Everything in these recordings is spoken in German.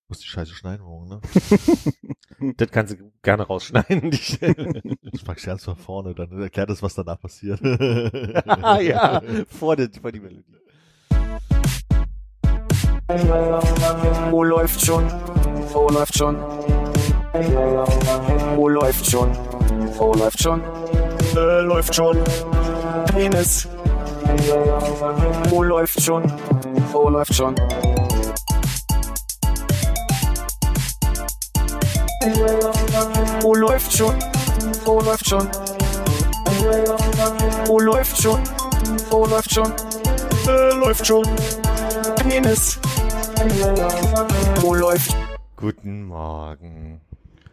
Muss die Scheiße schneiden morgen, ne? Das kannst du gerne rausschneiden, die Stelle. Das mag ich ganz von vorne, dann erklärt das, was danach passiert. Ja, vor die Melodie. Wo läuft schon? Wo läuft schon? Wo läuft schon? Wo läuft schon? Läuft schon. Penis. Wo läuft schon? Wo läuft schon? Wo läuft schon? Wo läuft schon? Wo läuft schon? Wo läuft schon? Läuft schon. Penis. Wo läuft? Guten Morgen.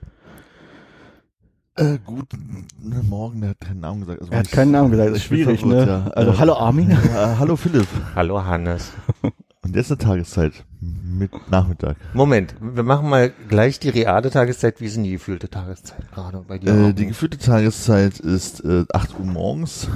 Guten Morgen, der hat keinen Namen gesagt. Also Er hat keinen Namen gesagt, das ist schwierig, ne? Ja. Also, hallo Armin. Hallo Philipp. Hallo Hannes. Und jetzt eine Tageszeit. Mit Nachmittag. Moment, wir machen mal gleich die reale Tageszeit. Wie ist denn die gefühlte Tageszeit gerade bei dir? Die gefühlte Tageszeit ist 8 Uhr morgens.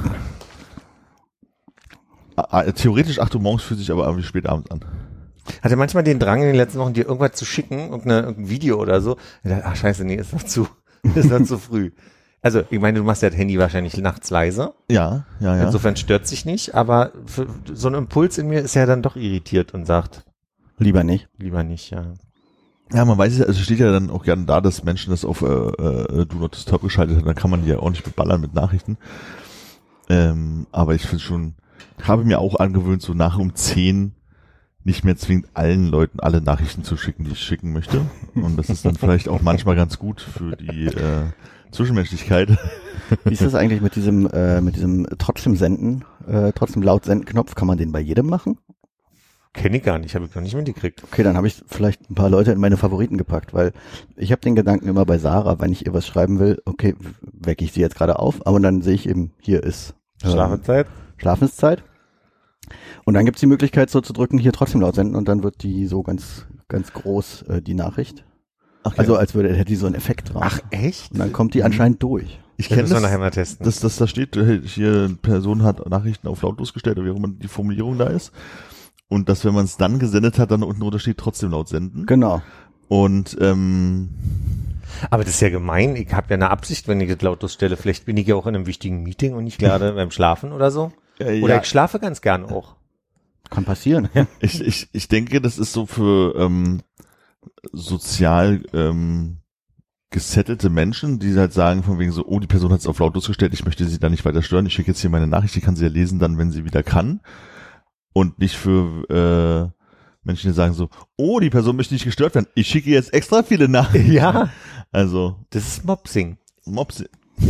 Theoretisch 8 Uhr morgens, fühlt sich aber irgendwie spät abends an. Hatte manchmal den Drang in den letzten Wochen, dir irgendwas zu schicken, irgendein Video oder so. Ich dachte, ach scheiße, nee, ist noch zu früh. Also, ich meine, du machst ja das Handy wahrscheinlich nachts leise. Ja. Insofern stört sich nicht, aber für so ein Impuls in mir ist ja dann doch irritiert und sagt, Lieber nicht. lieber nicht, ja. Ja, man weiß ja, also steht ja dann auch gerne da, dass Menschen das auf Do Not Disturb geschaltet haben, dann kann man die ja auch nicht beballern mit Nachrichten. Aber ich finde schon, habe mir auch angewöhnt, so nach um 10 nicht mehr zwingend allen Leuten alle Nachrichten zu schicken, die ich schicken möchte. Und das ist dann vielleicht auch manchmal ganz gut für die Zwischenmenschlichkeit. Wie ist das eigentlich mit diesem trotzdem senden, trotzdem laut senden Knopf? Kann man den bei jedem machen? Kenne ich gar nicht, habe ich noch nicht mitgekriegt. Okay, dann habe ich vielleicht ein paar Leute in meine Favoriten gepackt, weil ich habe den Gedanken immer bei Sarah, wenn ich ihr was schreiben will, okay, wecke ich sie jetzt gerade auf, aber dann sehe ich eben, hier ist Schlafenszeit. Und dann gibt's die Möglichkeit so zu drücken, hier trotzdem laut senden und dann wird die so ganz, ganz groß, die Nachricht. Ach, Also ja. als hätte die so einen Effekt drauf. Ach, echt? Und dann kommt die anscheinend durch. Ich Das kenne müssen wir das, nachher mal testen. da steht, hier, eine Person hat Nachrichten auf lautlos gestellt, oder wie auch immer die Formulierung da ist. Und dass, wenn man es dann gesendet hat, dann unten drunter steht, trotzdem laut senden. Genau. Und Aber das ist ja gemein. Ich habe ja eine Absicht, wenn ich das lautlos stelle. Vielleicht bin ich ja auch in einem wichtigen Meeting und nicht gerade beim Schlafen oder so. Oder ich schlafe ganz gern auch. Kann passieren. ich denke, das ist so für sozial gesettelte Menschen, die halt sagen von wegen so, oh, die Person hat es auf lautlos gestellt, ich möchte sie da nicht weiter stören, ich schicke jetzt hier meine Nachricht, die kann sie ja lesen dann, wenn sie wieder kann. Und nicht für Menschen, die sagen so, oh, die Person möchte nicht gestört werden, ich schicke jetzt extra viele Nachrichten. Ja. Also Das ist Mopsing. Mopsing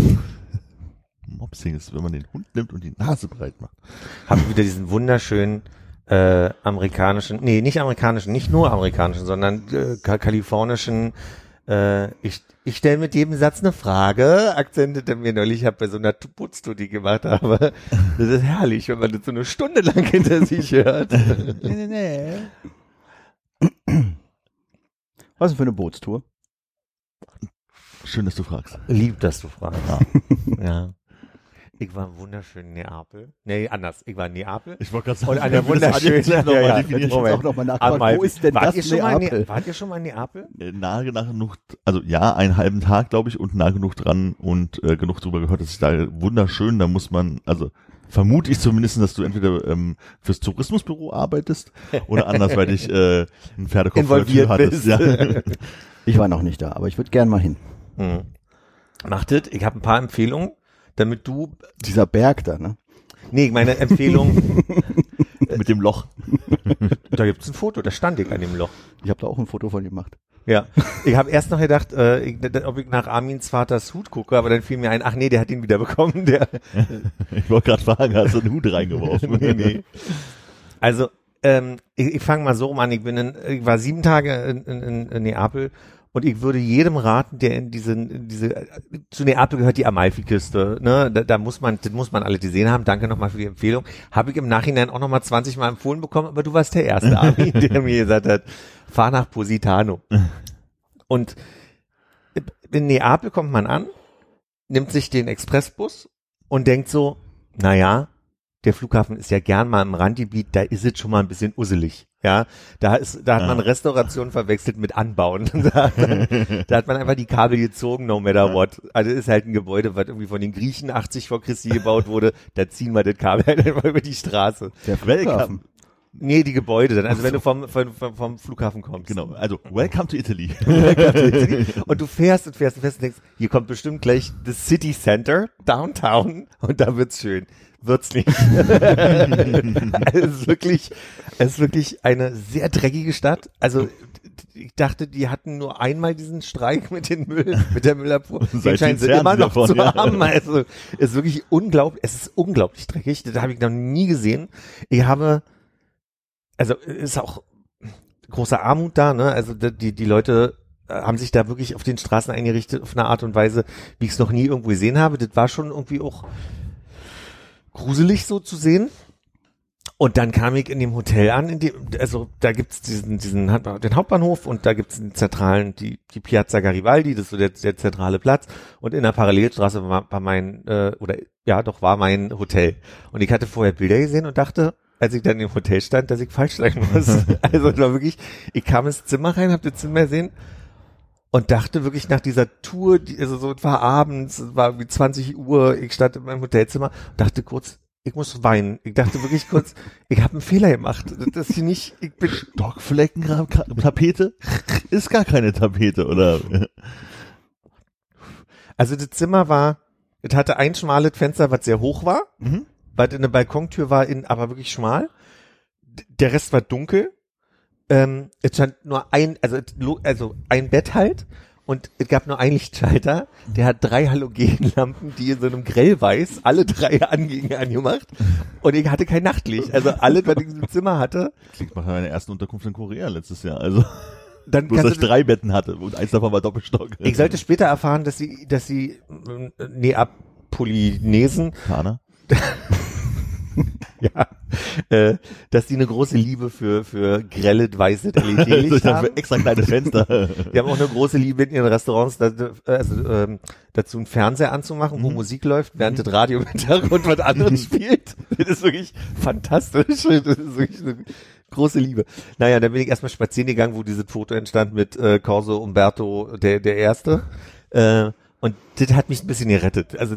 ist, wenn man den Hund nimmt und die Nase breit macht. Haben wieder diesen wunderschönen nicht nur amerikanischen, sondern kalifornischen ich stelle mit jedem Satz eine Frage, Akzente, der mir neulich bei so einer Putzstudie gemacht habe. Das ist herrlich, wenn man das so eine Stunde lang hinter sich hört. Was ist denn für eine Bootstour? Schön, dass du fragst. Lieb, dass du fragst. Ja. Ich war wunderschön in Neapel. Nee, anders. Ich war in Neapel. Ich wollte gerade sagen, Und an der wunderschönen, Hätte ich jetzt auch noch mal nachgefragt, wo ist denn wart das ihr schon mal Neapel? wart ihr schon mal in Neapel? nahe genug, also ja, einen halben Tag, glaube ich, und nah genug dran und genug drüber gehört, dass ich da wunderschön, da muss man, also vermute ich zumindest, dass du entweder fürs Tourismusbüro arbeitest oder andersweitig einen Pferdekopf vor der Tür Involviert hattest. bist. Ja. Ich war noch nicht da, aber ich würde gern mal hin. Macht es. Ich habe ein paar Empfehlungen, damit du, Dieser Berg da, ne? nee, meine Empfehlung, Mit dem Loch. da gibt's ein Foto, da stand ich an dem Loch. Ich habe da auch ein Foto von gemacht. Ja, ich habe erst noch gedacht, ob ich nach Armins Vaters Hut gucke, aber dann fiel mir ein, ach nee, der hat ihn wieder bekommen. Ich wollte gerade fragen, hast du einen Hut reingeworfen? Nee. Also, ich fange mal so rum an, ich war 7 Tage in Neapel und ich würde jedem raten, der in diese zu Neapel gehört die Amalfiküste, ne, das muss man alle gesehen haben. Danke nochmal für die Empfehlung. Habe ich im Nachhinein auch nochmal 20 Mal empfohlen bekommen, aber du warst der erste, Armin, der mir gesagt hat, fahr nach Positano. Und in Neapel kommt man an, nimmt sich den Expressbus und denkt so, naja, der Flughafen ist ja gern mal im Randgebiet, da ist es schon mal ein bisschen usselig. Ja, da hat man Restauration verwechselt mit Anbauen. da hat man einfach die Kabel gezogen, no matter what. Also ist halt ein Gebäude, was irgendwie von den Griechen 80 vor Christi gebaut wurde. Da ziehen wir das Kabel halt einfach über die Straße. Der Flughafen. Nee, die Gebäude dann. Also wenn du vom Flughafen kommst. Genau. Also, welcome to Italy. Und du fährst und denkst, hier kommt bestimmt gleich das City Center, Downtown, und da wird's schön. Wird's nicht. Es ist wirklich eine sehr dreckige Stadt. Also, ich dachte, die hatten nur einmal diesen Streik mit der Müllabfuhr. Den scheinen sie immer noch zu haben. Also, es ist wirklich unglaublich, es ist unglaublich dreckig. Das habe ich noch nie gesehen. Also, ist auch große Armut da, ne? Also, die Leute haben sich da wirklich auf den Straßen eingerichtet auf eine Art und Weise, wie ich es noch nie irgendwo gesehen habe. Das war schon irgendwie auch gruselig so zu sehen. Und dann kam ich in dem Hotel an, also da gibt's den Hauptbahnhof und da gibt's den zentralen, die Piazza Garibaldi, das ist so der zentrale Platz, und in der Parallelstraße war mein Hotel. Und ich hatte vorher Bilder gesehen und dachte, als ich dann im Hotel stand, dass ich falsch sein muss. Also es war wirklich, ich kam ins Zimmer rein, hab das Zimmer gesehen und dachte wirklich nach dieser Tour, es war abends, es war wie 20 Uhr, ich stand in meinem Hotelzimmer, dachte kurz, ich muss weinen. Ich dachte wirklich kurz, ich habe einen Fehler gemacht. Das ist nicht, ich bin Stockflecken, Tapete? Ist gar keine Tapete, oder? Also das Zimmer es hatte ein schmales Fenster, was sehr hoch war, weil eine Balkontür war aber wirklich schmal. Der Rest war dunkel. Es stand nur ein Bett halt. Und es gab nur einen Lichtschalter, der hat 3 Halogenlampen, die in so einem Grellweiß alle 3 angemacht. Und ich hatte kein Nachtlicht. Also alles, was ich in diesem Zimmer hatte. Klingt nach meiner ersten Unterkunft in Korea letztes Jahr. Also, dann bloß, dass ich 3 Betten hatte und eins davon war Doppelstock. Ich sollte später erfahren, dass sie Neapolinesen Kana? Ja, dass die eine große Liebe für grelle weiße LED-Licht haben. Extra kleine Fenster. Die haben auch eine große Liebe in ihren Restaurants, dazu einen Fernseher anzumachen, wo Musik läuft, während das Radio im Hintergrund was anderes spielt. Das ist wirklich fantastisch. Das ist wirklich eine große Liebe. Naja, dann bin ich erstmal spazieren gegangen, wo dieses Foto entstand mit Corso Umberto, der Erste. Und das hat mich ein bisschen gerettet. Also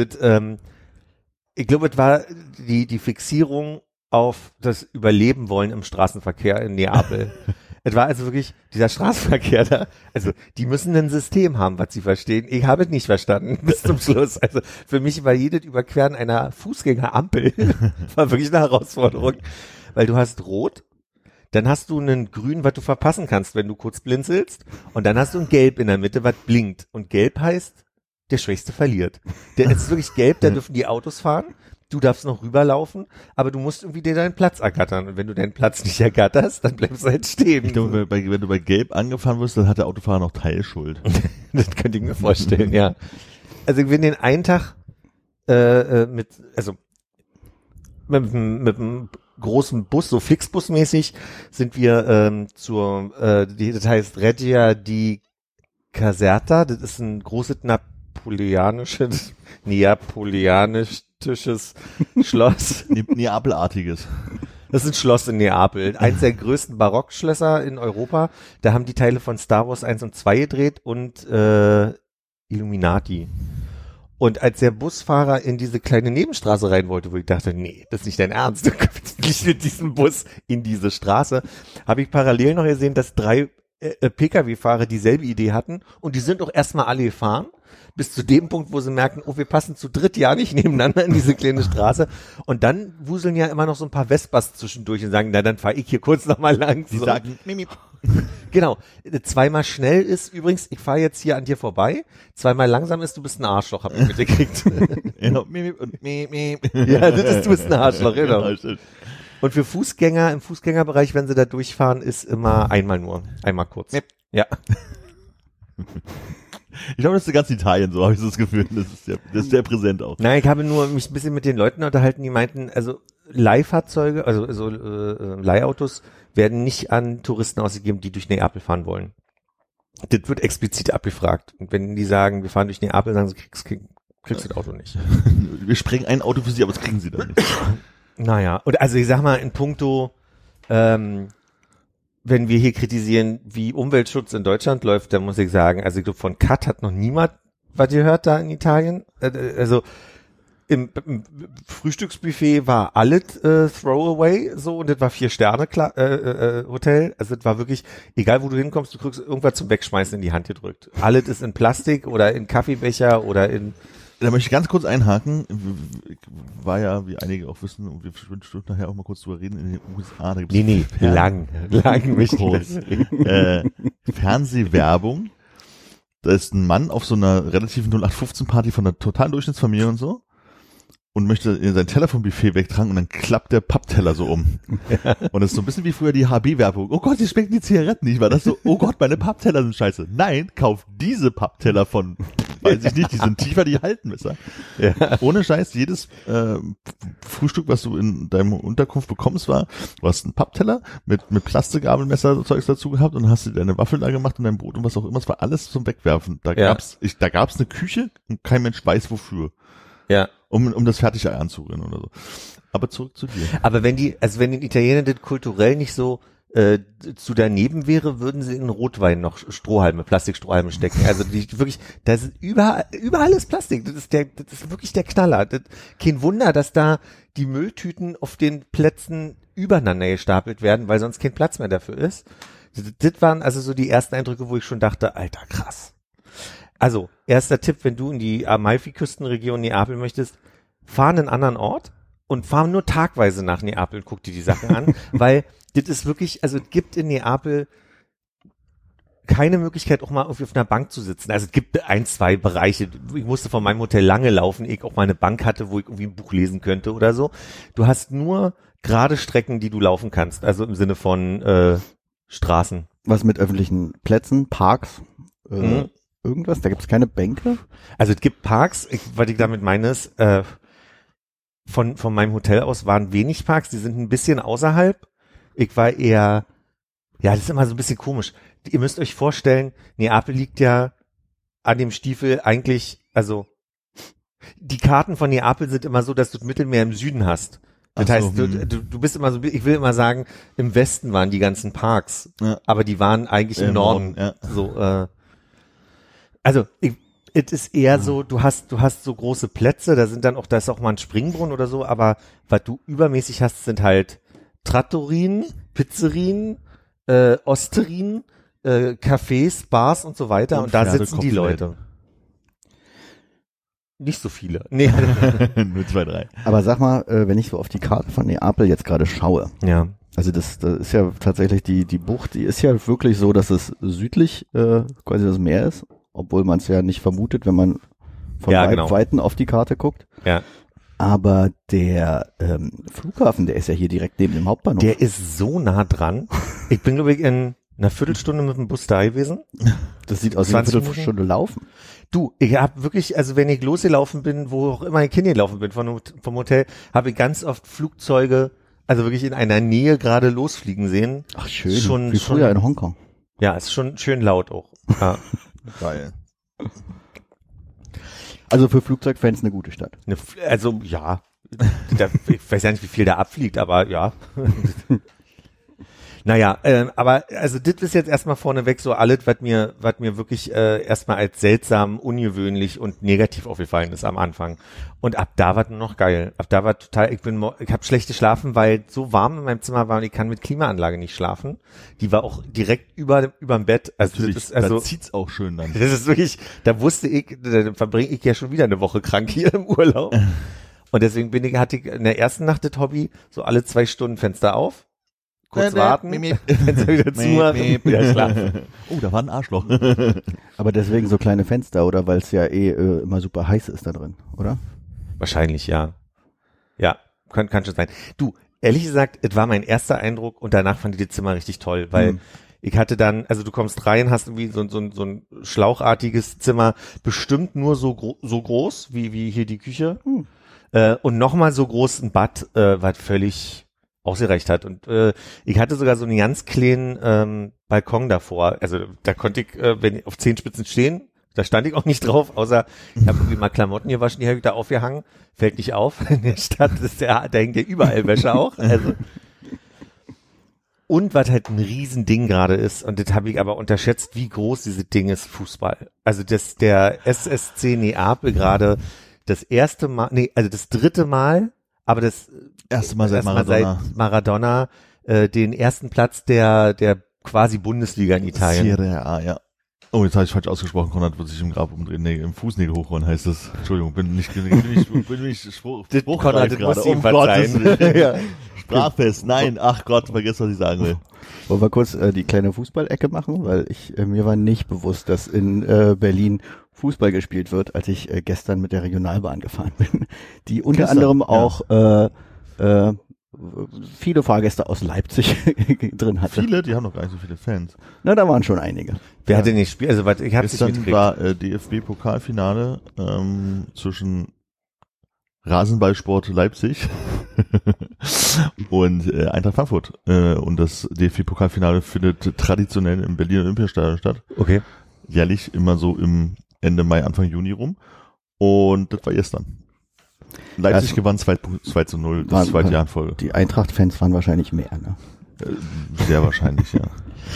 ich glaube, es war die Fixierung auf das Überleben wollen im Straßenverkehr in Neapel. Es war also wirklich dieser Straßenverkehr da. Also die müssen ein System haben, was sie verstehen. Ich habe es nicht verstanden bis zum Schluss. Also für mich war jedes Überqueren einer Fußgängerampel war wirklich eine Herausforderung, weil du hast Rot, dann hast du einen Grün, was du verpassen kannst, wenn du kurz blinzelst, und dann hast du ein Gelb in der Mitte, was blinkt. Und Gelb heißt, der Schwächste verliert. Es ist wirklich gelb, da dürfen die Autos fahren, du darfst noch rüberlaufen, aber du musst irgendwie dir deinen Platz ergattern. Und wenn du deinen Platz nicht ergatterst, dann bleibst du halt stehen. Ich glaube, wenn du bei Gelb angefahren wirst, dann hat der Autofahrer noch Teilschuld. Das könnte ich mir vorstellen, ja. Also ich bin den einen Tag mit einem großen Bus, so Flixbus-mäßig, sind wir das heißt Regia di Caserta, das ist ein großes neapolitanisches Schloss. Neapelartiges. Das ist ein Schloss in Neapel. Eins der größten Barockschlösser in Europa. Da haben die Teile von Star Wars 1 und 2 gedreht und Illuminati. Und als der Busfahrer in diese kleine Nebenstraße rein wollte, wo ich dachte, nee, das ist nicht dein Ernst, du kommst nicht mit diesem Bus in diese Straße, habe ich parallel noch gesehen, dass 3 Pkw-Fahrer dieselbe Idee hatten und die sind auch erstmal alle gefahren, bis zu dem Punkt, wo sie merken, oh, wir passen zu dritt ja nicht nebeneinander in diese kleine Straße, und dann wuseln ja immer noch so ein paar Vespas zwischendurch und sagen, na, dann fahre ich hier kurz nochmal lang. Die sagen, mimip. Genau, 2-mal schnell ist übrigens, ich fahre jetzt hier an dir vorbei, 2-mal langsam ist, du bist ein Arschloch, hab ich mitgekriegt. Genau, mimip und mimip. Ja, du bist ein Arschloch, genau. Und für Fußgänger, im Fußgängerbereich, wenn sie da durchfahren, ist immer einmal kurz. Yep. Ja. Ich glaube, das ist ganz Italien, so habe ich so das Gefühl. Das ist sehr präsent auch. Nein, ich habe nur mich ein bisschen mit den Leuten unterhalten, die meinten, also Leihfahrzeuge, also Leihautos werden nicht an Touristen ausgegeben, die durch Neapel fahren wollen. Das wird explizit abgefragt. Und wenn die sagen, wir fahren durch Neapel, sagen sie, kriegst du das Auto nicht. Wir sprengen ein Auto für sie, aber das kriegen sie dann nicht. Naja, und also ich sag mal, in puncto wenn wir hier kritisieren, wie Umweltschutz in Deutschland läuft, dann muss ich sagen, also ich glaube, von Cut hat noch niemand was gehört da in Italien. Also im Frühstücksbuffet war alles Throwaway so und das war 4-Sterne-Hotel. Also das war wirklich, egal wo du hinkommst, du kriegst irgendwas zum Wegschmeißen in die Hand gedrückt. Alles ist in Plastik oder in Kaffeebecher oder in... Da möchte ich ganz kurz einhaken. War ja, wie einige auch wissen, und wir bestimmt nachher auch mal kurz drüber reden, in den USA. Da gibt's lang mich kurz. Fernsehwerbung. Da ist ein Mann auf so einer relativen 0815-Party von einer totalen Durchschnittsfamilie und so und möchte sein Teller vom Buffet wegtragen und dann klappt der Pappteller so um. Und das ist so ein bisschen wie früher die HB-Werbung. Oh Gott, hier schmecken die Zigaretten nicht. War das so, oh Gott, meine Pappteller sind scheiße. Nein, kauf diese Pappteller von, weiß ich nicht, die sind tiefer, die halten besser. Ja. Ohne Scheiß, jedes Frühstück, was du in deinem Unterkunft bekommst, war, du hast einen Pappteller mit Plastikgabelmesser so Zeugs dazu gehabt und hast dir deine Waffeln da gemacht und dein Brot und was auch immer. Es war alles zum Wegwerfen. Da gab's eine Küche und kein Mensch weiß wofür. Ja. Um das Fertigei anzurühren oder so. Aber zurück zu dir. Aber wenn den Italienern das kulturell nicht so zu daneben wäre, würden sie in Rotwein noch Plastikstrohhalme stecken. Also wirklich, das ist überall ist Plastik. Das ist wirklich der Knaller. Kein Wunder, dass da die Mülltüten auf den Plätzen übereinander gestapelt werden, weil sonst kein Platz mehr dafür ist. Das waren also so die ersten Eindrücke, wo ich schon dachte, Alter, krass. Also, erster Tipp, wenn du in die Amalfi-Küstenregion Neapel möchtest, fahr an einen anderen Ort und fahr nur tagweise nach Neapel und guck dir die Sachen an, weil das ist wirklich, also es gibt in Neapel keine Möglichkeit, auch mal irgendwie auf einer Bank zu sitzen. Also es gibt 1, 2 Bereiche. Ich musste von meinem Hotel lange laufen, ich auch mal eine Bank hatte, wo ich irgendwie ein Buch lesen könnte oder so. Du hast nur gerade Strecken, die du laufen kannst, also im Sinne von Straßen. Was mit öffentlichen Plätzen, Parks, irgendwas? Da gibt es keine Bänke? Also es gibt Parks, was ich damit meine ist, von meinem Hotel aus waren wenig Parks, die sind ein bisschen außerhalb. Ich war eher, ja, das ist immer so ein bisschen komisch. Ihr müsst euch vorstellen, Neapel liegt ja an dem Stiefel eigentlich, also die Karten von Neapel sind immer so, dass du das Mittelmeer im Süden hast. Das heißt, du bist immer so, ich will immer sagen, im Westen waren die ganzen Parks, aber die waren eigentlich im Norden. Ja. So, also es ist eher so, du hast so große Plätze, da ist auch mal ein Springbrunnen oder so, aber was du übermäßig hast, sind halt Trattorien, Pizzerien, Osterien, Cafés, Bars und so weiter und da sitzen die Leute. Nicht so viele. Nee. Nur 2, 3. Aber sag mal, wenn ich so auf die Karte von Neapel jetzt gerade schaue. Ja. Also das ist ja tatsächlich die Bucht, die ist ja wirklich so, dass es südlich quasi das Meer ist, obwohl man es ja nicht vermutet, wenn man von Weiten auf die Karte guckt. Ja. Aber der Flughafen, der ist ja hier direkt neben dem Hauptbahnhof. Der ist so nah dran. Ich bin, glaube ich, in einer Viertelstunde mit dem Bus da gewesen. Das sieht aus wie eine Viertelstunde laufen. Du, ich habe wirklich, also wenn ich losgelaufen bin, wo auch immer ich hingelaufen bin vom Hotel, habe ich ganz oft Flugzeuge, also wirklich in einer Nähe gerade losfliegen sehen. Ach schön, wie früher in Hongkong. Ja, ist schon schön laut auch. Ja. Geil. Also für Flugzeugfans eine gute Stadt. Also ja, ich weiß ja nicht, wie viel da abfliegt, aber ja. Naja, aber also das ist jetzt erstmal vorneweg so alles, was mir wirklich erstmal als seltsam, ungewöhnlich und negativ aufgefallen ist am Anfang. Und ab da war nur noch geil. Ab da war total, ich habe schlecht geschlafen, weil so warm in meinem Zimmer war und ich kann mit Klimaanlage nicht schlafen. Die war auch direkt überm Bett. Also das ist, also da zieht's auch schön dann. Das ist wirklich, da verbringe ich ja schon wieder eine Woche krank hier im Urlaub. Und deswegen hatte ich in der ersten Nacht das Hobby, so alle 2 Stunden Fenster auf. Kurz warten, Fenster wieder zumachen, wieder schlafen. Oh, da war ein Arschloch. Aber deswegen so kleine Fenster, oder? Weil es ja immer super heiß ist da drin, oder? Wahrscheinlich, ja. Ja, kann schon sein. Du, ehrlich gesagt, es war mein erster Eindruck und danach fand ich das Zimmer richtig toll, weil ich hatte dann, also du kommst rein, hast irgendwie so ein schlauchartiges Zimmer, bestimmt nur so groß, wie hier die Küche. Und nochmal so groß ein Bad, was völlig ausgereicht hat. Und ich hatte sogar so einen ganz kleinen Balkon davor. Also da konnte ich, wenn ich auf Zehenspitzen stehen, da stand ich auch nicht drauf, außer ich habe irgendwie mal Klamotten gewaschen, die habe ich da aufgehangen. Fällt nicht auf. In der Stadt da hängt ja überall Wäsche auch. Also. Und was halt ein Riesending gerade ist, und das habe ich aber unterschätzt, wie groß dieses Ding ist, Fußball. Also dass der SSC Neapel gerade das dritte Mal, aber das erste Mal seit Maradona den ersten Platz der quasi Bundesliga in Italien. Serie A, ja. Oh, jetzt habe ich falsch ausgesprochen, Konrad wird sich im Grab umdrehen. Nee, im Fußnägel hochholen heißt das. Entschuldigung, bin nicht Konrad, gerade. Um Gottes Willen. Ja. Sprachfest, nein, ach Gott, vergiss, was ich sagen will. Wollen wir kurz die kleine Fußballecke machen? Weil mir war nicht bewusst, dass in Berlin Fußball gespielt wird, als ich gestern mit der Regionalbahn gefahren bin. Die unter anderem auch viele Fahrgäste aus Leipzig drin hatte. Viele? Die haben noch gar nicht so viele Fans. Na, da waren schon einige. Wer hat denn nicht gespielt? Also, ich hab's nicht mitgekriegt. War DFB-Pokalfinale zwischen Rasenballsport Leipzig und Eintracht Frankfurt. Und das DFB-Pokalfinale findet traditionell im Berliner Olympiastadion statt. Okay. Jährlich immer so im Ende Mai, Anfang Juni rum. Und das war gestern. Leipzig gewann 2-0, das zweite Jahr in Folge. Die Eintracht-Fans waren wahrscheinlich mehr, ne? Sehr wahrscheinlich, ja.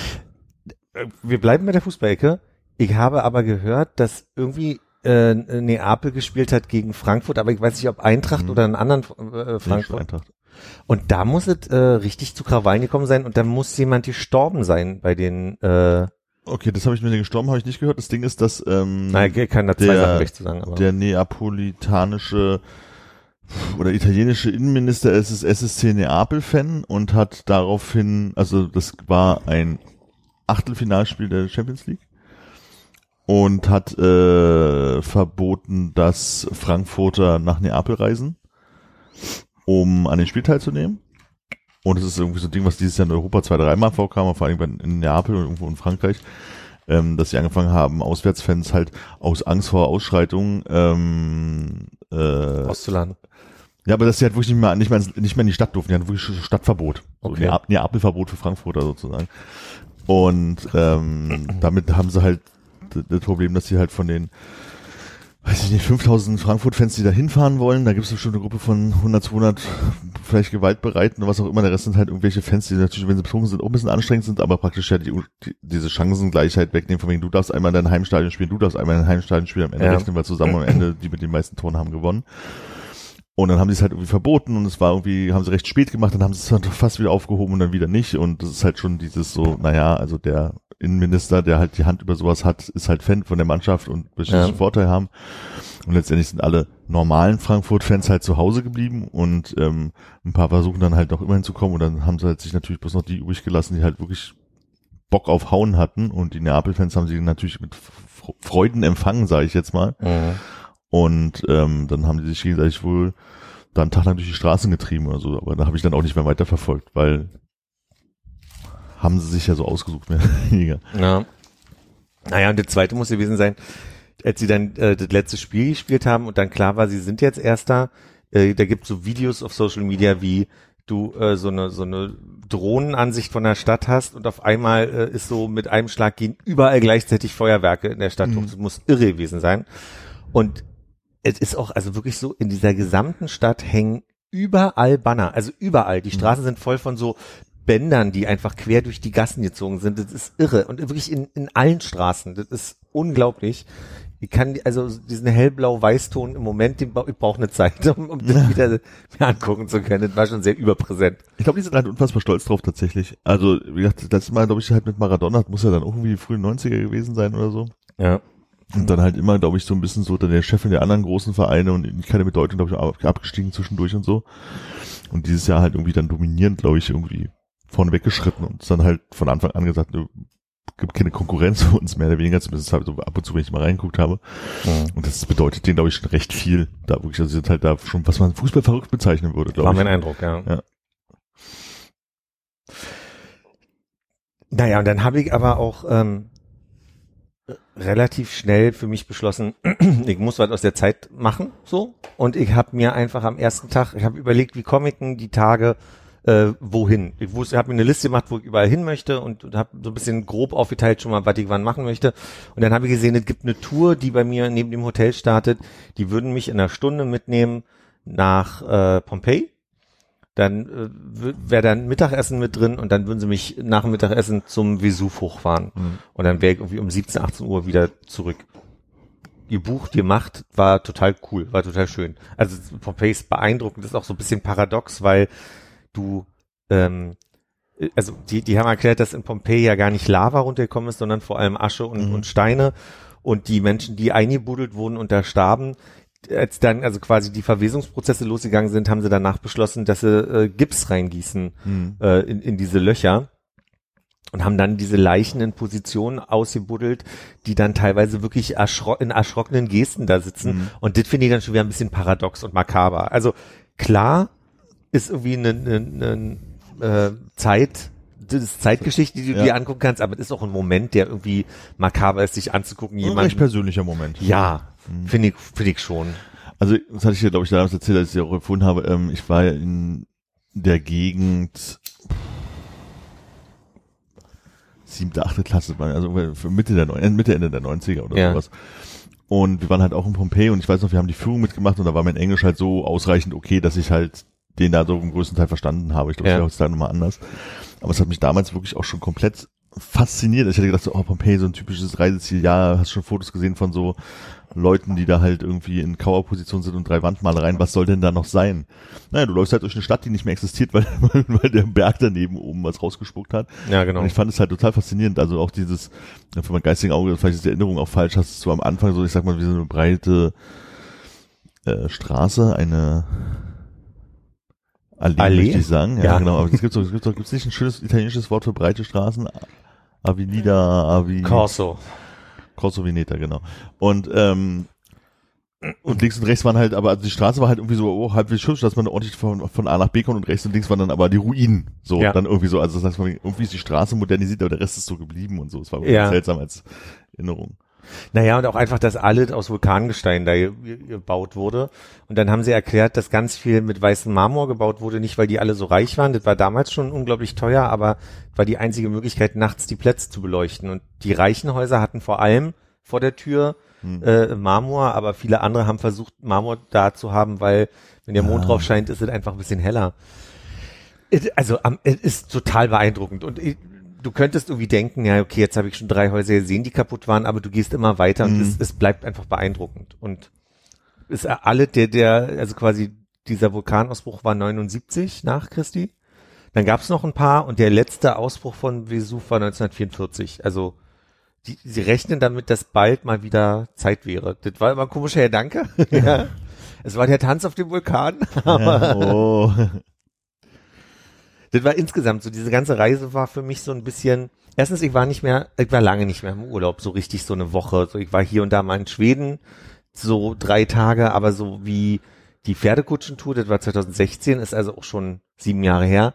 Wir bleiben bei der Fußballecke. Ich habe aber gehört, dass irgendwie Neapel gespielt hat gegen Frankfurt, aber ich weiß nicht, ob Eintracht oder einen anderen Frankfurt. Eintracht. Und da muss es richtig zu Krawallen gekommen sein und da muss jemand gestorben sein bei den Okay, das habe ich mit den gestorben, habe ich nicht gehört. Das Ding ist, dass ich kann da zwei Sachen recht zu sagen, aber der neapolitanische oder italienische Innenminister ist SSC Neapel-Fan und hat daraufhin, also das war ein Achtelfinalspiel der Champions League und hat verboten, dass Frankfurter nach Neapel reisen, um an den Spiel teilzunehmen. Und es ist irgendwie so ein Ding, was dieses Jahr in Europa 2-3 Mal vorkam, vor allem in Neapel und irgendwo in Frankreich, dass sie angefangen haben, Auswärtsfans halt aus Angst vor Ausschreitungen auszuladen. Ja, aber dass sie halt wirklich nicht mehr in die Stadt durften, die hatten wirklich Stadtverbot. Okay. So Neapelverbot für Frankfurter sozusagen. Und damit haben sie halt das Problem, dass sie halt von den, weiß ich nicht, 5000 Frankfurt-Fans, die da hinfahren wollen, da gibt es bestimmt eine Gruppe von 100, 200 vielleicht gewaltbereiten oder was auch immer, der Rest sind halt irgendwelche Fans, die natürlich, wenn sie betrunken sind, auch ein bisschen anstrengend sind, aber praktisch ja diese Chancengleichheit wegnehmen, von wegen, du darfst einmal in dein Heimstadion spielen, du darfst einmal in dein Heimstadion spielen, am Ende rechnen wir zusammen am Ende, die mit den meisten Toren haben gewonnen. Und dann haben sie es halt irgendwie verboten und es war irgendwie, haben sie recht spät gemacht, dann haben sie es dann fast wieder aufgehoben und dann wieder nicht und das ist halt schon dieses so, naja, also der Innenminister, der halt die Hand über sowas hat, ist halt Fan von der Mannschaft und bestimmten Vorteil haben und letztendlich sind alle normalen Frankfurt-Fans halt zu Hause geblieben und ein paar versuchen dann halt noch immer hinzukommen und dann haben sie halt sich natürlich bloß noch die übrig gelassen, die halt wirklich Bock auf Hauen hatten und die Neapel-Fans haben sie natürlich mit Freuden empfangen, sage ich jetzt mal. Und dann haben die sich gegenseitig wohl da einen Tag lang durch die Straßen getrieben oder so, aber da habe ich dann auch nicht mehr weiterverfolgt, weil haben sie sich ja so ausgesucht, mehr oder weniger. Ja. Naja, und der zweite muss gewesen sein, als sie dann das letzte Spiel gespielt haben und dann klar war, sie sind jetzt Erster, da gibt's so Videos auf Social Media, wie du so eine Drohnenansicht von der Stadt hast und auf einmal ist so mit einem Schlag gehen überall gleichzeitig Feuerwerke in der Stadt hoch. Das muss irre gewesen sein. Und es ist auch, also wirklich so, in dieser gesamten Stadt hängen überall Banner, also überall. Die Straßen sind voll von so Bändern, die einfach quer durch die Gassen gezogen sind. Das ist irre. Und wirklich in allen Straßen. Das ist unglaublich. Ich kann, also diesen hellblau-weißton im Moment, ich brauche eine Zeit, um das wieder mir angucken zu können. Das war schon sehr überpräsent. Ich glaube, die sind halt unfassbar stolz drauf tatsächlich. Also, wie gesagt, das Mal, glaube ich, halt mit Maradona, das muss ja dann auch irgendwie frühen 90er gewesen sein oder so. Ja. Und dann halt immer, glaube ich, so ein bisschen so dann der Chef in der anderen großen Vereine und keine Bedeutung, glaube ich, abgestiegen zwischendurch und so. Und dieses Jahr halt irgendwie dann dominierend, glaube ich, irgendwie vorne weggeschritten und dann halt von Anfang an gesagt, gibt keine Konkurrenz für uns mehr oder weniger, zumindest halt so ab und zu, wenn ich mal reingeguckt habe. Und das bedeutet denen, glaube ich, schon recht viel. Da wirklich, also sie sind halt da schon, was man Fußball verrückt bezeichnen würde, glaube ich. War mein Eindruck, ja. Naja, und dann habe ich aber auch relativ schnell für mich beschlossen, ich muss was aus der Zeit machen, so. Und ich habe mir einfach am ersten Tag, ich habe überlegt, wie komme ich denn die Tage wohin. Ich habe mir eine Liste gemacht, wo ich überall hin möchte und habe so ein bisschen grob aufgeteilt schon mal, was ich wann machen möchte. Und dann habe ich gesehen, es gibt eine Tour, die bei mir neben dem Hotel startet. Die würden mich in einer Stunde mitnehmen nach Pompeji. dann wäre dann Mittagessen mit drin und dann würden sie mich nach dem Mittagessen zum Vesuv hochfahren. Und dann wäre ich irgendwie um 17, 18 Uhr wieder zurück. Ihr Buch, die Macht, war total cool, war total schön. Also Pompeii ist beeindruckend, ist auch so ein bisschen paradox, weil du, also die haben erklärt, dass in Pompeji ja gar nicht Lava runtergekommen ist, sondern vor allem Asche und Steine und die Menschen, die eingebuddelt wurden und da starben, als dann also quasi die Verwesungsprozesse losgegangen sind, haben sie danach beschlossen, dass sie Gips reingießen in diese Löcher. Und haben dann diese Leichen in Positionen ausgebuddelt, die dann teilweise wirklich in erschrockenen Gesten da sitzen. Und das finde ich dann schon wieder ein bisschen paradox und makaber. Also klar ist irgendwie eine Zeitgeschichte, die du dir angucken kannst, aber es ist auch ein Moment, der irgendwie makaber ist, sich anzugucken. Ein recht persönlicher Moment. Ja, finde ich schon. Also das hatte ich ja, glaube ich, damals erzählt, als ich sie auch gefunden habe. Ich war in der Gegend 7., 8. Klasse, also Mitte, Ende der 90er oder sowas. Und wir waren halt auch in Pompeji und ich weiß noch, wir haben die Führung mitgemacht und da war mein Englisch halt so ausreichend okay, dass ich halt den da so im größten Teil verstanden habe. Ich glaube, das wäre heutzutage nochmal anders. Aber es hat mich damals wirklich auch schon komplett fasziniert. Ich hätte gedacht, so, Pompeji, so ein typisches Reiseziel. Ja, hast schon Fotos gesehen von so Leuten, die da halt irgendwie in Kauerposition sind und 3 Wandmalereien. Was soll denn da noch sein? Naja, du läufst halt durch eine Stadt, die nicht mehr existiert, weil der Berg daneben oben was rausgespuckt hat. Ja, genau. Und ich fand es halt total faszinierend. Also auch dieses, für mein geistigen Auge, vielleicht ist die Erinnerung auch falsch, hast du so am Anfang so, ich sag mal, wie so eine breite Straße, eine Allee, möchte ich sagen. Ja, genau. Aber gibt's nicht ein schönes italienisches Wort für breite Straßen? Avenida, Corso Veneta, genau. Und links und rechts waren halt, aber also die Straße war halt irgendwie so halbwegs hübsch, dass man ordentlich von A nach B kommt und rechts und links waren dann aber die Ruinen. So, dann irgendwie so, also das heißt, irgendwie ist die Straße modernisiert, aber der Rest ist so geblieben und so. Es war wirklich seltsam als Erinnerung. Naja, und auch einfach, dass alles aus Vulkangestein da gebaut wurde. Und dann haben sie erklärt, dass ganz viel mit weißem Marmor gebaut wurde, nicht weil die alle so reich waren, das war damals schon unglaublich teuer, aber war die einzige Möglichkeit, nachts die Plätze zu beleuchten. Und die reichen Häuser hatten vor allem vor der Tür Marmor, aber viele andere haben versucht, Marmor da zu haben, weil wenn der Mond drauf scheint, ist es einfach ein bisschen heller. Also es ist total beeindruckend und du könntest irgendwie denken, ja, okay, jetzt habe ich schon 3 Häuser gesehen, die kaputt waren, aber du gehst immer weiter und es bleibt einfach beeindruckend. Und ist alle also quasi dieser Vulkanausbruch war 79 nach Christi. Dann gab es noch ein paar und der letzte Ausbruch von Vesuv war 1944. Also sie rechnen damit, dass bald mal wieder Zeit wäre. Das war immer ein komischer Gedanke. Ja. Es war der Tanz auf dem Vulkan. Aber das war insgesamt so, diese ganze Reise war für mich so ein bisschen, erstens, ich war lange nicht mehr im Urlaub, so richtig so eine Woche, so ich war hier und da mal in Schweden, so 3 Tage, aber so wie die Pferdekutschentour, das war 2016, ist also auch schon 7 Jahre her.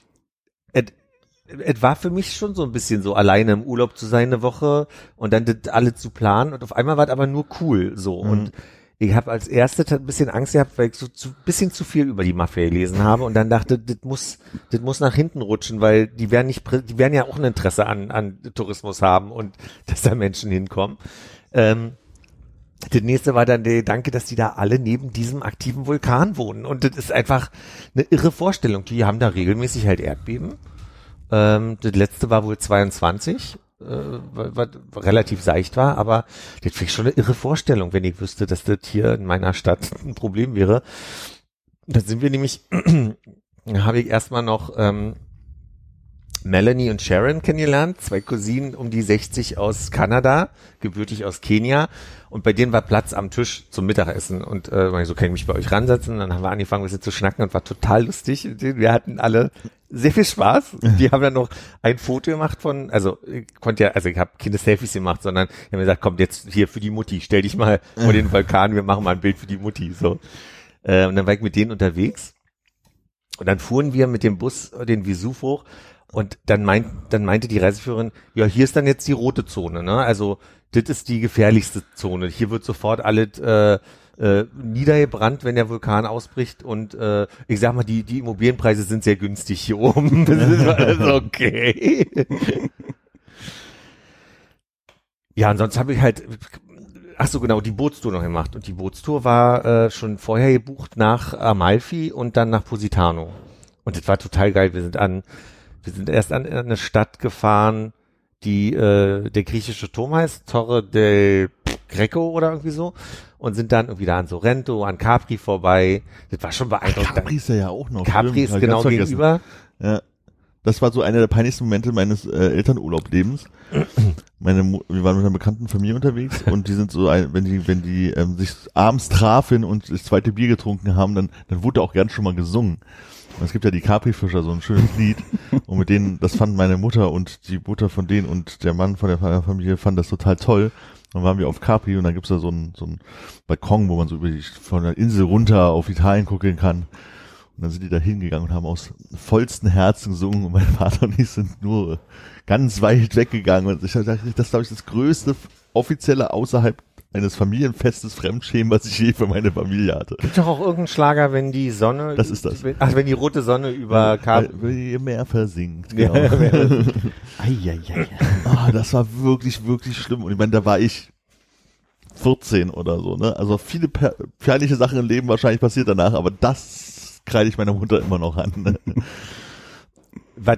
Es war für mich schon so ein bisschen so, alleine im Urlaub zu sein eine Woche und dann das alles zu planen und auf einmal war es aber nur cool, so und ich habe als erstes ein bisschen Angst gehabt, weil ich so ein bisschen zu viel über die Mafia gelesen habe und dann dachte, das muss nach hinten rutschen, weil die werden ja auch ein Interesse an Tourismus haben und dass da Menschen hinkommen. Das nächste war dann der Gedanke, dass die da alle neben diesem aktiven Vulkan wohnen und das ist einfach eine irre Vorstellung. Die haben da regelmäßig halt Erdbeben. Das letzte war wohl 22. Was relativ seicht war, aber das finde ich schon eine irre Vorstellung, wenn ich wüsste, dass das hier in meiner Stadt ein Problem wäre. Da sind wir nämlich, habe ich erstmal noch Melanie und Sharon kennengelernt, 2 Cousinen um die 60 aus Kanada, gebürtig aus Kenia und bei denen war Platz am Tisch zum Mittagessen und so, kann ich mich bei euch ransetzen? Und dann haben wir angefangen, ein bisschen zu schnacken und war total lustig. Wir hatten alle sehr viel Spaß. Die haben dann noch ein Foto gemacht ich habe keine Selfies gemacht, sondern die haben gesagt, komm jetzt hier für die Mutti, stell dich mal vor den Vulkan, wir machen mal ein Bild für die Mutti, so. Und dann war ich mit denen unterwegs und dann fuhren wir mit dem Bus den Vesuv hoch und dann meinte die Reiseführerin, ja, hier ist dann jetzt die rote Zone, ne? Also, das ist die gefährlichste Zone. Hier wird sofort alles niedergebrannt, wenn der Vulkan ausbricht und ich sag mal, die Immobilienpreise sind sehr günstig hier oben. Das ist alles okay. Ja, ansonsten habe ich halt, die Bootstour noch gemacht und die Bootstour war schon vorher gebucht nach Amalfi und dann nach Positano. Und das war total geil. Wir sind erst an eine Stadt gefahren, die der griechische Turm heißt, Torre del Greco oder irgendwie so, und sind dann irgendwie da an Sorrento, an Capri vorbei. Das war schon beeindruckend. Capri ist ja auch noch. Capri ist genau gegenüber. Ja. Das war so einer der peinlichsten Momente meines Elternurlaublebens. Wir waren mit einer bekannten Familie unterwegs und die sind so, wenn die sich abends trafen und das zweite Bier getrunken haben, dann wurde auch gern schon mal gesungen. Und es gibt ja die Capri-Fischer, so ein schönes Lied. Und mit denen, das fanden meine Mutter und die Mutter von denen und der Mann von der Familie fanden das total toll. Dann waren wir auf Capri und dann gibt's da so einen Balkon, wo man so von der Insel runter auf Italien gucken kann. Und dann sind die da hingegangen und haben aus vollstem Herzen gesungen und mein Vater und ich sind nur ganz weit weggegangen. Und ich dachte, das ist, glaube ich, das größte offizielle außerhalb eines Familienfestes Fremdschämen, was ich je für meine Familie hatte. Gibt doch auch irgendeinen Schlager, wenn die Sonne... Das ist das. Wenn die rote Sonne über Wenn ihr Meer versinkt. Genau. Das war wirklich, wirklich schlimm. Und ich meine, da war ich 14 oder so, ne? Also viele peinliche Sachen im Leben wahrscheinlich passiert danach, aber das kreide ich meiner Mutter immer noch an. Ne? Was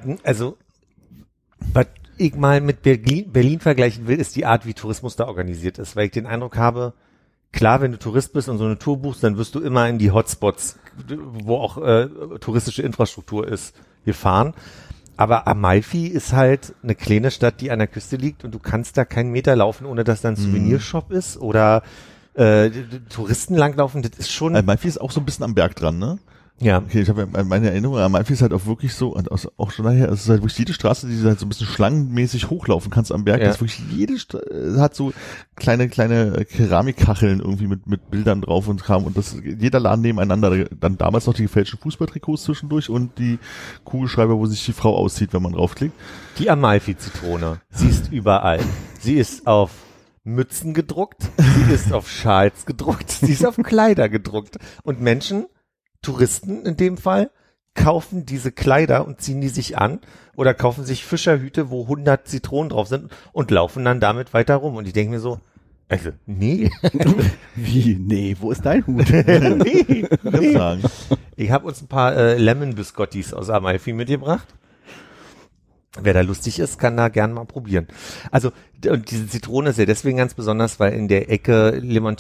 ich mal mit Berlin vergleichen will, ist die Art, wie Tourismus da organisiert ist, weil ich den Eindruck habe, klar, wenn du Tourist bist und so eine Tour buchst, dann wirst du immer in die Hotspots, wo auch touristische Infrastruktur ist, gefahren. Aber Amalfi ist halt eine kleine Stadt, die an der Küste liegt und du kannst da keinen Meter laufen, ohne dass da ein Souvenirshop ist oder Touristen langlaufen. Das ist schon... Amalfi ist auch so ein bisschen am Berg dran, ne? Ja. Okay, ich habe meine Erinnerung, Amalfi ist halt auch wirklich so, und auch schon daher, es ist halt wirklich jede Straße, die du halt so ein bisschen schlangenmäßig hochlaufen kannst am Berg, das ist wirklich hat so kleine Keramikkacheln irgendwie mit Bildern drauf und Kram und das, jeder Laden nebeneinander, dann damals noch die gefälschten Fußballtrikots zwischendurch und die Kugelschreiber, wo sich die Frau auszieht, wenn man draufklickt. Die Amalfi-Zitrone, sie ist überall. Sie ist auf Mützen gedruckt, sie ist auf Schals gedruckt, sie ist auf Kleider gedruckt und Menschen, Touristen in dem Fall, kaufen diese Kleider und ziehen die sich an oder kaufen sich Fischerhüte, wo 100 Zitronen drauf sind und laufen dann damit weiter rum. Und ich denke mir so, also, nee. Wie? Nee, wo ist dein Hut? nee. Ich habe uns ein paar Lemon Biscottis aus Amalfi mitgebracht. Wer da lustig ist, kann da gern mal probieren. Also, und diese Zitrone ist ja deswegen ganz besonders, weil in der Ecke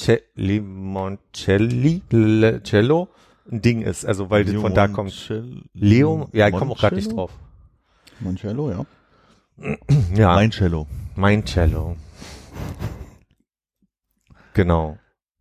Limoncello ein Ding ist, also weil das von da kommt. Leo, ja, ich komme auch gerade nicht drauf. Moncello, ja. Ja. Mein Cello. Genau.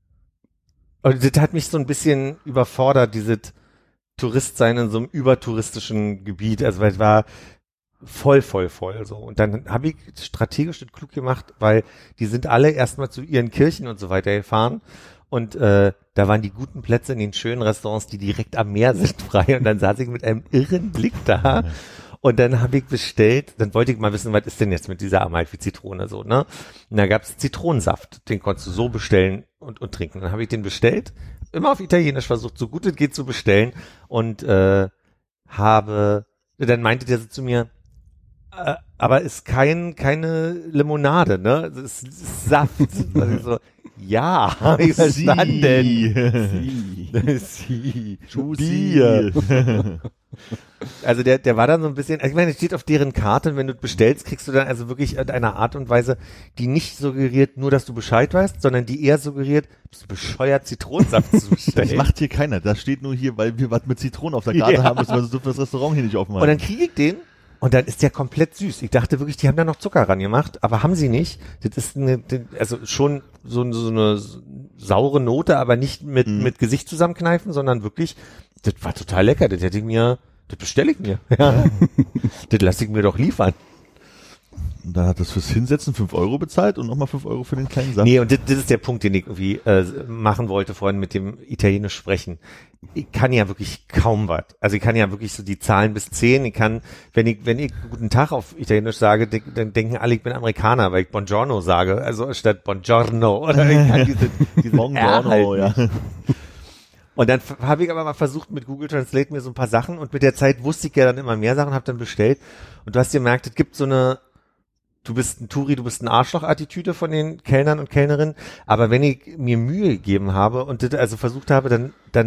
Und das hat mich so ein bisschen überfordert, dieses Touristsein in so einem übertouristischen Gebiet, also weil es war voll so. Und dann habe ich strategisch das klug gemacht, weil die sind alle erstmal zu ihren Kirchen und so weiter gefahren. Und da waren die guten Plätze in den schönen Restaurants, die direkt am Meer sind, frei. Und dann saß ich mit einem irren Blick da. Und dann habe ich bestellt, dann wollte ich mal wissen, was ist denn jetzt mit dieser Amalfi-Zitrone so, ne? Und da gab es Zitronensaft, den konntest du so bestellen und trinken. Dann habe ich den bestellt, immer auf Italienisch versucht, so gut es geht zu bestellen. Und dann meinte der so zu mir, aber ist keine Limonade, ne? Es ist Saft. Also ich so, ja, habe ich verstanden. Sie. Bier. Also der war dann so ein bisschen, ich meine, es steht auf deren Karte, wenn du bestellst, kriegst du dann also wirklich in einer Art und Weise, die nicht suggeriert nur, dass du Bescheid weißt, sondern die eher suggeriert, bist du bescheuert, Zitronensaft zu bestellen. Das macht hier keiner. Das steht nur hier, weil wir was mit Zitronen auf der Karte haben, müssen wir das Restaurant hier nicht offen haben. Und dann kriege ich den und dann ist der komplett süß. Ich dachte wirklich, die haben da noch Zucker ran gemacht, aber haben sie nicht. Das ist also schon so eine saure Note, aber nicht mit Gesicht zusammenkneifen, sondern wirklich, das war total lecker. Das bestelle ich mir. Ja. Das lasse ich mir doch liefern. Und dann hat das fürs Hinsetzen 5 € bezahlt und nochmal 5 € für den kleinen Saft. Nee, und das ist der Punkt, den ich irgendwie machen wollte vorhin mit dem Italienisch sprechen. Ich kann ja wirklich kaum was. Also ich kann ja wirklich so die Zahlen bis 10. Ich kann, wenn ich guten Tag auf Italienisch sage, dann denken alle, ich bin Amerikaner, weil ich Buongiorno sage, also statt Buongiorno. Oder ich kann diese Buongiorno, ja. Und dann habe ich aber mal versucht, mit Google Translate mir so ein paar Sachen und mit der Zeit wusste ich ja dann immer mehr Sachen, habe dann bestellt. Und du hast gemerkt, es gibt so eine, du bist ein Touri, du bist ein Arschloch-Attitüde von den Kellnern und Kellnerinnen. Aber wenn ich mir Mühe gegeben habe und das also versucht habe, dann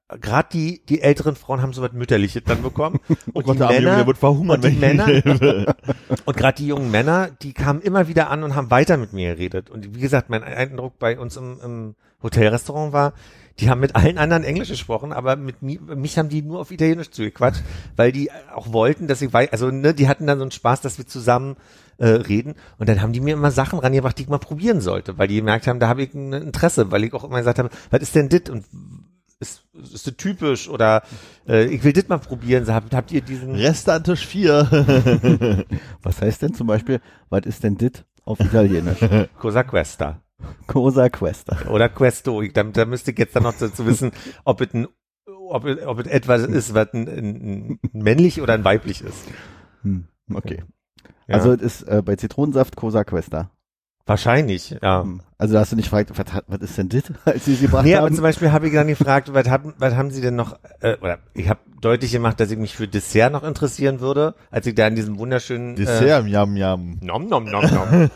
gerade die älteren Frauen haben so was Mütterliches dann bekommen. Und Gott, der arme Junge, der wird verhungern, und die Männer, und gerade die jungen Männer, die kamen immer wieder an und haben weiter mit mir geredet. Und wie gesagt, mein Eindruck bei uns im Hotelrestaurant war, die haben mit allen anderen Englisch gesprochen, aber mich haben die nur auf Italienisch zugequatscht, weil die auch wollten, dass ich die hatten dann so einen Spaß, dass wir zusammen reden. Und dann haben die mir immer Sachen rangebracht, die ich mal probieren sollte, weil die gemerkt haben, da habe ich ein Interesse, weil ich auch immer gesagt habe, was ist denn dit? Und ist das typisch oder ich will das mal probieren. Habt ihr diesen Reste an Tisch 4? Was heißt denn zum Beispiel, was ist denn dit auf Italienisch? Cosa questa. Cosa questa. Oder questo. Da müsste ich jetzt dann noch dazu wissen, ob es etwas ist, was ein männlich oder ein weiblich ist. Okay. Ja. Also es ist bei Zitronensaft Cosa questa. Wahrscheinlich, ja. Also da hast du nicht gefragt, was ist denn dit, als sie gebracht nee, haben? aber zum Beispiel habe ich dann gefragt, was haben sie denn noch, oder ich habe deutlich gemacht, dass ich mich für Dessert noch interessieren würde, als ich da in diesem wunderschönen Dessert, Yam Yam. Nom, nom, nom, nom.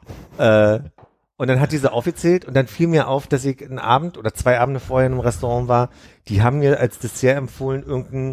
Und dann hat diese aufgezählt und dann fiel mir auf, dass ich einen Abend oder 2 Abende vorher in einem Restaurant war, die haben mir als Dessert empfohlen,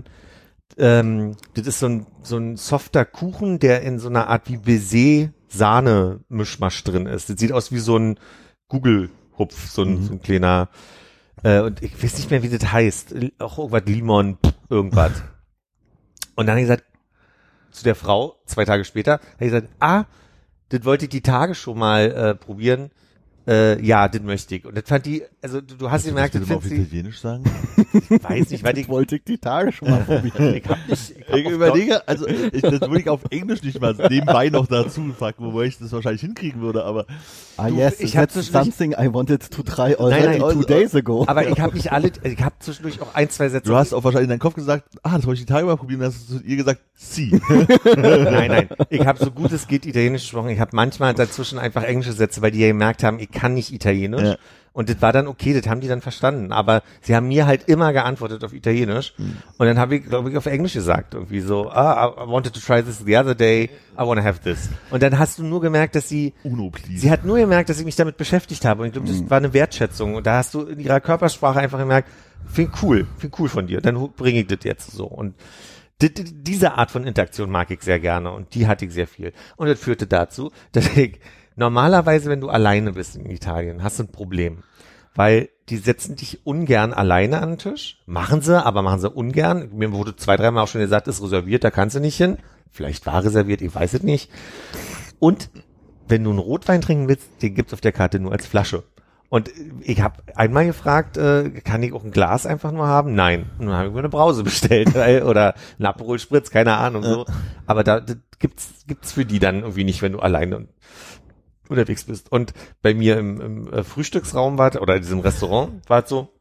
das ist so ein softer Kuchen, der in so einer Art wie Baiser Sahne-Mischmasch drin ist. Das sieht aus wie so ein Gugelhupf, so ein kleiner, und ich weiß nicht mehr, wie das heißt. Auch irgendwas Limon, irgendwas. Und dann habe ich gesagt, zu der Frau, 2 Tage später, habe ich gesagt, das wollte ich die Tage schon mal probieren. Ja, das möchte ich. Und das fand die, also du hast gemerkt, das auf Italienisch sagen? Ich weiß nicht, weil ich wollte ich die Tage schon mal probieren. Ich überlege, das würde ich auf Englisch nicht mal nebenbei noch dazu packen, wobei ich das wahrscheinlich hinkriegen würde, aber that's something I wanted to try already 2 days ago. Aber ich habe nicht alle, ich habe zwischendurch auch 1, 2 Sätze. Du hast auch wahrscheinlich in deinem Kopf gesagt, das wollte ich die Tage mal probieren, dann hast du ihr gesagt, sie. Nein, ich habe so gut es geht Italienisch gesprochen, ich habe manchmal dazwischen einfach englische Sätze, weil die ja gemerkt haben, ich kann nicht Italienisch. Ja. Und das war dann okay, das haben die dann verstanden. Aber sie haben mir halt immer geantwortet auf Italienisch. Und dann habe ich, glaube ich, auf Englisch gesagt. Irgendwie so, I wanted to try this the other day, I want to have this. Und dann hast du nur gemerkt, dass sie hat nur gemerkt, dass ich mich damit beschäftigt habe. Und ich glaube, das war eine Wertschätzung. Und da hast du in ihrer Körpersprache einfach gemerkt, find cool von dir. Dann bringe ich das jetzt so. Und diese Art von Interaktion mag ich sehr gerne. Und die hatte ich sehr viel. Und das führte dazu, dass ich normalerweise, wenn du alleine bist in Italien, hast du ein Problem, weil die setzen dich ungern alleine an den Tisch. Machen sie ungern. Mir wurde 2, 3 Mal auch schon gesagt, ist reserviert, da kannst du nicht hin. Vielleicht war reserviert, ich weiß es nicht. Und wenn du einen Rotwein trinken willst, den gibt's auf der Karte nur als Flasche. Und ich habe einmal gefragt, kann ich auch ein Glas einfach nur haben? Nein. Und dann habe ich mir eine Brause bestellt oder ein Aperol Spritz, keine Ahnung so. Aber das gibt's für die dann irgendwie nicht, wenn du alleine unterwegs bist. Und bei mir im Frühstücksraum oder in diesem Restaurant war es so,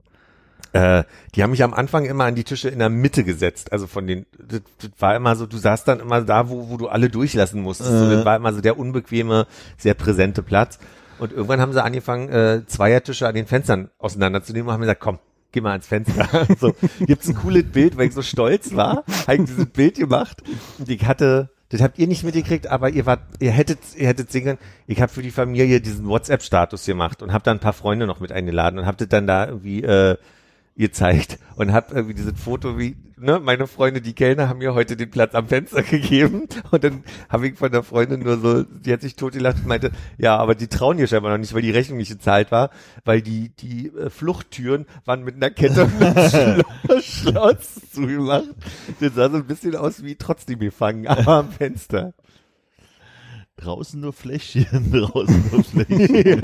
die haben mich am Anfang immer an die Tische in der Mitte gesetzt. Also das war immer so, du saßt dann immer da, wo du alle durchlassen musstest. So, das war immer so der unbequeme, sehr präsente Platz. Und irgendwann haben sie angefangen, Zweiertische an den Fenstern auseinanderzunehmen und haben gesagt, komm, geh mal ans Fenster. So, gibt's ein cooles Bild, weil ich so stolz war, habe ich dieses Bild gemacht und das habt ihr nicht mitgekriegt, aber ihr hättet sehen können, ich habe für die Familie diesen WhatsApp-Status gemacht und habe da ein paar Freunde noch mit eingeladen und habe das dann da irgendwie gezeigt und habe irgendwie dieses Foto wie, meine Freunde, die Kellner haben mir heute den Platz am Fenster gegeben und dann habe ich von der Freundin nur so, die hat sich totgelacht und meinte, ja, aber die trauen hier scheinbar noch nicht, weil die Rechnung nicht gezahlt war, weil die Fluchttüren waren mit einer Kette mit Schloss zugemacht. Das sah so ein bisschen aus wie trotzdem gefangen, aber am Fenster. Draußen nur Fläschchen, draußen nur Fläschchen.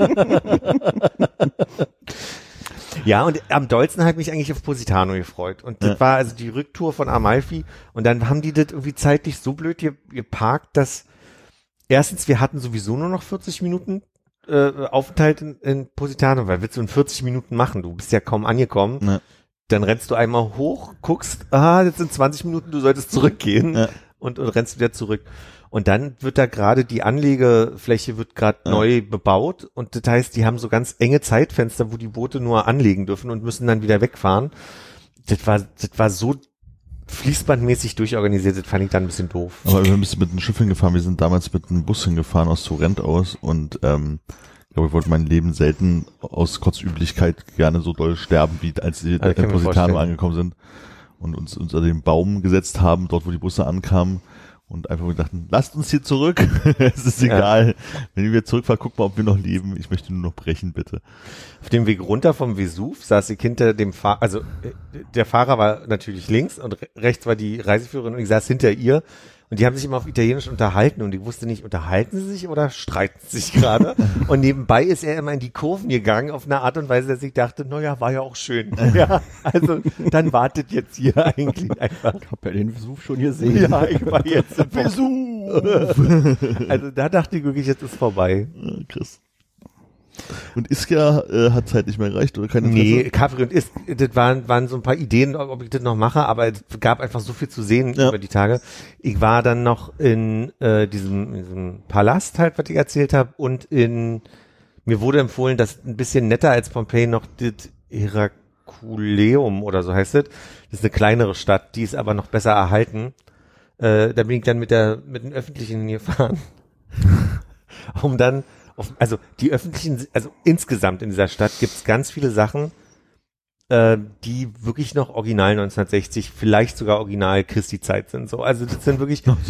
Ja, und am dollsten habe ich mich eigentlich auf Positano gefreut. Und das war also die Rücktour von Amalfi. Und dann haben die das irgendwie zeitlich so blöd geparkt, dass erstens, wir hatten sowieso nur noch 40 Minuten Aufenthalt in Positano, weil willst du in 40 Minuten machen? Du bist ja kaum angekommen. Ja. Dann rennst du einmal hoch, guckst, jetzt sind 20 Minuten, du solltest zurückgehen und rennst wieder zurück. Und dann wird da gerade die Anlegefläche wird gerade neu bebaut und das heißt, die haben so ganz enge Zeitfenster, wo die Boote nur anlegen dürfen und müssen dann wieder wegfahren. Das war so fließbandmäßig durchorganisiert, das fand ich dann ein bisschen doof. Aber wir sind mit dem Schiff hingefahren, wir sind damals mit einem Bus hingefahren aus Torrent aus und Ich glaube, ich wollte mein Leben selten aus Kotzüblichkeit gerne so doll sterben, wie als die Positano angekommen sind und uns unter den Baum gesetzt haben, dort wo die Busse ankamen und einfach gedachten, lasst uns hier zurück, es ist egal, wenn wir zurückfahren, guck mal, ob wir noch leben, ich möchte nur noch brechen, bitte. Auf dem Weg runter vom Vesuv saß ich hinter dem Fahrer, also der Fahrer war natürlich links und rechts war die Reiseführerin und ich saß hinter ihr. Und die haben sich immer auf Italienisch unterhalten und ich wusste nicht, unterhalten sie sich oder streiten sie sich gerade? Und nebenbei ist er immer in die Kurven gegangen auf eine Art und Weise, dass ich dachte, naja, war ja auch schön. Ja, also dann wartet jetzt hier eigentlich einfach. Ich habe ja den Vesuv schon gesehen. Ja, ich war jetzt im Vesuv. Also da dachte ich wirklich, jetzt ist vorbei. Ja, krass. Und Ischia hat Zeit nicht mehr gereicht oder keine Interesse? Nee, Capri und Ischia, das waren so ein paar Ideen, ob ich das noch mache, aber es gab einfach so viel zu sehen über die Tage. Ich war dann noch in diesem Palast halt, was ich erzählt habe, und mir wurde empfohlen, dass ein bisschen netter als Pompeji noch das Herculaneum oder so heißt es. Das ist eine kleinere Stadt, die ist aber noch besser erhalten. Da bin ich dann mit den Öffentlichen hingefahren, um dann also die öffentlichen, also insgesamt in dieser Stadt gibt es ganz viele Sachen, die wirklich noch original 1960, vielleicht sogar original Christi-Zeit sind. So, also das sind wirklich, das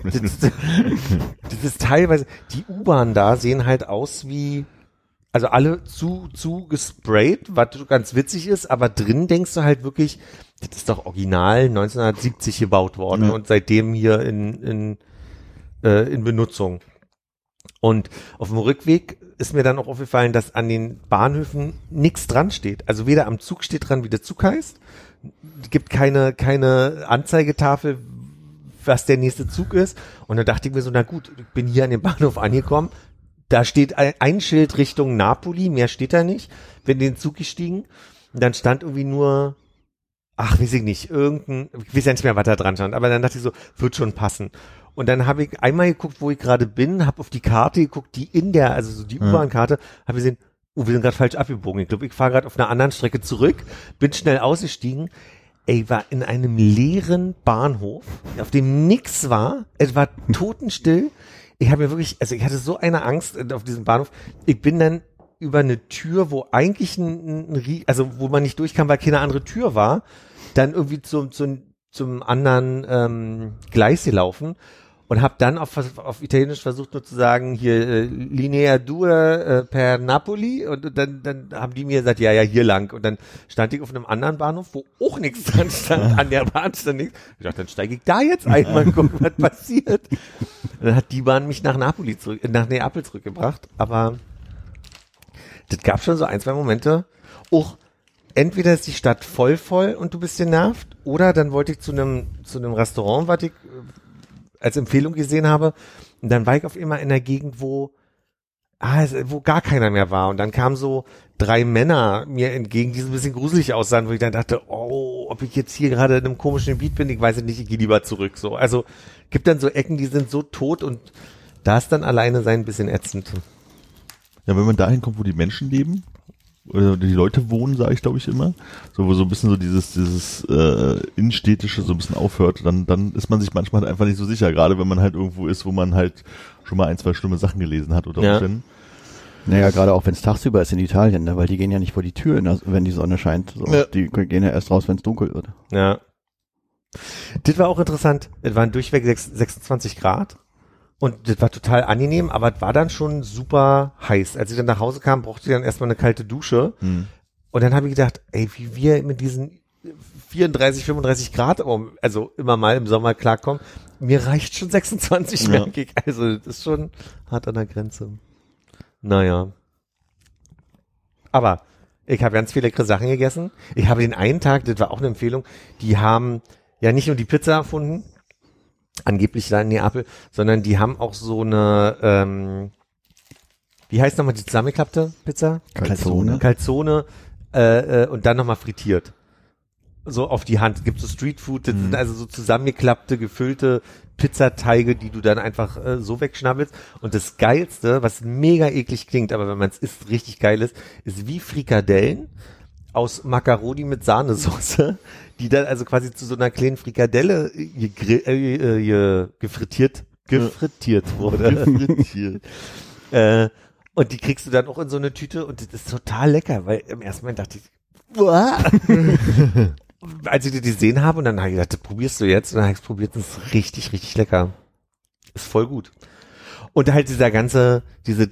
ist teilweise, die U-Bahn da sehen halt aus wie, also alle zu gesprayt, was ganz witzig ist, aber drin denkst du halt wirklich, das ist doch original 1970 gebaut worden und seitdem hier in Benutzung. Und auf dem Rückweg ist mir dann auch aufgefallen, dass an den Bahnhöfen nichts dran steht. Also weder am Zug steht dran, wie der Zug heißt. Es gibt keine Anzeigetafel, was der nächste Zug ist. Und dann dachte ich mir so, na gut, ich bin hier an dem Bahnhof angekommen. Da steht ein Schild Richtung Napoli, mehr steht da nicht. Bin in den Zug gestiegen und dann stand irgendwie nur, weiß ich nicht, ich weiß ja nicht mehr, was da dran stand. Aber dann dachte ich so, wird schon passen. Und dann habe ich einmal geguckt, wo ich gerade bin, habe auf die Karte geguckt, die also so die U-Bahn-Karte, habe gesehen, wir sind gerade falsch abgebogen. Ich glaube, ich fahre gerade auf einer anderen Strecke zurück, bin schnell ausgestiegen. War in einem leeren Bahnhof, auf dem nichts war. Es war totenstill. Ich habe mir wirklich, also ich hatte so eine Angst auf diesem Bahnhof. Ich bin dann über eine Tür, wo eigentlich wo man nicht durchkam, weil keine andere Tür war, dann irgendwie zum anderen Gleis gelaufen und habe dann auf Italienisch versucht nur zu sagen, hier Linea 2 per Napoli, und dann haben die mir gesagt, ja, hier lang, und dann stand ich auf einem anderen Bahnhof, wo auch nichts dran stand, an der Bahn stand nichts. Ich dachte, dann steige ich da jetzt ein, mal gucken, was passiert. Und dann hat die Bahn mich nach Neapel zurückgebracht, aber das gab schon so ein, zwei Momente, auch entweder ist die Stadt voll und du bist genervt, oder dann wollte ich zu einem Restaurant, was ich als Empfehlung gesehen habe, und dann war ich auf einmal in einer Gegend, wo gar keiner mehr war, und dann kamen so 3 Männer mir entgegen, die so ein bisschen gruselig aussahen, wo ich dann dachte, ob ich jetzt hier gerade in einem komischen Gebiet bin, ich weiß es nicht, ich gehe lieber zurück. So, also gibt dann so Ecken, die sind so tot, und da ist dann alleine sein ein bisschen ätzend. Ja, wenn man dahin kommt, wo die Menschen leben, oder die Leute wohnen, sage ich, glaube ich, immer, so wo so ein bisschen so dieses Innenstädtische so ein bisschen aufhört, dann ist man sich manchmal halt einfach nicht so sicher, gerade wenn man halt irgendwo ist, wo man halt schon mal 1, 2 schlimme Sachen gelesen hat oder ja. Naja, gerade auch wenn es tagsüber ist in Italien, ne? Weil die gehen ja nicht vor die Tür, wenn die Sonne scheint. So. Ja. Die gehen ja erst raus, wenn es dunkel wird. Ja. Das war auch interessant. Es waren durchweg 26 Grad. Und das war total angenehm, aber es war dann schon super heiß. Als ich dann nach Hause kam, brauchte ich dann erstmal eine kalte Dusche. Und dann habe ich gedacht, wie wir mit diesen 34, 35 Grad, also immer mal im Sommer klarkommen, mir reicht schon 26, merke ich. Also das ist schon hart an der Grenze. Naja. Aber ich habe ganz viele leckere Sachen gegessen. Ich habe den einen Tag, das war auch eine Empfehlung, die haben ja nicht nur die Pizza erfunden, angeblich da in Neapel, sondern die haben auch so eine, wie heißt nochmal die zusammengeklappte Pizza? Calzone, und dann nochmal frittiert. So auf die Hand. Es gibt so Streetfood, das sind also so zusammengeklappte, gefüllte Pizzateige, die du dann einfach so wegschnabbelst. Und das Geilste, was mega eklig klingt, aber wenn man es isst, richtig geil ist wie Frikadellen aus Macaroni mit Sahnesoße, die dann also quasi zu so einer kleinen Frikadelle gefrittiert wurde. Und die kriegst du dann auch in so eine Tüte und das ist total lecker, weil im ersten Moment dachte ich, als ich die gesehen habe und dann habe ich gedacht, das probierst du jetzt und dann habe ich es probiert und es ist richtig, richtig lecker. Ist voll gut. Und halt diese ganze,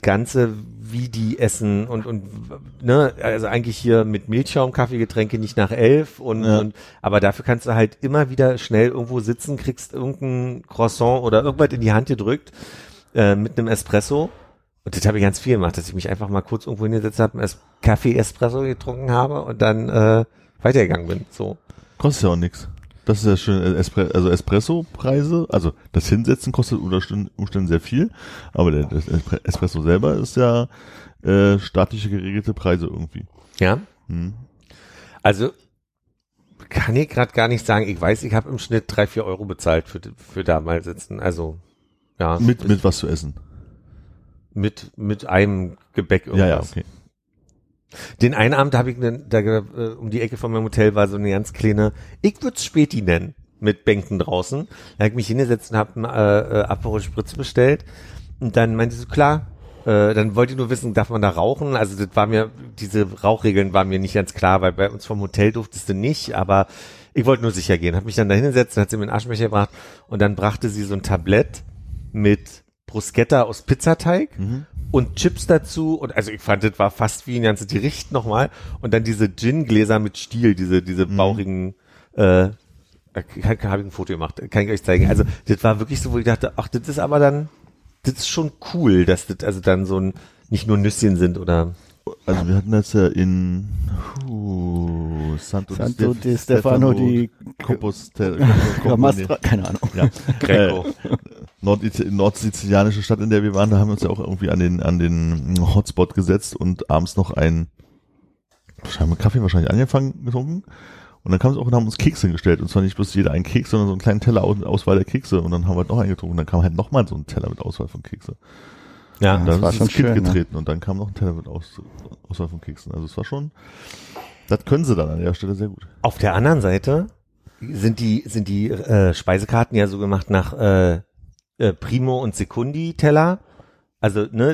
wie die essen und ne, also eigentlich hier mit Milchschaum, Kaffeegetränke nicht nach 11 und aber dafür kannst du halt immer wieder schnell irgendwo sitzen, kriegst irgendein Croissant oder irgendwas in die Hand gedrückt mit einem Espresso. Und das habe ich ganz viel gemacht, dass ich mich einfach mal kurz irgendwo hingesetzt habe, einen Kaffee-Espresso getrunken habe und dann weitergegangen bin. So. Kostet ja auch nichts. Das ist ja schön, also Espresso-Preise, also das Hinsetzen kostet unter Umständen sehr viel, aber der Espresso selber ist ja staatliche geregelte Preise irgendwie. Ja. Also kann ich gerade gar nicht sagen, ich weiß, ich habe im Schnitt 3-4 Euro bezahlt für da mal sitzen, also ja. Mit was zu essen? Mit einem Gebäck irgendwas. Ja, okay. Den einen Abend habe ich um die Ecke von meinem Hotel war so eine ganz kleine, ich würde es Späti nennen, mit Bänken draußen. Da habe ich mich hingesetzt und habe einen Aperol Spritz bestellt. Und dann meinte sie so, klar, dann wollte ich nur wissen, darf man da rauchen? Also das war mir, diese Rauchregeln waren mir nicht ganz klar, weil bei uns vom Hotel durftest du nicht, aber ich wollte nur sicher gehen. Habe mich dann da hingesetzt, dann hat sie mir einen Aschenbecher gebracht und dann brachte sie so ein Tablett mit Bruschetta aus Pizzateig und Chips dazu und also ich fand, das war fast wie ein ganzes Gericht nochmal und dann diese Gin-Gläser mit Stiel, diese bauchigen, habe ich ein Foto gemacht, kann ich euch zeigen. Also das war wirklich so, wo ich dachte, ach, das ist aber dann, das ist schon cool, dass das also dann so ein, nicht nur Nüsschen sind oder. Also wir hatten das ja in Santo di Stefano di Camastra, keine Ahnung. Ja. Nordsizilianische Stadt, in der wir waren, da haben wir uns ja auch irgendwie an den Hotspot gesetzt und abends noch einen Kaffee wahrscheinlich angefangen getrunken. Und dann kam es auch und haben uns Kekse hingestellt. Und zwar nicht bloß jeder einen Keks, sondern so einen kleinen Teller mit Auswahl der Kekse. Und dann haben wir halt noch einen getrunken. Und dann kam halt nochmal so ein Teller mit Auswahl von Kekse. Ja, und dann das war schon schön, getreten und dann kam noch ein Teller mit Auswahl von Keksen. Also es war schon, das können sie dann an der Stelle sehr gut. Auf der anderen Seite sind die Speisekarten ja so gemacht nach Primo und Secundi Teller. Also ne,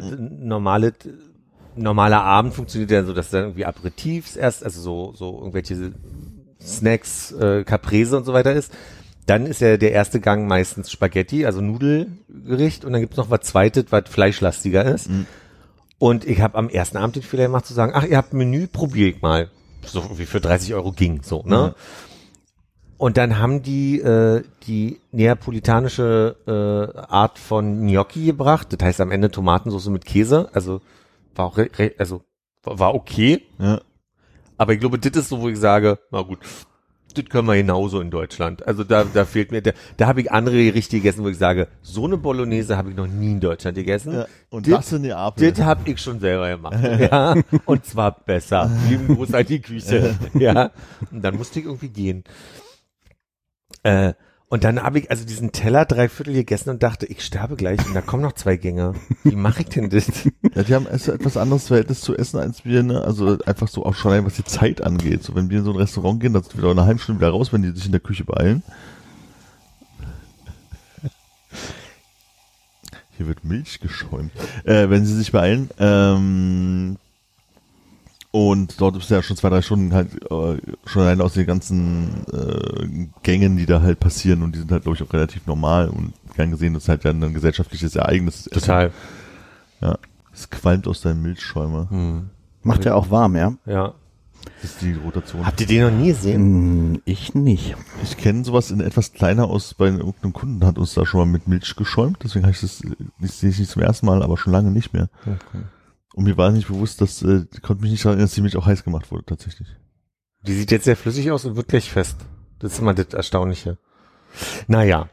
normaler Abend funktioniert ja so, dass dann irgendwie Aperitifs erst, also so irgendwelche Snacks, Caprese und so weiter ist. Dann ist ja der erste Gang meistens Spaghetti, also Nudelgericht und dann gibt's noch was Zweites, was fleischlastiger ist. Und ich habe am ersten Abend den Fehler gemacht zu sagen, ach, ihr habt ein Menü, probiere ich mal. So wie für 30 Euro ging, so, ne? Und dann haben die neapolitanische Art von Gnocchi gebracht. Das heißt am Ende Tomatensauce mit Käse. Also war auch war okay. Ja. Aber ich glaube, das ist so, wo ich sage, na gut, das können wir genauso in Deutschland. Also da fehlt mir, da habe ich andere Gerichte gegessen, wo ich sage, so eine Bolognese habe ich noch nie in Deutschland gegessen. Ja, und das in Neapel. Das habe ich schon selber gemacht. Ja, und zwar besser. Lieben Gruß an die Küche. Ja, und dann musste ich irgendwie gehen. Und dann habe ich also diesen Teller 3/4 gegessen und dachte, ich sterbe gleich und da kommen noch 2 Gänge. Wie mache ich denn das? Ja, die haben etwas anderes Verhältnis zu essen als wir, ne? Also einfach so auch schon, was die Zeit angeht. So, wenn wir in so ein Restaurant gehen, dann sind wir eine halbe Stunde wieder raus, wenn die sich in der Küche beeilen. Hier wird Milch geschäumt. Wenn sie sich beeilen, und dort ist ja schon 2-3 Stunden halt schon allein aus den ganzen Gängen, die da halt passieren und die sind halt, glaube ich, auch relativ normal und gern gesehen, das ist halt ja ein gesellschaftliches Ereignis. Total. Ja, es qualmt aus deinem Milchschäumer. Macht ja auch warm, ja? Ja. Das ist die Rotation. Habt ihr den noch nie gesehen? Ich nicht. Ich kenne sowas in etwas kleiner aus, bei irgendeinem Kunden hat uns da schon mal mit Milch geschäumt, deswegen habe ich das, sehe ich nicht zum ersten Mal, aber schon lange nicht mehr. Okay. Und mir war nicht bewusst, konnte mich nicht daran erinnern, dass die Milch auch heiß gemacht wurde, tatsächlich. Die sieht jetzt sehr flüssig aus und wird gleich fest. Das ist immer das Erstaunliche. Naja.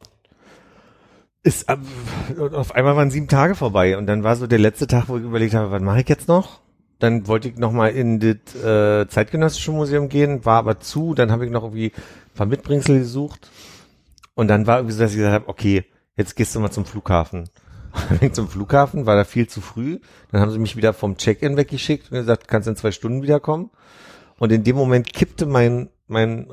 Auf einmal waren 7 Tage vorbei und dann war so der letzte Tag, wo ich überlegt habe, was mache ich jetzt noch? Dann wollte ich noch mal in das Zeitgenössische Museum gehen, war aber zu, dann habe ich noch irgendwie ein paar Mitbringsel gesucht und dann war irgendwie so, dass ich gesagt habe, okay, jetzt gehst du mal zum Flughafen. Zum Flughafen, war da viel zu früh. Dann haben sie mich wieder vom Check-in weggeschickt und gesagt, kannst in 2 Stunden wiederkommen. Und in dem Moment kippte mein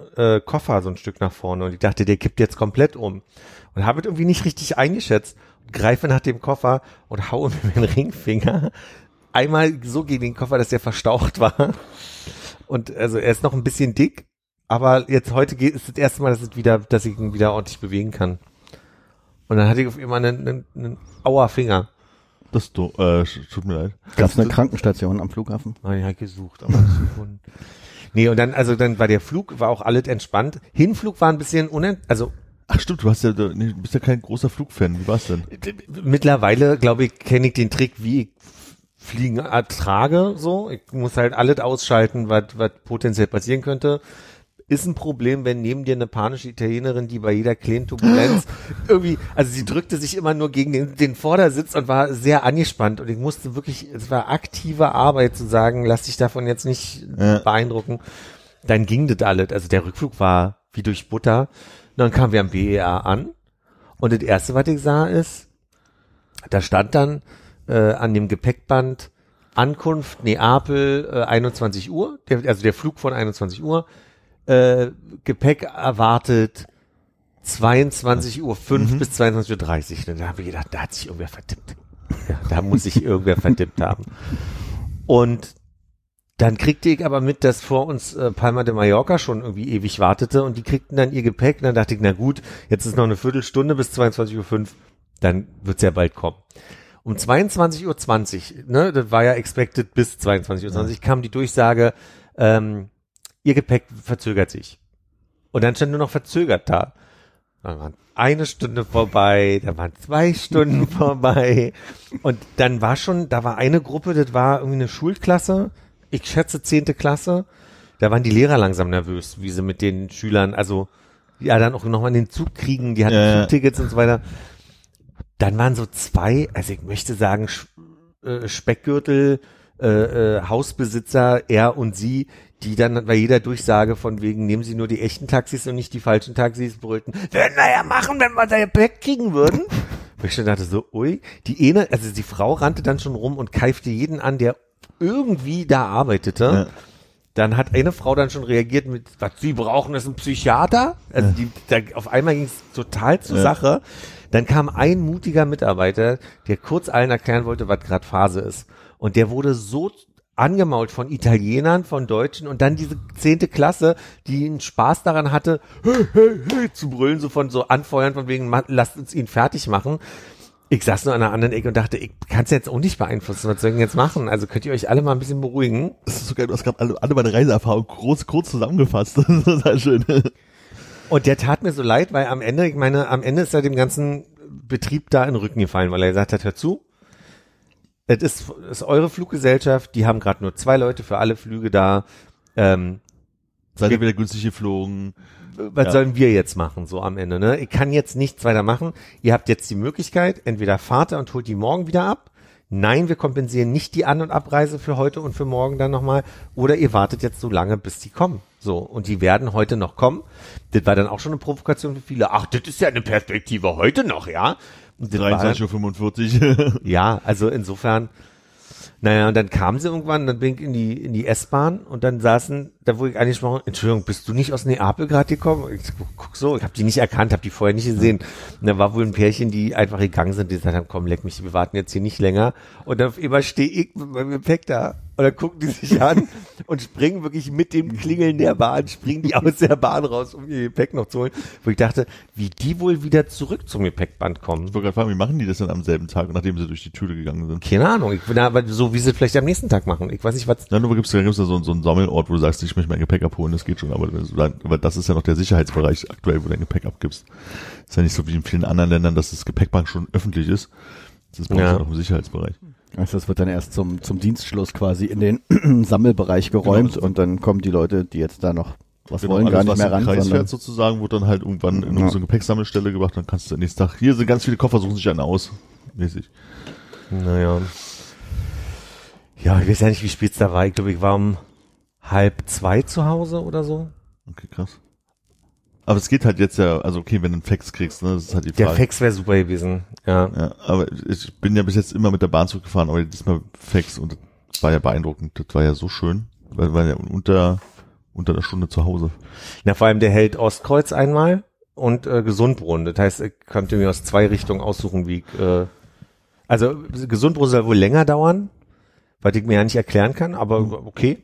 Koffer so ein Stück nach vorne und ich dachte, der kippt jetzt komplett um. Und habe es irgendwie nicht richtig eingeschätzt. greife nach dem Koffer und haue mir den Ringfinger einmal so gegen den Koffer, dass der verstaucht war. Und also er ist noch ein bisschen dick, aber jetzt heute ist das erste Mal, dass ich ihn wieder ordentlich bewegen kann. Und dann hatte ich auf einmal einen Auerfinger. Das tut mir leid. Gab es eine Krankenstation am Flughafen? Ah, ja, gesucht, aber nicht gefunden. Nee, und dann war der Flug, war auch alles entspannt. Hinflug war ein bisschen Ach stimmt, du bist ja kein großer Flugfan. Wie war's denn? Mittlerweile, glaube ich, kenne ich den Trick, wie ich Fliegen ertrage, so. Ich muss halt alles ausschalten, was potenziell passieren könnte. Ist ein Problem, wenn neben dir eine panische Italienerin, die bei jeder kleinen Turbulenz irgendwie, also sie drückte sich immer nur gegen den Vordersitz und war sehr angespannt und ich musste wirklich, es war aktive Arbeit zu sagen, lass dich davon jetzt nicht beeindrucken. Dann ging das alles, also der Rückflug war wie durch Butter. Und dann kamen wir am BER an und das erste, was ich sah, ist, da stand dann an dem Gepäckband Ankunft Neapel 21 Uhr, der Flug von 21 Uhr, Gepäck erwartet 22.05 Uhr bis 22.30 Uhr. Da habe ich gedacht, da hat sich irgendwer verdippt. Ja, da muss sich irgendwer verdippt haben. Und dann kriegte ich aber mit, dass vor uns Palma de Mallorca schon irgendwie ewig wartete und die kriegten dann ihr Gepäck. Und dann dachte ich, na gut, jetzt ist noch eine Viertelstunde bis 22.05 Uhr, dann wird's ja bald kommen. Um 22.20 Uhr, ne, das war ja expected bis 22.20 Uhr, kam die Durchsage, ihr Gepäck verzögert sich. Und dann stand nur noch verzögert da. Dann waren 1 Stunde vorbei, dann waren 2 Stunden vorbei. Und dann da war eine Gruppe, das war irgendwie eine Schulklasse, ich schätze 10. Klasse. Da waren die Lehrer langsam nervös, wie sie mit den Schülern, also ja, dann auch nochmal den Zug kriegen, die hatten Zugtickets und so weiter. Dann waren so 2, also ich möchte sagen, Speckgürtel, Hausbesitzer, er und sie, die dann bei jeder Durchsage von wegen, nehmen Sie nur die echten Taxis und nicht die falschen Taxis, brüllten, würden wir ja machen, wenn wir da Gepäck kriegen würden. Und ich schon dachte so, ui, die Frau rannte dann schon rum und keifte jeden an, der irgendwie da arbeitete. Ja. Dann hat eine Frau dann schon reagiert mit, was Sie brauchen, ist ein Psychiater. Also auf einmal ging es total zur Sache. Dann kam ein mutiger Mitarbeiter, der kurz allen erklären wollte, was gerade Phase ist. Und der wurde so angemault von Italienern, von Deutschen und dann diese 10. Klasse, die einen Spaß daran hatte, hey, zu brüllen, so anfeuern von wegen, lasst uns ihn fertig machen. Ich saß nur an einer anderen Ecke und dachte, ich kann es jetzt auch nicht beeinflussen, was soll ich denn jetzt machen? Also könnt ihr euch alle mal ein bisschen beruhigen. Das ist so geil, du hast gerade alle meine Reiseerfahrung kurz zusammengefasst. Das ist total schön. Und der tat mir so leid, weil am Ende ist er dem ganzen Betrieb da in den Rücken gefallen, weil er gesagt hat, hör zu, das ist eure Fluggesellschaft, die haben gerade nur 2 Leute für alle Flüge da. Seid ihr wieder günstig geflogen? Was sollen wir jetzt machen, so am Ende, ne? Ich kann jetzt nichts weiter machen. Ihr habt jetzt die Möglichkeit, entweder fahrt ihr und holt die morgen wieder ab. Nein, wir kompensieren nicht die An- und Abreise für heute und für morgen dann nochmal. Oder ihr wartet jetzt so lange, bis die kommen. So, und die werden heute noch kommen. Das war dann auch schon eine Provokation für viele. Ach, das ist ja eine Perspektive heute noch, ja? 23.45 Uhr. Ja, also insofern, naja, und dann kamen sie irgendwann, dann bin ich in die S-Bahn und dann saßen, da wurde ich angesprochen, Entschuldigung, bist du nicht aus Neapel gerade gekommen? Ich guck so, ich habe die nicht erkannt, habe die vorher nicht gesehen. Und da war wohl ein Pärchen, die einfach gegangen sind, die gesagt haben, komm, leck mich, wir warten jetzt hier nicht länger. Und dann auf einmal stehe ich mit meinem Gepäck da. Und dann gucken die sich an und springen wirklich mit dem Klingeln der Bahn, springen die aus der Bahn raus, um ihr Gepäck noch zu holen. Wo ich dachte, wie die wohl wieder zurück zum Gepäckband kommen. Ich wollte gerade fragen, wie machen die das dann am selben Tag, nachdem sie durch die Türe gegangen sind? Keine Ahnung, ich bin aber so, wie sie vielleicht am nächsten Tag machen. Ich weiß nicht, was... Ja, nur gibt's da so einen Sammelort, wo du sagst, ich möchte mein Gepäck abholen, das geht schon, aber das ist ja noch der Sicherheitsbereich aktuell, wo du dein Gepäck abgibst. Ist ja nicht so wie in vielen anderen Ländern, dass das Gepäckband schon öffentlich ist. Das ist bei uns ja noch im Sicherheitsbereich. Also das wird dann erst zum Dienstschluss quasi in den Sammelbereich geräumt und dann kommen die Leute, die jetzt da noch was wollen, gar nicht mehr ran. Kreis fährt sozusagen, wird dann halt irgendwann in so eine Gepäcksammelstelle gebracht, dann kannst du den nächsten Tag, hier sind ganz viele Koffer, suchen sich einen aus. Mäßig. Naja. Ja, ich weiß ja nicht, wie spät es da war. Ich glaube, ich war um 1:30 zu Hause oder so. Okay, krass. Aber es geht halt jetzt ja, also okay, wenn du einen Fax kriegst, ne, das ist halt die Frage. Der Fax wäre super gewesen, ja. Ja, aber ich bin ja bis jetzt immer mit der Bahn zurückgefahren, aber diesmal Fax und das war ja beeindruckend, das war ja so schön, weil wir ja unter einer Stunde zu Hause. Na, vor allem der hält Ostkreuz einmal und Gesundbrunnen. Das heißt, ich könnte mir aus 2 Richtungen aussuchen, wie ich, also Gesundbrunnen soll wohl länger dauern, was ich mir ja nicht erklären kann, aber okay.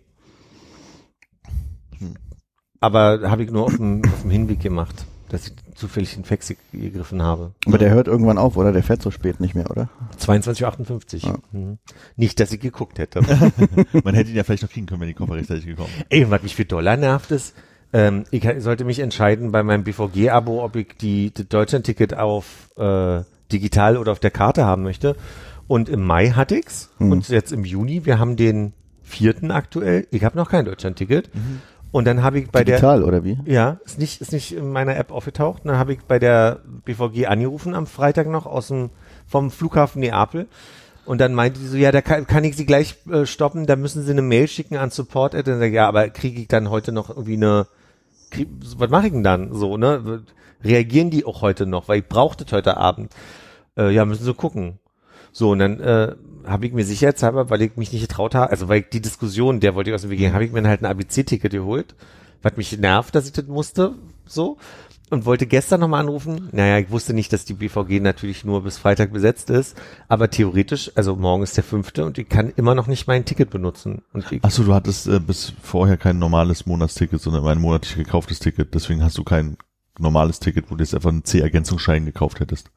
Aber habe ich nur auf dem Hinweg gemacht, dass ich zufällig den Fax gegriffen habe. Aber der hört irgendwann auf, oder? Der fährt so spät nicht mehr, oder? 22:58 Uhr. Ja. Nicht, dass ich geguckt hätte. Man hätte ihn ja vielleicht noch kriegen können, wenn die Koffer rechtzeitig gekommen wären. Ey, was mich für Dollar nervt ist, ich sollte mich entscheiden bei meinem BVG-Abo, ob ich das Deutschland-Ticket auf digital oder auf der Karte haben möchte. Und im Mai hatte ich's. Und jetzt im Juni, wir haben den 4. aktuell. Ich habe noch kein Deutschland-Ticket. Und dann habe ich bei digital, oder wie? Ja, ist nicht in meiner App aufgetaucht. Und dann habe ich bei der BVG angerufen am Freitag noch vom Flughafen Neapel. Und dann meinte die so, ja, da kann ich Sie gleich stoppen, da müssen Sie eine Mail schicken an Support. Und dann sag ich, ja, aber kriege ich dann heute noch irgendwie was mache ich denn dann so, ne? Reagieren die auch heute noch, weil ich brauchte das heute Abend. Ja, müssen Sie gucken. So, und dann habe ich mir sicherheitshalber, weil ich mich nicht getraut habe, also weil ich die Diskussion, der wollte ich aus dem Weg gehen, habe ich mir dann halt ein ABC-Ticket geholt, was mich nervt, dass ich das musste, so, und wollte gestern nochmal anrufen. Naja, ich wusste nicht, dass die BVG natürlich nur bis Freitag besetzt ist, aber theoretisch, also morgen ist der 5. und ich kann immer noch nicht mein Ticket benutzen. Achso, du hattest bis vorher kein normales Monatsticket, sondern ein monatlich gekauftes Ticket, deswegen hast du kein normales Ticket, wo du jetzt einfach einen C-Ergänzungsschein gekauft hättest.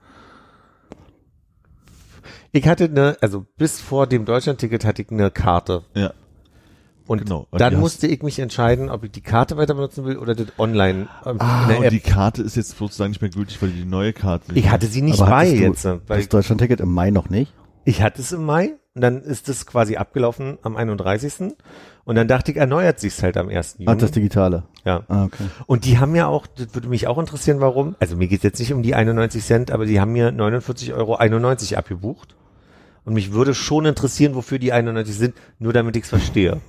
Ich hatte also bis vor dem Deutschland-Ticket hatte ich eine Karte. Ja. Und genau. Dann musste ich mich entscheiden, ob ich die Karte weiter benutzen will oder das online in der App. Und die Karte ist jetzt sozusagen nicht mehr gültig, weil die neue Karte... Ich hatte sie nicht bei jetzt. Das Deutschland-Ticket im Mai noch nicht? Ich hatte es im Mai und dann ist es quasi abgelaufen am 31. Und dann dachte ich, erneuert sich's halt am 1. Juni. Ach, das Digitale. Ja. Okay. Und die haben ja auch, das würde mich auch interessieren, warum, also mir geht's jetzt nicht um die 91 Cent, aber die haben mir 49,91 € abgebucht. Und mich würde schon interessieren, wofür die 91 sind, nur damit ich's verstehe.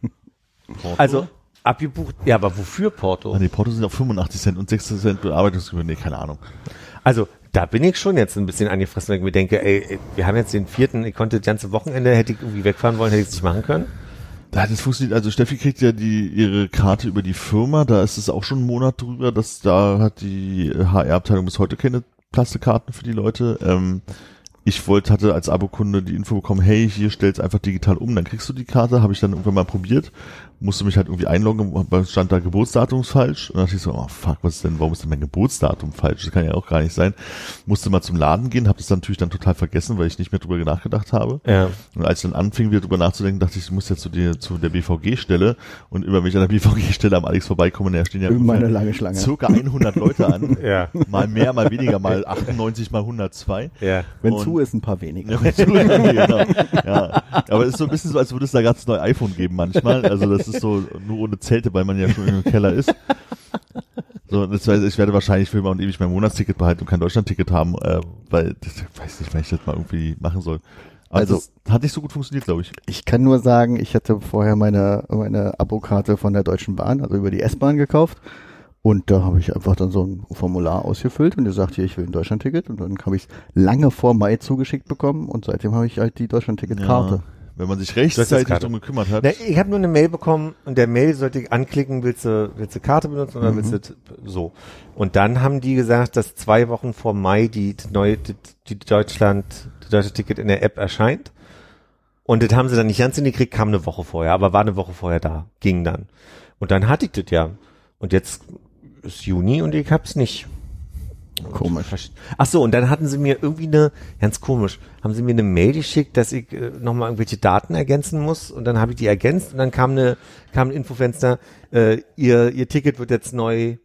Also, abgebucht, ja, aber wofür Porto? Die Porto sind auf 85 Cent und 6 Cent Bearbeitungsgebühren, nee, keine Ahnung. Also, da bin ich schon jetzt ein bisschen angefressen, weil ich mir denke, ey, wir haben jetzt den 4., ich konnte das ganze Wochenende, hätte ich irgendwie wegfahren wollen, hätte ich es nicht machen können. Das funktioniert, also Steffi kriegt ja ihre Karte über die Firma, da ist es auch schon einen Monat drüber, da hat die HR-Abteilung bis heute keine Plastikkarten für die Leute. Ich hatte als Abokunde die Info bekommen, hey, hier stell's einfach digital um, dann kriegst du die Karte, habe ich dann irgendwann mal probiert, musste mich halt irgendwie einloggen, stand da Geburtsdatum falsch und dann dachte ich so, oh fuck, was ist denn, warum ist denn mein Geburtsdatum falsch? Das kann ja auch gar nicht sein. Musste mal zum Laden gehen, habe das dann natürlich dann total vergessen, weil ich nicht mehr drüber nachgedacht habe. Ja. Und als ich dann anfing, wieder drüber nachzudenken, dachte ich muss jetzt zu der BVG-Stelle und immer wenn ich an der BVG-Stelle am Alex vorbeikomme, da stehen ja eine lange Schlange. Circa 100 Leute an. Ja. Mal mehr, mal weniger, mal 98, mal 102. Ja. Wenn zu ist, ein paar weniger. Ja, genau. Ja. Aber es ist so ein bisschen so, als würde es da ganz neue iPhone geben manchmal. Also das ist so nur ohne Zelte, weil man ja schon im Keller ist. So, das heißt, ich werde wahrscheinlich für immer und ewig mein Monatsticket behalten und kein Deutschlandticket haben, weil ich weiß nicht, wann ich das mal irgendwie machen soll. Aber also das hat nicht so gut funktioniert, glaube ich. Ich kann nur sagen, ich hatte vorher meine Abokarte von der Deutschen Bahn, also über die S-Bahn gekauft. Und da habe ich einfach dann so ein Formular ausgefüllt und gesagt, hier, ich will ein Deutschlandticket. Und dann habe ich es lange vor Mai zugeschickt bekommen und seitdem habe ich halt die Deutschlandticket-Karte. Ja, wenn man sich rechtzeitig darum gekümmert hat. Na, ich habe nur eine Mail bekommen und der Mail sollte ich anklicken, willst du Karte benutzen oder willst du so. Und dann haben die gesagt, dass 2 Wochen vor Mai die Deutschland-Ticket in der App erscheint. Und das haben sie dann nicht ganz hingekriegt, kam eine Woche vorher, aber war eine Woche vorher da, ging dann. Und dann hatte ich das ja. Und jetzt ist Juni und ich hab's nicht. Komisch. Ach so, und dann hatten sie mir irgendwie ganz komisch, haben sie mir eine Mail geschickt, dass ich nochmal irgendwelche Daten ergänzen muss und dann habe ich die ergänzt und dann kam ein Infofenster, ihr Ticket wird jetzt neu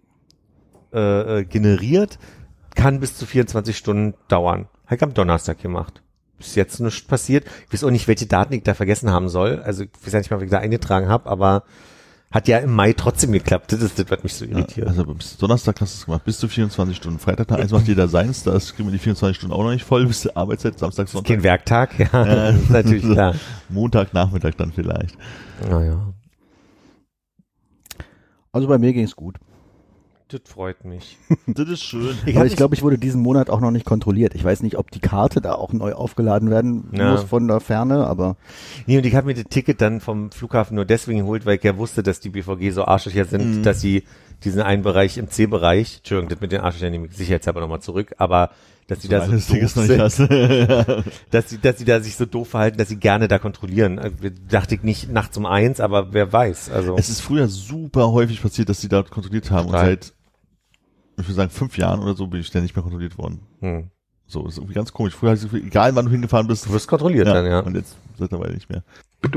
generiert, kann bis zu 24 Stunden dauern. Habe ich am Donnerstag gemacht. Bis jetzt nichts passiert. Ich weiß auch nicht, welche Daten ich da vergessen haben soll. Also ich weiß ja nicht mal, wie ich da eingetragen habe, aber hat ja im Mai trotzdem geklappt. Das ist das, was mich so irritiert. Also bis Donnerstag hast du es gemacht, bis zu 24 Stunden. Freitag, Tag 1 macht jeder seins, da kriegen wir die 24 Stunden auch noch nicht voll, bis zur Arbeitszeit, Samstag, Sonntag. Kein Werktag, ja, das ist natürlich klar. Montag, Nachmittag dann vielleicht. Naja. Also bei mir ging es gut. Das freut mich. Das ist schön. Aber ich glaube, ich wurde diesen Monat auch noch nicht kontrolliert. Ich weiß nicht, ob die Karte da auch neu aufgeladen werden muss von der Ferne, aber... Nee, und ich habe mir das Ticket dann vom Flughafen nur deswegen geholt, weil ich ja wusste, dass die BVG so arschlöcher sind, dass sie diesen einen Bereich im C-Bereich, Entschuldigung, das mit den Arschlöchern nehme ich sicherheitshalber nochmal zurück, aber dass die da so doof sind, dass sie da sich so doof verhalten, dass sie gerne da kontrollieren. Dachte ich nicht nachts um 1, aber wer weiß. Also es ist früher super häufig passiert, dass die da kontrolliert haben und seit, ich würde sagen, 5 Jahren oder so bin ich da nicht mehr kontrolliert worden. So, das ist irgendwie ganz komisch. Früher hatte ich das Gefühl, egal wann du hingefahren bist, du wirst kontrolliert dann, ja. Und jetzt seit der Weile nicht mehr.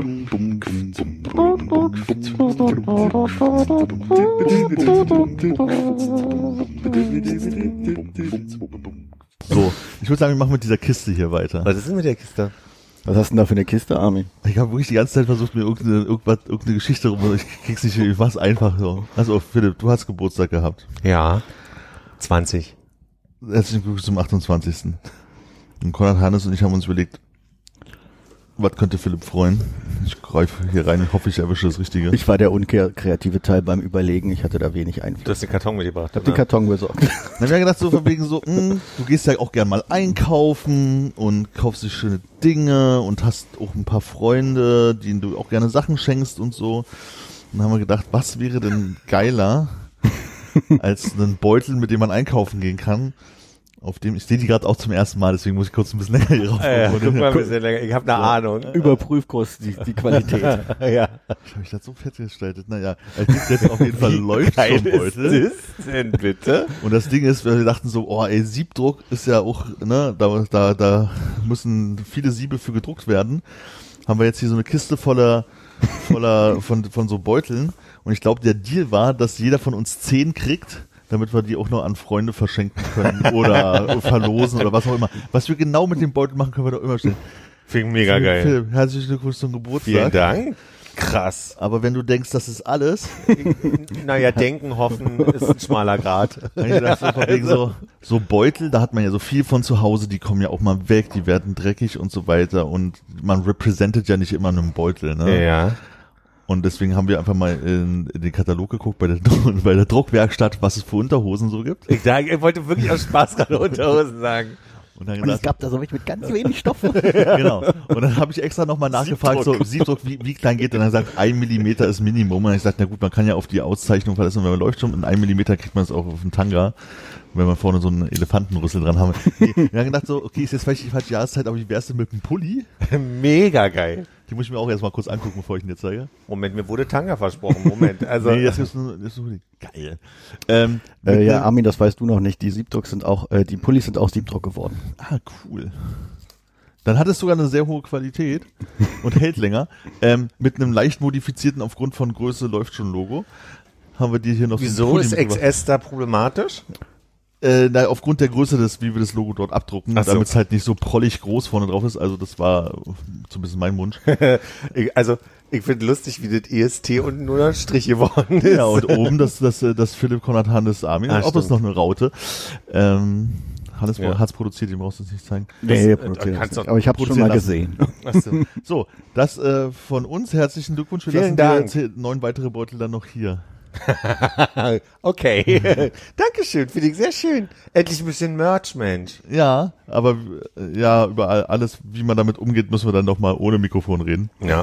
So, ich würde sagen, wir machen mit dieser Kiste hier weiter. Was ist denn mit der Kiste? Was hast du denn da für eine Kiste, Armin? Ich habe wirklich die ganze Zeit versucht, mir irgendeine Geschichte rum, ich krieg's nicht, ich mach's einfach so. Also Philipp, du hast Geburtstag gehabt. Ja, 20. Herzlichen Glückwunsch zum 28. Und Konrad, Hannes und ich haben uns überlegt, was könnte Philipp freuen? Ich greife hier rein, ich hoffe, ich erwische das Richtige. Ich war der unkreative Teil beim Überlegen, ich hatte da wenig Einfluss. Du hast den Karton mitgebracht. Ich hab den Karton besorgt. Dann haben wir gedacht, so von wegen so, du gehst ja auch gern mal einkaufen und kaufst dir schöne Dinge und hast auch ein paar Freunde, denen du auch gerne Sachen schenkst und so. Und dann haben wir gedacht, was wäre denn geiler als einen Beutel, mit dem man einkaufen gehen kann, auf dem, ich sehe die gerade auch zum ersten Mal, deswegen muss ich kurz ein bisschen länger hier rauf. Guck mal ein bisschen länger, ich habe eine Ahnung. Überprüf kurz die Qualität. Ja. Ich habe mich da so fett gestaltet. Naja, es gibt jetzt auf jeden Fall Leuchtturmbeutel. Was ist denn bitte? Und das Ding ist, wir dachten so, Siebdruck ist ja auch, ne, da müssen viele Siebe für gedruckt werden. Haben wir jetzt hier so eine Kiste voller von so Beuteln. Und ich glaube, der Deal war, dass jeder von uns 10 kriegt, damit wir die auch noch an Freunde verschenken können oder verlosen oder was auch immer. Was wir genau mit dem Beutel machen, können wir doch immer stellen. Finde ich mega geil. Philipp, herzlichen Glückwunsch zum Geburtstag. Vielen Dank. Krass. Aber wenn du denkst, das ist alles. Naja, denken, hoffen ist ein schmaler Grad. So Beutel, da hat man ja so viel von zu Hause, die kommen ja auch mal weg, die werden dreckig und so weiter und man representet ja nicht immer einen Beutel, ne? Ja. Und deswegen haben wir einfach mal in den Katalog geguckt bei der Druckwerkstatt, was es für Unterhosen so gibt. Ich wollte wirklich aus Spaß gerade Unterhosen sagen. Und dann Und es gab da so mit ganz wenig Stoff. Genau. Und dann habe ich extra nochmal nachgefragt, Siebdruck, wie klein geht? Und dann sagt 1 Millimeter ist Minimum. Und ich sagte, na gut, man kann ja auf die Auszeichnung verlassen, wenn man läuft schon. Und 1 Millimeter kriegt man es auch auf den Tanga, wenn man vorne so einen Elefantenrüssel dran haben. Nee, wir haben gedacht so, okay, ist jetzt vielleicht die falsche Jahreszeit, aber wie wär's denn mit dem Pulli? Mega geil. Die muss ich mir auch erstmal kurz angucken, bevor ich ihn dir zeige. Moment, mir wurde Tanga versprochen. Moment. Also nee, jetzt ist nur geil. Ja, Armin, das weißt du noch nicht. Die Siebdruck sind auch, die Pullis sind auch Siebdruck geworden. Ah, cool. Dann hat es sogar eine sehr hohe Qualität und hält länger. Mit einem leicht modifizierten aufgrund von Größe läuft schon Logo. Haben wir dir hier noch wieso so ist XS da problematisch? Aufgrund der Größe wie wir das Logo dort abdrucken, damit es halt nicht so prollig groß vorne drauf ist. Also das war zumindest mein Wunsch. Ich finde lustig, wie das EST unten nur ein Strich geworden ist. Ja, und oben das Philipp Konrad Hannes Armin. Auch das ist noch eine Raute. Hannes hat's produziert, den brauchst du nicht zeigen. Nee, aber ich habe schon mal gesehen. So, das von uns. Herzlichen Glückwunsch. Wir Vielen Dank. 9 weitere Beutel dann noch hier. Okay. Dankeschön, finde ich sehr schön. Endlich ein bisschen Merch, Mensch. Ja, aber ja, über alles, wie man damit umgeht, müssen wir dann noch mal ohne Mikrofon reden. Ja.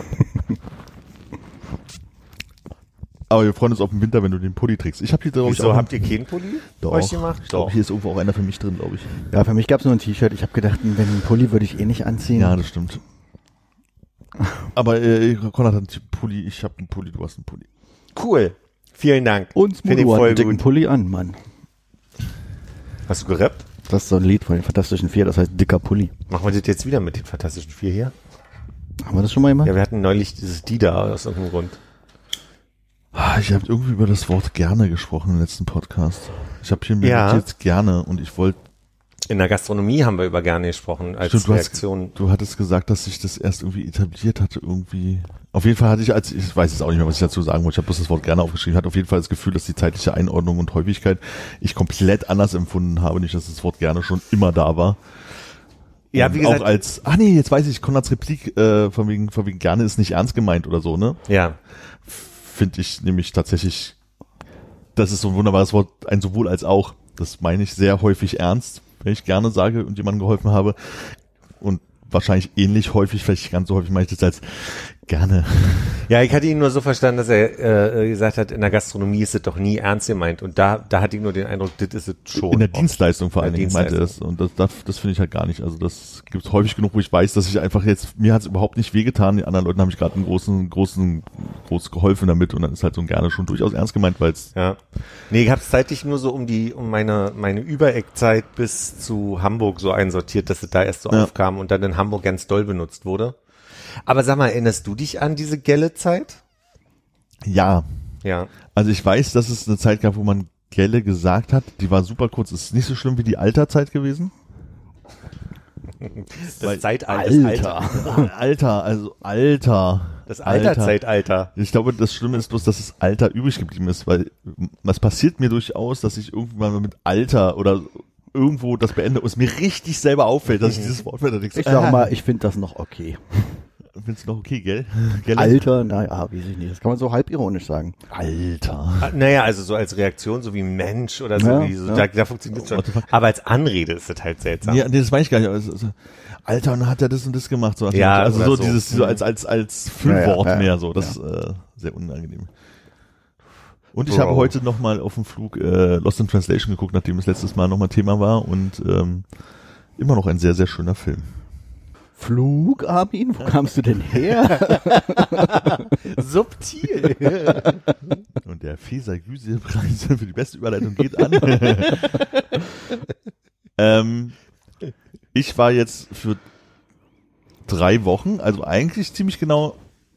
Aber wir freuen uns auf den Winter, wenn du den Pulli trägst. Ich habe hier drauf. Wieso habt ihr keinen Pulli? Doch. Euch gemacht? Ich glaube, hier ist irgendwo auch einer für mich drin, glaube ich. Ja, für mich gab's nur ein T-Shirt. Ich habe gedacht, wenn ein Pulli würde ich eh nicht anziehen. Ja, das stimmt. Aber Konrad hat einen Pulli, ich habe einen Pulli, du hast einen Pulli. Cool. Vielen Dank. Und Smudo hat einen dicken Pulli an, Mann. Hast du gerappt? Das ist so ein Lied von den Fantastischen Vier, das heißt dicker Pulli. Machen wir das jetzt wieder mit den Fantastischen Vier hier? Haben wir das schon mal gemacht? Ja, wir hatten neulich dieses Dida aus irgendeinem Grund. Ich habe irgendwie über das Wort gerne gesprochen im letzten Podcast. Ich habe hier mir notiert gerne und ich wollte... In der Gastronomie haben wir über gerne gesprochen als Reaktion. Du hattest gesagt, dass sich das erst irgendwie etabliert hatte, irgendwie. Auf jeden Fall hatte ich, ich weiß jetzt auch nicht mehr, was ich dazu sagen wollte, ich habe bloß das Wort gerne aufgeschrieben, hatte auf jeden Fall das Gefühl, dass die zeitliche Einordnung und Häufigkeit ich komplett anders empfunden habe, nicht, dass das Wort gerne schon immer da war. Ja, wie gesagt. Auch als, jetzt weiß ich, Konrads Replik, von wegen gerne ist nicht ernst gemeint oder so, ne? Ja. Finde ich nämlich tatsächlich das ist so ein wunderbares Wort, ein sowohl als auch. Das meine ich sehr häufig ernst, wenn ich gerne sage und jemandem geholfen habe. Und wahrscheinlich ähnlich häufig, vielleicht nicht ganz so häufig, meine ich das als gerne. Ja, ich hatte ihn nur so verstanden, dass er gesagt hat, in der Gastronomie ist es doch nie ernst gemeint. Und da hatte ich nur den Eindruck, das ist es schon. In der Dienstleistung vor allen Dingen meinte er das. Und das finde ich halt gar nicht. Also das gibt es häufig genug, wo ich weiß, dass ich einfach jetzt, mir hat es überhaupt nicht wehgetan. Den anderen Leuten habe ich gerade einen groß geholfen damit. Und dann ist halt so ein gerne schon durchaus ernst gemeint, weil es... Ja. Nee, ich habe es zeitlich nur so um meine Übereckzeit bis zu Hamburg so einsortiert, dass es da erst so aufkam und dann in Hamburg ganz doll benutzt wurde. Aber sag mal, erinnerst du dich an diese Gelle-Zeit? Ja. Ja. Also ich weiß, dass es eine Zeit gab, wo man Gelle gesagt hat. Die war super kurz. Ist nicht so schlimm wie die Alterzeit gewesen. Das Zeitalter. Alter. Das Alterzeitalter. Ich glaube, das Schlimme ist bloß, dass das Alter übrig geblieben ist, weil was passiert mir durchaus, dass ich irgendwann mal mit Alter oder irgendwo das beende und es mir richtig selber auffällt, dass ich dieses Wort wieder denke. Ich sag mal, ich finde das noch okay. Findest du noch okay, gell? Alter, naja, weiß ich nicht. Das kann man so halb ironisch sagen. Alter. Naja, also so als Reaktion, so wie Mensch oder so, ja, wie so ja. da funktioniert schon. Aber als Anrede ist das halt seltsam. Ja, nee, das meine ich gar nicht. Also, Alter, und dann hat er das und das gemacht. So, ja, also so so. dieses so als Füllwort ja, mehr so. Das ist sehr unangenehm. Und ich habe heute nochmal auf dem Flug Lost in Translation geguckt, nachdem es letztes Mal nochmal Thema war und immer noch ein sehr, sehr schöner Film. Flug, Armin? Wo kamst du denn her? Subtil. Und der Feser-Güse-Preis für die beste Überleitung geht an. Ich war jetzt für 3 Wochen, also eigentlich ziemlich genau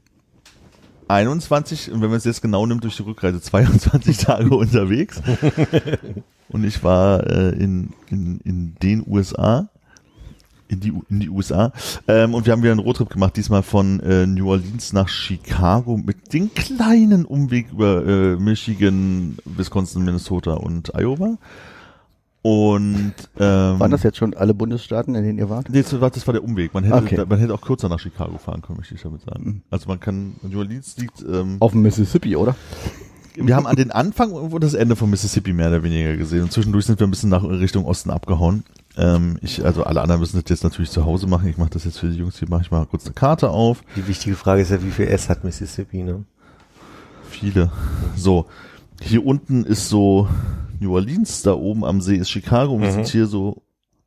21, und wenn man es jetzt genau nimmt durch die Rückreise, 22 Tage unterwegs. Und ich war in den USA. In die USA. Und wir haben wieder einen Roadtrip gemacht, diesmal von New Orleans nach Chicago mit dem kleinen Umweg über Michigan, Wisconsin, Minnesota und Iowa. Und waren das jetzt schon alle Bundesstaaten, in denen ihr wart? Nee, das war der Umweg. Man hätte auch kürzer nach Chicago fahren können, möchte ich damit sagen. Also man kann, New Orleans liegt auf dem Mississippi, oder? Wir haben an den Anfang und das Ende von Mississippi mehr oder weniger gesehen. Und zwischendurch sind wir ein bisschen nach Richtung Osten abgehauen. Also alle anderen müssen das jetzt natürlich zu Hause machen. Ich mache das jetzt für die Jungs. Hier mache ich mal kurz eine Karte auf. Die wichtige Frage ist ja, wie viel S hat Mississippi, ne? Viele. So, hier unten ist so New Orleans, da oben am See ist Chicago. Wir sind hier so,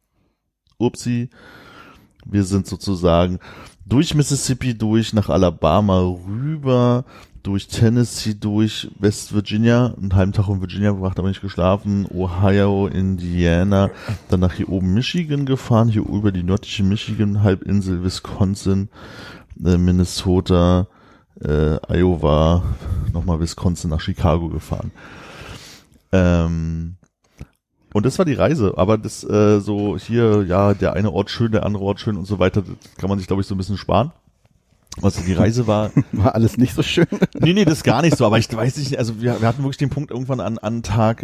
wir sind sozusagen durch Mississippi durch, nach Alabama rüber, durch Tennessee, durch West Virginia, einen halben Tag in Virginia verbracht, aber nicht geschlafen, Ohio, Indiana, dann nach hier oben Michigan gefahren, hier über die nördliche Michigan-Halbinsel, Wisconsin, Minnesota, Iowa, nochmal Wisconsin, nach Chicago gefahren. Und das war die Reise, aber das so hier, ja, der eine Ort schön, der andere Ort schön und so weiter, das kann man sich, glaube ich, so ein bisschen sparen. Also die Reise war... War alles nicht so schön? Nee, das gar nicht so, aber ich weiß nicht, also wir hatten wirklich den Punkt irgendwann an Tag,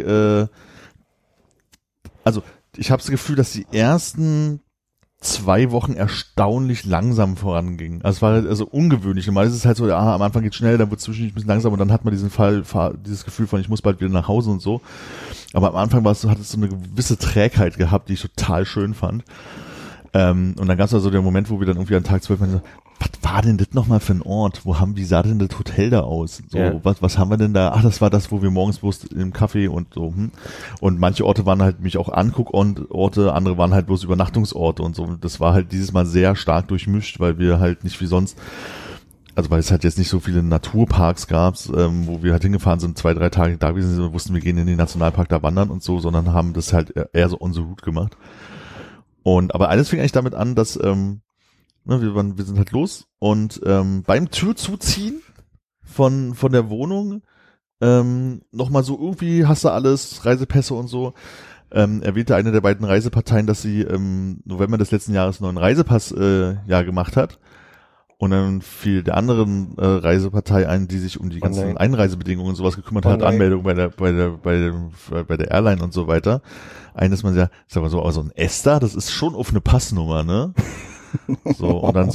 also ich habe das Gefühl, dass die ersten 2 Wochen erstaunlich langsam vorangingen. Also es war halt also ungewöhnlich. Normal ist es halt so, am Anfang geht's schnell, dann wird es zwischendurch ein bisschen langsam und dann hat man dieses Gefühl von, ich muss bald wieder nach Hause und so. Aber am Anfang hat es so eine gewisse Trägheit gehabt, die ich total schön fand. Und dann gab es also den Moment, wo wir dann irgendwie an Tag 12 so, was war denn das nochmal für ein Ort? Wie sah denn das Hotel da aus? So, ja. Was haben wir denn da? Ach, das war das, wo wir morgens bloß im Café und so. Und manche Orte waren halt mich auch Anguckorte, andere waren halt bloß Übernachtungsorte und so. Das war halt dieses Mal sehr stark durchmischt, weil wir halt nicht wie sonst, also weil es halt jetzt nicht so viele Naturparks gab, wo wir halt hingefahren sind, 2-3 Tage da gewesen sind und wussten, wir gehen in den Nationalpark da wandern und so, sondern haben das halt eher so on the route gemacht. Aber alles fing eigentlich damit an, dass wir sind halt los und beim Türzuziehen von der Wohnung nochmal so irgendwie hast du alles, Reisepässe und so, erwähnte eine der beiden Reiseparteien, dass sie im November des letzten Jahres einen neuen Reisepass gemacht hat. Und dann fiel der anderen Reisepartei ein, die sich um die ganzen Einreisebedingungen und sowas gekümmert hat, Anmeldung bei der Airline und so weiter. Eines man sagt, sag mal so, aber so ein Esther, das ist schon auf eine Passnummer, ne? So, und dann so,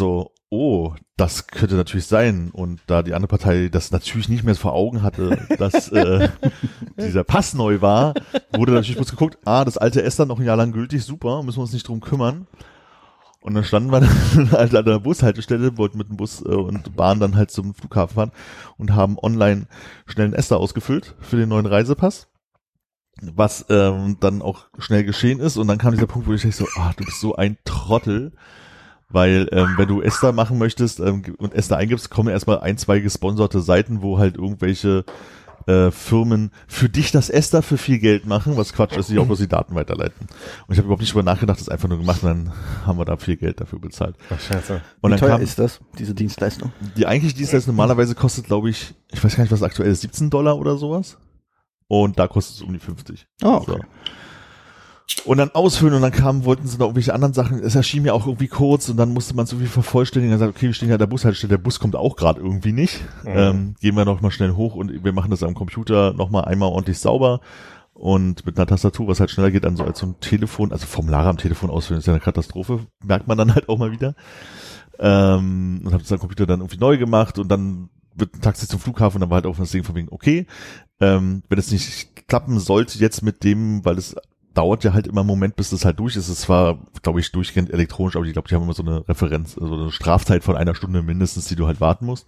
oh, das könnte natürlich sein. Und da die andere Partei das natürlich nicht mehr vor Augen hatte, dass dieser Pass neu war, wurde natürlich kurz geguckt, das alte ist dann noch ein Jahr lang gültig, super, müssen wir uns nicht drum kümmern. Und dann standen wir halt an der Bushaltestelle, wollten mit dem Bus und Bahn dann halt zum Flughafen fahren und haben online schnell einen Ester ausgefüllt für den neuen Reisepass. Was dann auch schnell geschehen ist. Und dann kam dieser Punkt, wo ich so, du bist so ein Trottel. Weil wenn du Ester machen möchtest und Ester eingibst, kommen erstmal 1, 2 gesponserte Seiten, wo halt irgendwelche Firmen für dich das Ester für viel Geld machen, was Quatsch ist, die auch bloß die Daten weiterleiten. Und ich habe überhaupt nicht drüber nachgedacht, das einfach nur gemacht und dann haben wir da viel Geld dafür bezahlt. Ach, scheiße. Und wie teuer ist das, diese Dienstleistung? Die eigentliche Dienstleistung normalerweise kostet, glaube ich weiß gar nicht, was aktuell ist, $17 oder sowas. Und da kostet es um die 50. Oh, okay. So. Und dann ausfüllen und dann wollten sie noch irgendwelche anderen Sachen, es erschien mir auch irgendwie kurz und dann musste man es irgendwie vervollständigen, dann sagt, okay, wir stehen ja an der Bushaltestelle, der Bus kommt auch gerade irgendwie nicht, gehen wir noch mal schnell hoch und wir machen das am Computer noch mal einmal ordentlich sauber und mit einer Tastatur, was halt schneller geht, dann so als so ein Telefon, also Formulare am Telefon ausfüllen, ist ja eine Katastrophe, merkt man dann halt auch mal wieder, und habe das am Computer dann irgendwie neu gemacht und dann wird ein Taxi zum Flughafen und dann war halt auch das Ding von wegen, okay, wenn es nicht klappen sollte jetzt mit dem, weil es dauert ja halt immer einen Moment, bis das halt durch ist. Es war, glaube ich, durchgehend elektronisch, aber ich glaube, die haben immer so eine Referenz, also eine Strafzeit von 1 Stunde mindestens, die du halt warten musst.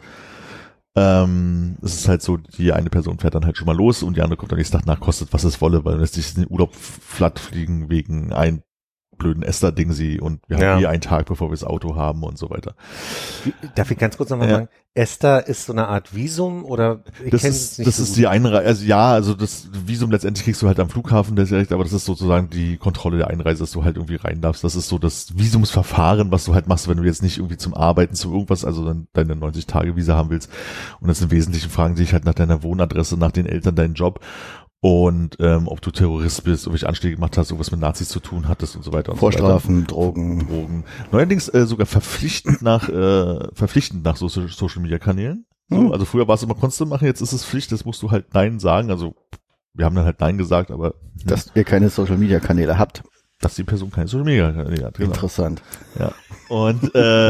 Es ist halt so, die eine Person fährt dann halt schon mal los und die andere kommt am nächsten Tag nach, kostet was es wolle, weil lässt sich in den Urlaub flatt fliegen wegen ein blöden Ester-Ding und wir haben einen Tag, bevor wir das Auto haben und so weiter. Darf ich ganz kurz nochmal sagen, Ester ist so eine Art Visum oder das ist die Einreise, also das Visum letztendlich kriegst du halt am Flughafen direkt, aber das ist sozusagen die Kontrolle der Einreise, dass du halt irgendwie rein darfst. Das ist so das Visumsverfahren, was du halt machst, wenn du jetzt nicht irgendwie zum Arbeiten, zu irgendwas, also dann deine 90-Tage-Visa haben willst. Und das sind wesentliche Fragen, die dich halt nach deiner Wohnadresse, nach den Eltern, deinen Job und ob du Terrorist bist, irgendwelche Anschläge gemacht hast, irgendwas mit Nazis zu tun hattest und so weiter. Und Vorstrafen, so weiter. Drogen. Neuerdings sogar verpflichtend nach so Social-Media-Kanälen. So, also früher war es immer konstant machen, jetzt ist es Pflicht, das musst du halt Nein sagen. Also wir haben dann halt Nein gesagt, aber dass ihr keine Social-Media-Kanäle habt. Dass die Person keine Social-Media-Kanäle hat. Genau. Interessant. Ja. Und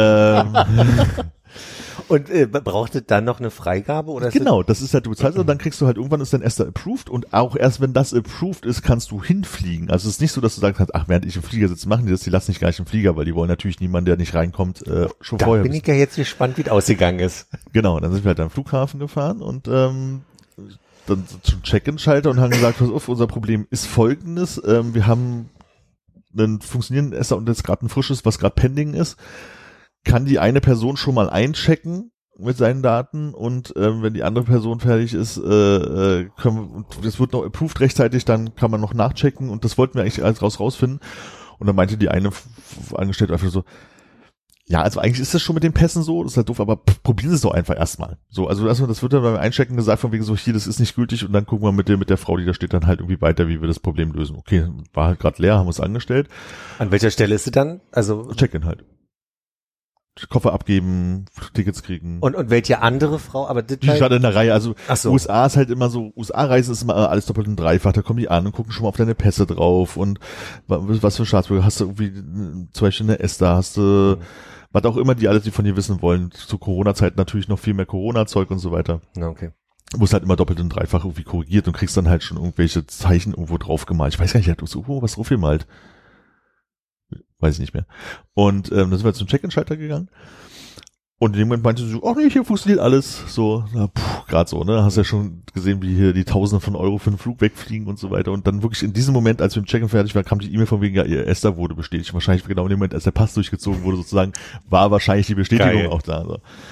Und braucht es dann noch eine Freigabe? Oder genau, das ist halt, du bezahlst und dann kriegst du halt irgendwann ist dein Ester approved und auch erst wenn das approved ist, kannst du hinfliegen. Also es ist nicht so, dass du sagst, während ich im Flieger sitze, machen die das, die lassen nicht gleich im Flieger, weil die wollen natürlich niemanden, der nicht reinkommt, schon da vorher. Da bin ich ja jetzt gespannt, wie es ausgegangen ist. Genau, dann sind wir halt am Flughafen gefahren und dann zum Check-in-Schalter und haben gesagt, pass auf, unser Problem ist folgendes, wir haben einen funktionierenden Ester und jetzt gerade ein frisches, was gerade pending ist, kann die eine Person schon mal einchecken mit seinen Daten und wenn die andere Person fertig ist, und das wird noch approved rechtzeitig, dann kann man noch nachchecken und das wollten wir eigentlich alles rausfinden. Und dann meinte die eine Angestellte einfach so, ja, also eigentlich ist das schon mit den Pässen so, das ist halt doof, aber probieren Sie es doch einfach erstmal. So, also das wird dann beim Einchecken gesagt von wegen so, hier, das ist nicht gültig und dann gucken wir mit der Frau, die da steht, dann halt irgendwie weiter, wie wir das Problem lösen. Okay, war halt gerade leer, haben wir es angestellt. An welcher Stelle ist sie dann? Also Check-in halt. Koffer abgeben, Tickets kriegen. Und welche andere Frau? Aber die stand in der Reihe. Also so. USA ist halt immer so, USA-Reise ist immer alles doppelt und dreifach. Da kommen die an und gucken schon mal auf deine Pässe drauf und was für Staatsbürger. Hast du irgendwie zum Beispiel eine Ester, hast du was auch immer die alles, die von dir wissen wollen. Zu Corona-Zeiten natürlich noch viel mehr Corona-Zeug und so weiter. Okay. Du musst halt immer doppelt und dreifach irgendwie korrigiert und kriegst dann halt schon irgendwelche Zeichen irgendwo drauf gemalt. Ich weiß gar nicht, hat du so was drauf gemalt? Weiß ich nicht mehr. Und dann sind wir zum Check-in-Schalter gegangen. Und in dem Moment meinte sie so, ach nee, hier funktioniert alles. So, gerade so, ne? Hast ja schon gesehen, wie hier die Tausende von Euro für einen Flug wegfliegen und so weiter. Und dann wirklich in diesem Moment, als wir im Check-in fertig waren, kam die E-Mail von wegen, ja, ihr Ester wurde bestätigt. Wahrscheinlich genau in dem Moment, als der Pass durchgezogen wurde, sozusagen, war wahrscheinlich die Bestätigung Geil. auch da.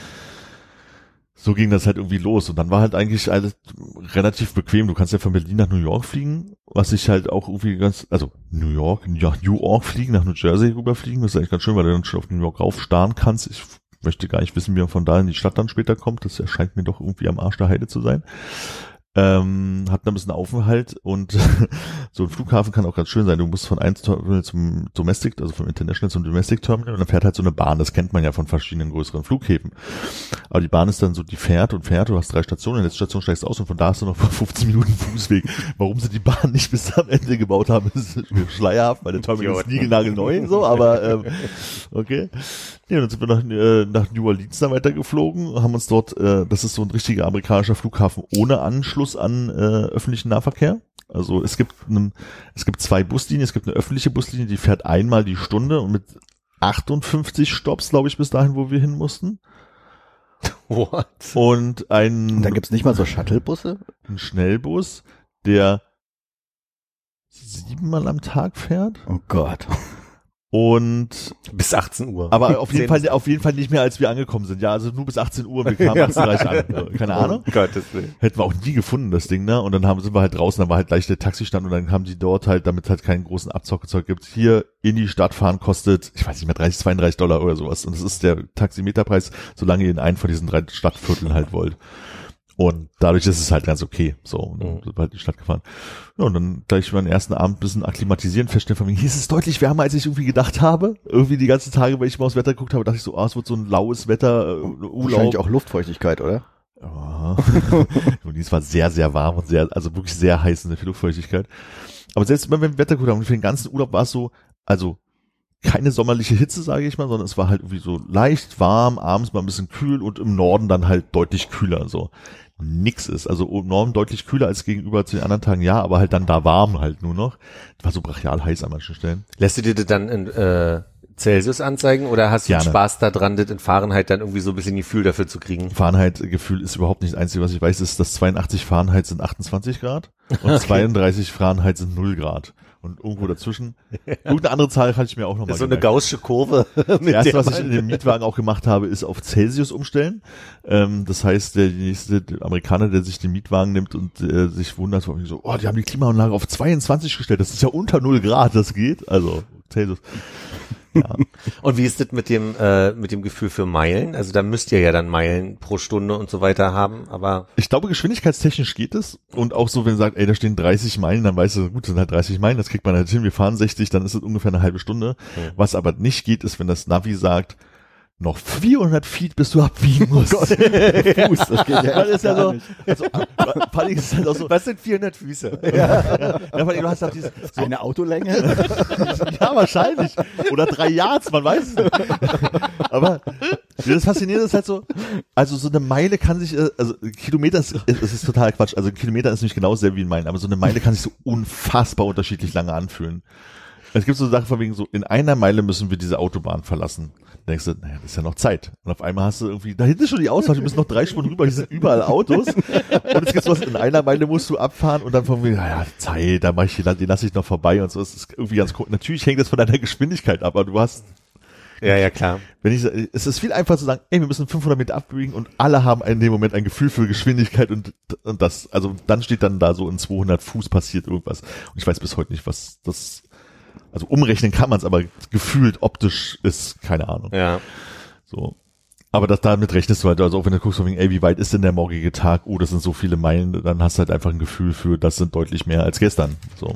So ging das halt irgendwie los. Und dann war halt eigentlich alles relativ bequem. Du kannst ja von Berlin nach New York fliegen, was ich halt auch irgendwie New York fliegen, nach New Jersey rüberfliegen. Das ist eigentlich ganz schön, weil du dann schon auf New York raufstarren kannst. Ich möchte gar nicht wissen, wie man von da in die Stadt dann später kommt. Das erscheint mir doch irgendwie am Arsch der Heide zu sein. hatten ein bisschen Aufenthalt und so ein Flughafen kann auch ganz schön sein. Du musst von einem Terminal zum Domestic, also vom International zum Domestic Terminal und dann fährt halt so eine Bahn. Das kennt man ja von verschiedenen größeren Flughäfen. Aber die Bahn ist dann so, die fährt und fährt. Du hast 3 Stationen, in der letzten Station steigst du aus und von da hast du noch 15 Minuten Fußweg. Warum sie die Bahn nicht bis am Ende gebaut haben, ist mir schleierhaft, weil der Terminal ist niegelnagelneu, so, aber okay. Ja, dann sind wir nach New Orleans dann weitergeflogen, haben uns dort, das ist so ein richtiger amerikanischer Flughafen ohne Anschluss an öffentlichen Nahverkehr. Also es gibt 2 Buslinien, es gibt eine öffentliche Buslinie, die fährt einmal die Stunde und mit 58 Stopps, glaube ich, bis dahin, wo wir hin mussten. What? Und da gibt's nicht mal so Shuttlebusse? Ein Schnellbus, der 7-mal am Tag fährt. Oh Gott. Und bis 18 Uhr. Aber auf jeden Fall nicht mehr, als wir angekommen sind. Ja, also nur bis 18 Uhr. Wir kamen 18:30 an. Keine Ahnung. Gottes Willen. Hätten wir auch nie gefunden, das Ding, ne? Und dann sind wir halt draußen, dann war halt gleich der Taxistand und dann haben die dort halt, damit es halt keinen großen Abzockezeug gibt, hier in die Stadt fahren kostet, ich weiß nicht mehr, $32 oder sowas. Und das ist der Taximeterpreis, solange ihr in einen von diesen 3 Stadtvierteln halt wollt. Und dadurch ist es halt ganz okay. So, und dann sind wir halt in die Stadt gefahren. Ja, und dann gleich meinen ersten Abend ein bisschen akklimatisieren, feststellen von mir, hier ist es deutlich wärmer, als ich irgendwie gedacht habe. Irgendwie die ganzen Tage, wenn ich mal aufs Wetter geguckt habe, dachte ich so, es wird so ein laues Wetter, Urlaub. Wahrscheinlich auch Luftfeuchtigkeit, oder? Ja. Und es war sehr, sehr warm und also wirklich sehr heiß und sehr viel Luftfeuchtigkeit. Aber selbst wenn wir im Wetter geguckt haben, für den ganzen Urlaub war es so, also keine sommerliche Hitze, sage ich mal, sondern es war halt irgendwie so leicht warm, abends mal ein bisschen kühl und im Norden dann halt deutlich kühler, so. Nix ist. Also im Norden deutlich kühler als gegenüber zu den anderen Tagen, ja, aber halt dann da warm halt nur noch. War so brachial heiß an manchen Stellen. Lässt du dir das dann in Celsius anzeigen oder hast du Spaß daran, das in Fahrenheit dann irgendwie so ein bisschen Gefühl dafür zu kriegen? Fahrenheit-Gefühl ist überhaupt nicht das Einzige, was ich weiß, ist, dass 82 Fahrenheit sind 28 Grad und 32 Fahrenheit sind 0 Grad. Und irgendwo dazwischen. Irgendeine andere Zahl kann ich mir auch nochmal so eine gaußsche Kurve. Das erste, was ich in dem Mietwagen auch gemacht habe, ist auf Celsius umstellen. Das heißt, der nächste Amerikaner, der sich den Mietwagen nimmt und sich wundert, so, die haben die Klimaanlage auf 22 gestellt. Das ist ja unter 0 Grad, das geht. Also Celsius. Ja. Und wie ist das mit dem Gefühl für Meilen? Also da müsst ihr ja dann Meilen pro Stunde und so weiter haben, aber ich glaube, geschwindigkeitstechnisch geht es. Und auch so, wenn ihr sagt, da stehen 30 Meilen, dann weißt du, gut, das sind halt 30 Meilen, das kriegt man halt hin, wir fahren 60, dann ist es ungefähr eine halbe Stunde. Was aber nicht geht, ist, wenn das Navi sagt, noch 400 Feet, bis du abbiegen musst. Oh Gott, Fuß, das geht ja. Das ist ja so, vor allem ist es halt auch so, was sind 400 Füße? Ja, vor allem, du hast halt diese, so eine Autolänge? Ja, wahrscheinlich. Oder 3 Yards, man weiß es nicht. Aber das Faszinierende ist halt so, also so eine Meile kann sich, also Kilometer es ist total Quatsch, also ein Kilometer ist nämlich genauso sehr wie ein Meilen, aber so eine Meile kann sich so unfassbar unterschiedlich lange anfühlen. Es gibt so Sachen von wegen so, in einer Meile müssen wir diese Autobahn verlassen. Da denkst du, naja, das ist ja noch Zeit. Und auf einmal hast du irgendwie, da hinten ist schon die Ausfahrt, wir müssen noch 3 Spuren rüber, hier sind überall Autos. Und es gibt sowas, in einer Meile musst du abfahren und dann von wegen, naja, Zeit, da mach ich, den lasse ich noch vorbei und so. Es ist irgendwie ganz cool. Natürlich hängt das von deiner Geschwindigkeit ab, aber du hast, ja, klar. Es ist viel einfacher zu sagen, wir müssen 500 Meter abbiegen und alle haben in dem Moment ein Gefühl für Geschwindigkeit und das, also dann steht dann da so in 200 Fuß passiert irgendwas. Und ich weiß bis heute nicht, was das, also umrechnen kann man es, aber gefühlt optisch ist keine Ahnung. Ja. So. Aber damit rechnest du halt, also auch wenn du guckst, wie weit ist denn der morgige Tag? Oh, das sind so viele Meilen, dann hast du halt einfach ein Gefühl für, das sind deutlich mehr als gestern. So.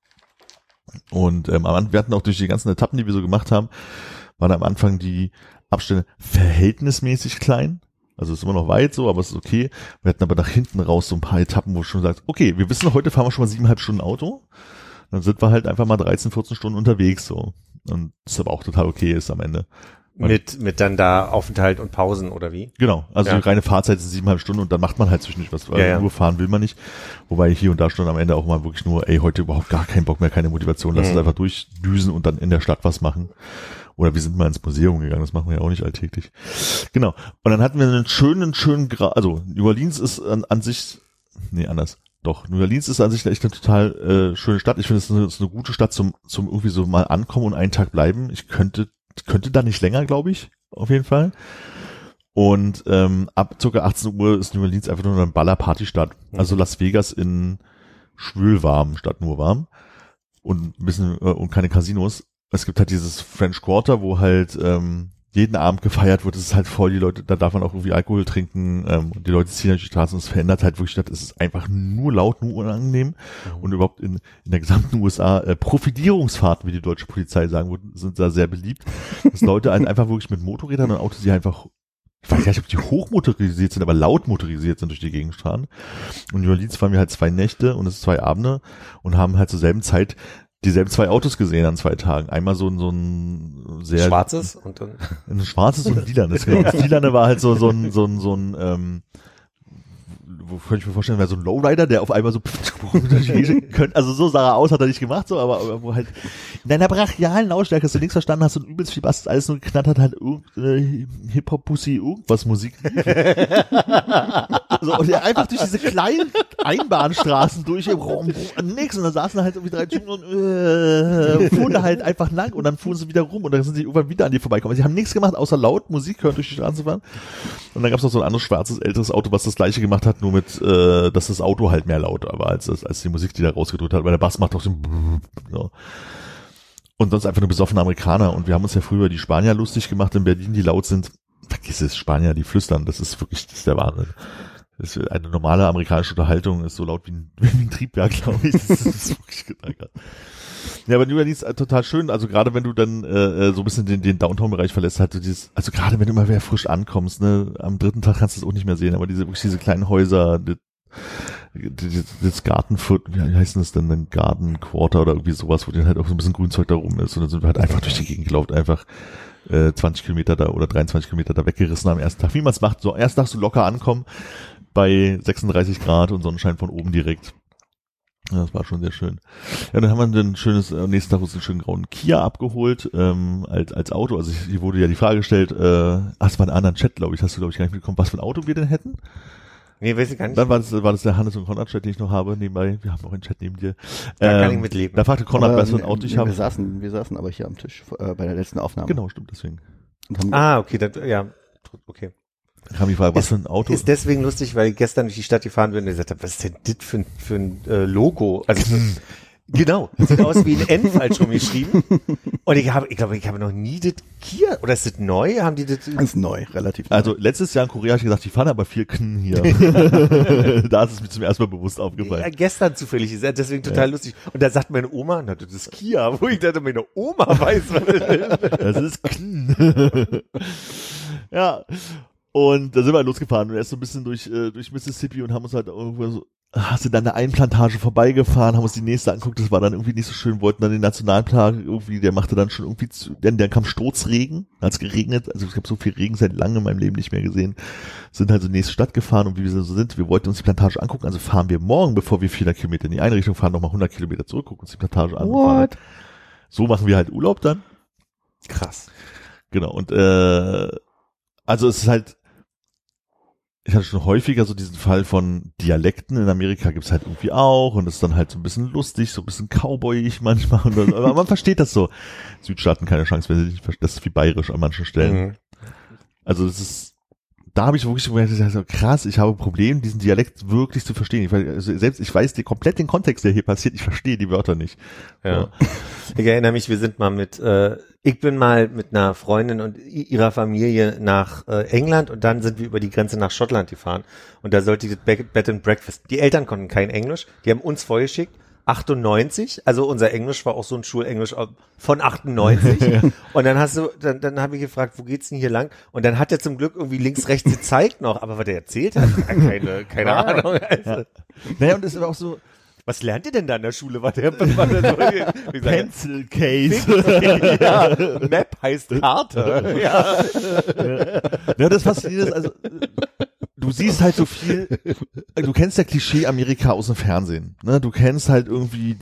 Und wir hatten auch durch die ganzen Etappen, die wir so gemacht haben, waren am Anfang die Abstände verhältnismäßig klein. Also ist immer noch weit so, aber es ist okay. Wir hatten aber nach hinten raus so ein paar Etappen, wo du schon sagst, okay, wir wissen, heute fahren wir schon mal 7,5 Stunden Auto. Dann sind wir halt einfach mal 13, 14 Stunden unterwegs so. Und das aber auch total okay ist am Ende. Mit dann da Aufenthalt und Pausen oder wie? Genau, also die reine Fahrzeit sind 7,5 Stunden und dann macht man halt zwischendurch was, weil nur fahren will man nicht. Wobei hier und da schon am Ende auch mal wirklich nur, heute überhaupt gar keinen Bock mehr, keine Motivation, lass uns einfach durchdüsen und dann in der Stadt was machen. Oder wir sind mal ins Museum gegangen, das machen wir ja auch nicht alltäglich. Genau, und dann hatten wir einen schönen also New Orleans ist an sich, anders. Doch, New Orleans ist an sich echt eine total schöne Stadt. Ich finde, es ist eine gute Stadt zum irgendwie so mal ankommen und einen Tag bleiben. Ich könnte da nicht länger, glaube ich, auf jeden Fall. Und ab ca. 18 Uhr ist New Orleans einfach nur eine Baller-Party-Stadt. Also Las Vegas in schwülwarm statt nur warm. Und ein bisschen und keine Casinos. Es gibt halt dieses French Quarter, wo halt jeden Abend gefeiert wird, es ist halt voll, die Leute, da darf man auch irgendwie Alkohol trinken, die Leute ziehen durch die Straßen und es verändert halt wirklich, es ist einfach nur laut, nur unangenehm und überhaupt in der gesamten USA Profilierungsfahrten, wie die deutsche Polizei sagen würde, sind da sehr beliebt, dass Leute halt einfach wirklich mit Motorrädern und Autos, die einfach, ich weiß gar nicht, ob die hochmotorisiert sind, aber laut motorisiert sind durch die Gegend fahren. Und in New Orleans waren wir halt 2 Nächte und es ist 2 Abende und haben halt zur selben Zeit dieselben 2 Autos gesehen an 2 Tagen. Einmal so ein sehr schwarzes und dann ein schwarzes und ein lilanes. Das lilane war halt so ein wo könnte ich mir vorstellen, wäre so ein Lowrider, der auf einmal so könnte, also so sah er aus, hat er nicht gemacht, so, aber wo halt in einer brachialen Lautstärke, hast du nichts verstanden, hast du übelst viel Bass, alles nur geknattert, halt irgendeine Hip-Hop-Pussy, irgendwas Musik. So, und er einfach durch diese kleinen Einbahnstraßen durch im Raum, nix, und dann saßen halt irgendwie 3 Typen und fuhren da halt einfach lang und dann fuhren sie wieder rum und dann sind sie irgendwann wieder an dir vorbeikommen. Sie haben nichts gemacht, außer laut Musik hören, durch die Straßen zu fahren. Und dann gab es noch so ein anderes schwarzes, älteres Auto, was das gleiche gemacht hat, nur mit, dass das Auto halt mehr laut war als die Musik, die da rausgedrückt hat, weil der Bass macht doch so, so. Und sonst einfach nur besoffene Amerikaner. Und wir haben uns ja früher die Spanier lustig gemacht in Berlin, die laut sind. Vergiss es, Spanier, die flüstern, das ist der Wahnsinn. Das ist eine normale amerikanische Unterhaltung, ist so laut wie ein Triebwerk, glaube ich. Das ist wirklich gedankert. Ja, aber New Orleans ist total schön, also gerade wenn du dann so ein bisschen den Downtown-Bereich verlässt, halt dieses, also gerade wenn du immer wieder frisch ankommst, ne, am 3. Tag kannst du es auch nicht mehr sehen, aber diese kleinen Häuser, das Gartenviertel, wie heißt das denn, ein Garden Quarter oder irgendwie sowas, wo dann halt auch so ein bisschen Grünzeug da rum ist und dann sind wir halt einfach durch die Gegend gelaufen, einfach 20 Kilometer da oder 23 Kilometer da weggerissen am ersten Tag, wie man es macht, so erst darfst du locker ankommen bei 36 Grad und Sonnenschein von oben direkt. Ja, das war schon sehr schön. Ja, dann haben wir ein schönes, am nächsten Tag uns einen schönen grauen Kia abgeholt, als Auto. Also hier wurde ja die Frage gestellt, es war ein anderen Chat, glaube ich, hast du, glaube ich, gar nicht mitbekommen, was für ein Auto wir denn hätten. Nee, weiß ich gar nicht. Dann war das der Hannes und Konrad-Chat, den ich noch habe, nebenbei. Wir haben auch einen Chat neben dir. Da kann ich mitleben. Da fragte Konrad, was für ein Auto ich habe. Wir saßen aber hier am Tisch, bei der letzten Aufnahme. Genau, stimmt, deswegen. Okay, okay. Kam die Frage, was für ein Auto? Ist deswegen lustig, weil ich gestern durch die Stadt gefahren bin und gesagt habe, was ist denn das für ein Logo? Also genau, sieht aus wie ein N falsch rumgeschrieben. Und ich glaube, ich habe noch nie das Kia, oder ist das neu? Haben die das? Das ist neu, relativ neu. Also letztes Jahr in Korea habe ich gesagt, ich fahre aber 4 Kn hier. Da ist es mir zum ersten Mal bewusst aufgefallen. Ja, gestern zufällig, ist deswegen total lustig. Und da sagt meine Oma, na, das ist Kia, wo ich dachte, meine Oma weiß, was das ist. Das ist Kn. Ja. Und da sind wir halt losgefahren und erst so ein bisschen durch Mississippi und haben uns halt irgendwo so, sind dann an der einen Plantage vorbeigefahren, haben uns die nächste angeguckt, das war dann irgendwie nicht so schön, wollten dann den Nationalpark irgendwie, der machte dann schon irgendwie dann kam Sturzregen, als geregnet, also ich habe so viel Regen seit langem in meinem Leben nicht mehr gesehen, sind halt so in die nächste Stadt gefahren und wie wir so sind, wir wollten uns die Plantage angucken, also fahren wir morgen, bevor wir 400 Kilometer in die eine Richtung fahren, nochmal 100 Kilometer zurück, gucken uns die Plantage an. What? So machen wir halt Urlaub dann. Krass. Genau, und also es ist halt, ich hatte schon häufiger so diesen Fall von Dialekten in Amerika gibt's halt irgendwie auch und das ist dann halt so ein bisschen lustig, so ein bisschen cowboyig manchmal, aber man versteht das so. Südstaaten keine Chance, wenn sie nicht verstehen, das ist wie bayerisch an manchen Stellen. Mhm. Also das ist, da habe ich wirklich so krass, ich habe ein Problem, diesen Dialekt wirklich zu verstehen. Ich weiß komplett den Kontext, der hier passiert, ich verstehe die Wörter nicht. Ja. Ich erinnere mich, ich bin mal mit einer Freundin und ihrer Familie nach England und dann sind wir über die Grenze nach Schottland gefahren und da sollte das Bed and Breakfast. Die Eltern konnten kein Englisch, die haben uns vorgeschickt, 98, also unser Englisch war auch so ein Schulenglisch von 98 ja. Und dann dann habe ich gefragt, wo geht's denn hier lang? Und dann hat er zum Glück irgendwie links, rechts gezeigt noch, aber was er erzählt hat, keine Ahnung. Also. Ja. Naja, und das ist aber auch so, was lernt ihr denn da in der Schule? Was war so, Pencil Case. Ja, Map heißt Karte. Ja. Ja, das Faszinierende ist, also du siehst halt so viel, du kennst ja Klischee Amerika aus dem Fernsehen, ne? Du kennst halt irgendwie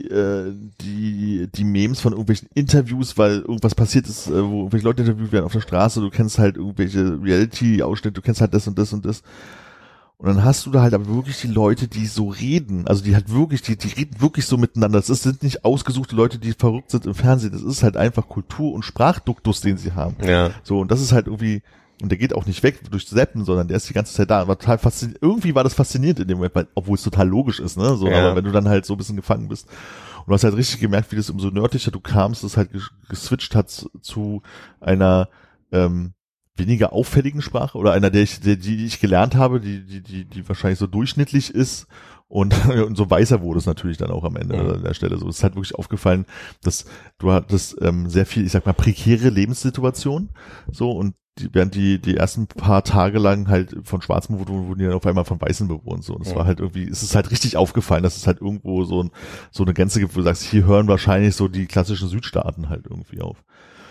die Memes von irgendwelchen Interviews, weil irgendwas passiert ist, wo irgendwelche Leute interviewt werden auf der Straße, du kennst halt irgendwelche Reality-Ausschnitte, du kennst halt das und das und das. Und dann hast du da halt aber wirklich die Leute, die so reden, also die halt wirklich, die reden wirklich so miteinander. Das sind nicht ausgesuchte Leute, die verrückt sind im Fernsehen. Das ist halt einfach Kultur- und Sprachduktus, den sie haben. Ja. So, und das ist halt irgendwie, und der geht auch nicht weg durch Zappen, sondern der ist die ganze Zeit da. Aber total faszinierend, irgendwie war das faszinierend in dem Moment, obwohl es total logisch ist, ne? So, ja. Aber wenn du dann halt so ein bisschen gefangen bist. Und du hast halt richtig gemerkt, wie das umso nördlicher du kamst, das halt geswitcht hat zu einer weniger auffälligen Sprache oder einer, die ich gelernt habe, die wahrscheinlich so durchschnittlich ist und so weißer wurde es natürlich dann auch am Ende an der Stelle. So, es ist halt wirklich aufgefallen, dass du hattest sehr viel, ich sag mal, prekäre Lebenssituation, so, und während die ersten paar Tage lang halt von Schwarzen bewohnt wurden die dann auf einmal von Weißen bewohnt, so. Und es war halt irgendwie, es ist halt richtig aufgefallen, dass es halt irgendwo so eine Grenze gibt, wo du sagst, hier hören wahrscheinlich so die klassischen Südstaaten halt irgendwie auf.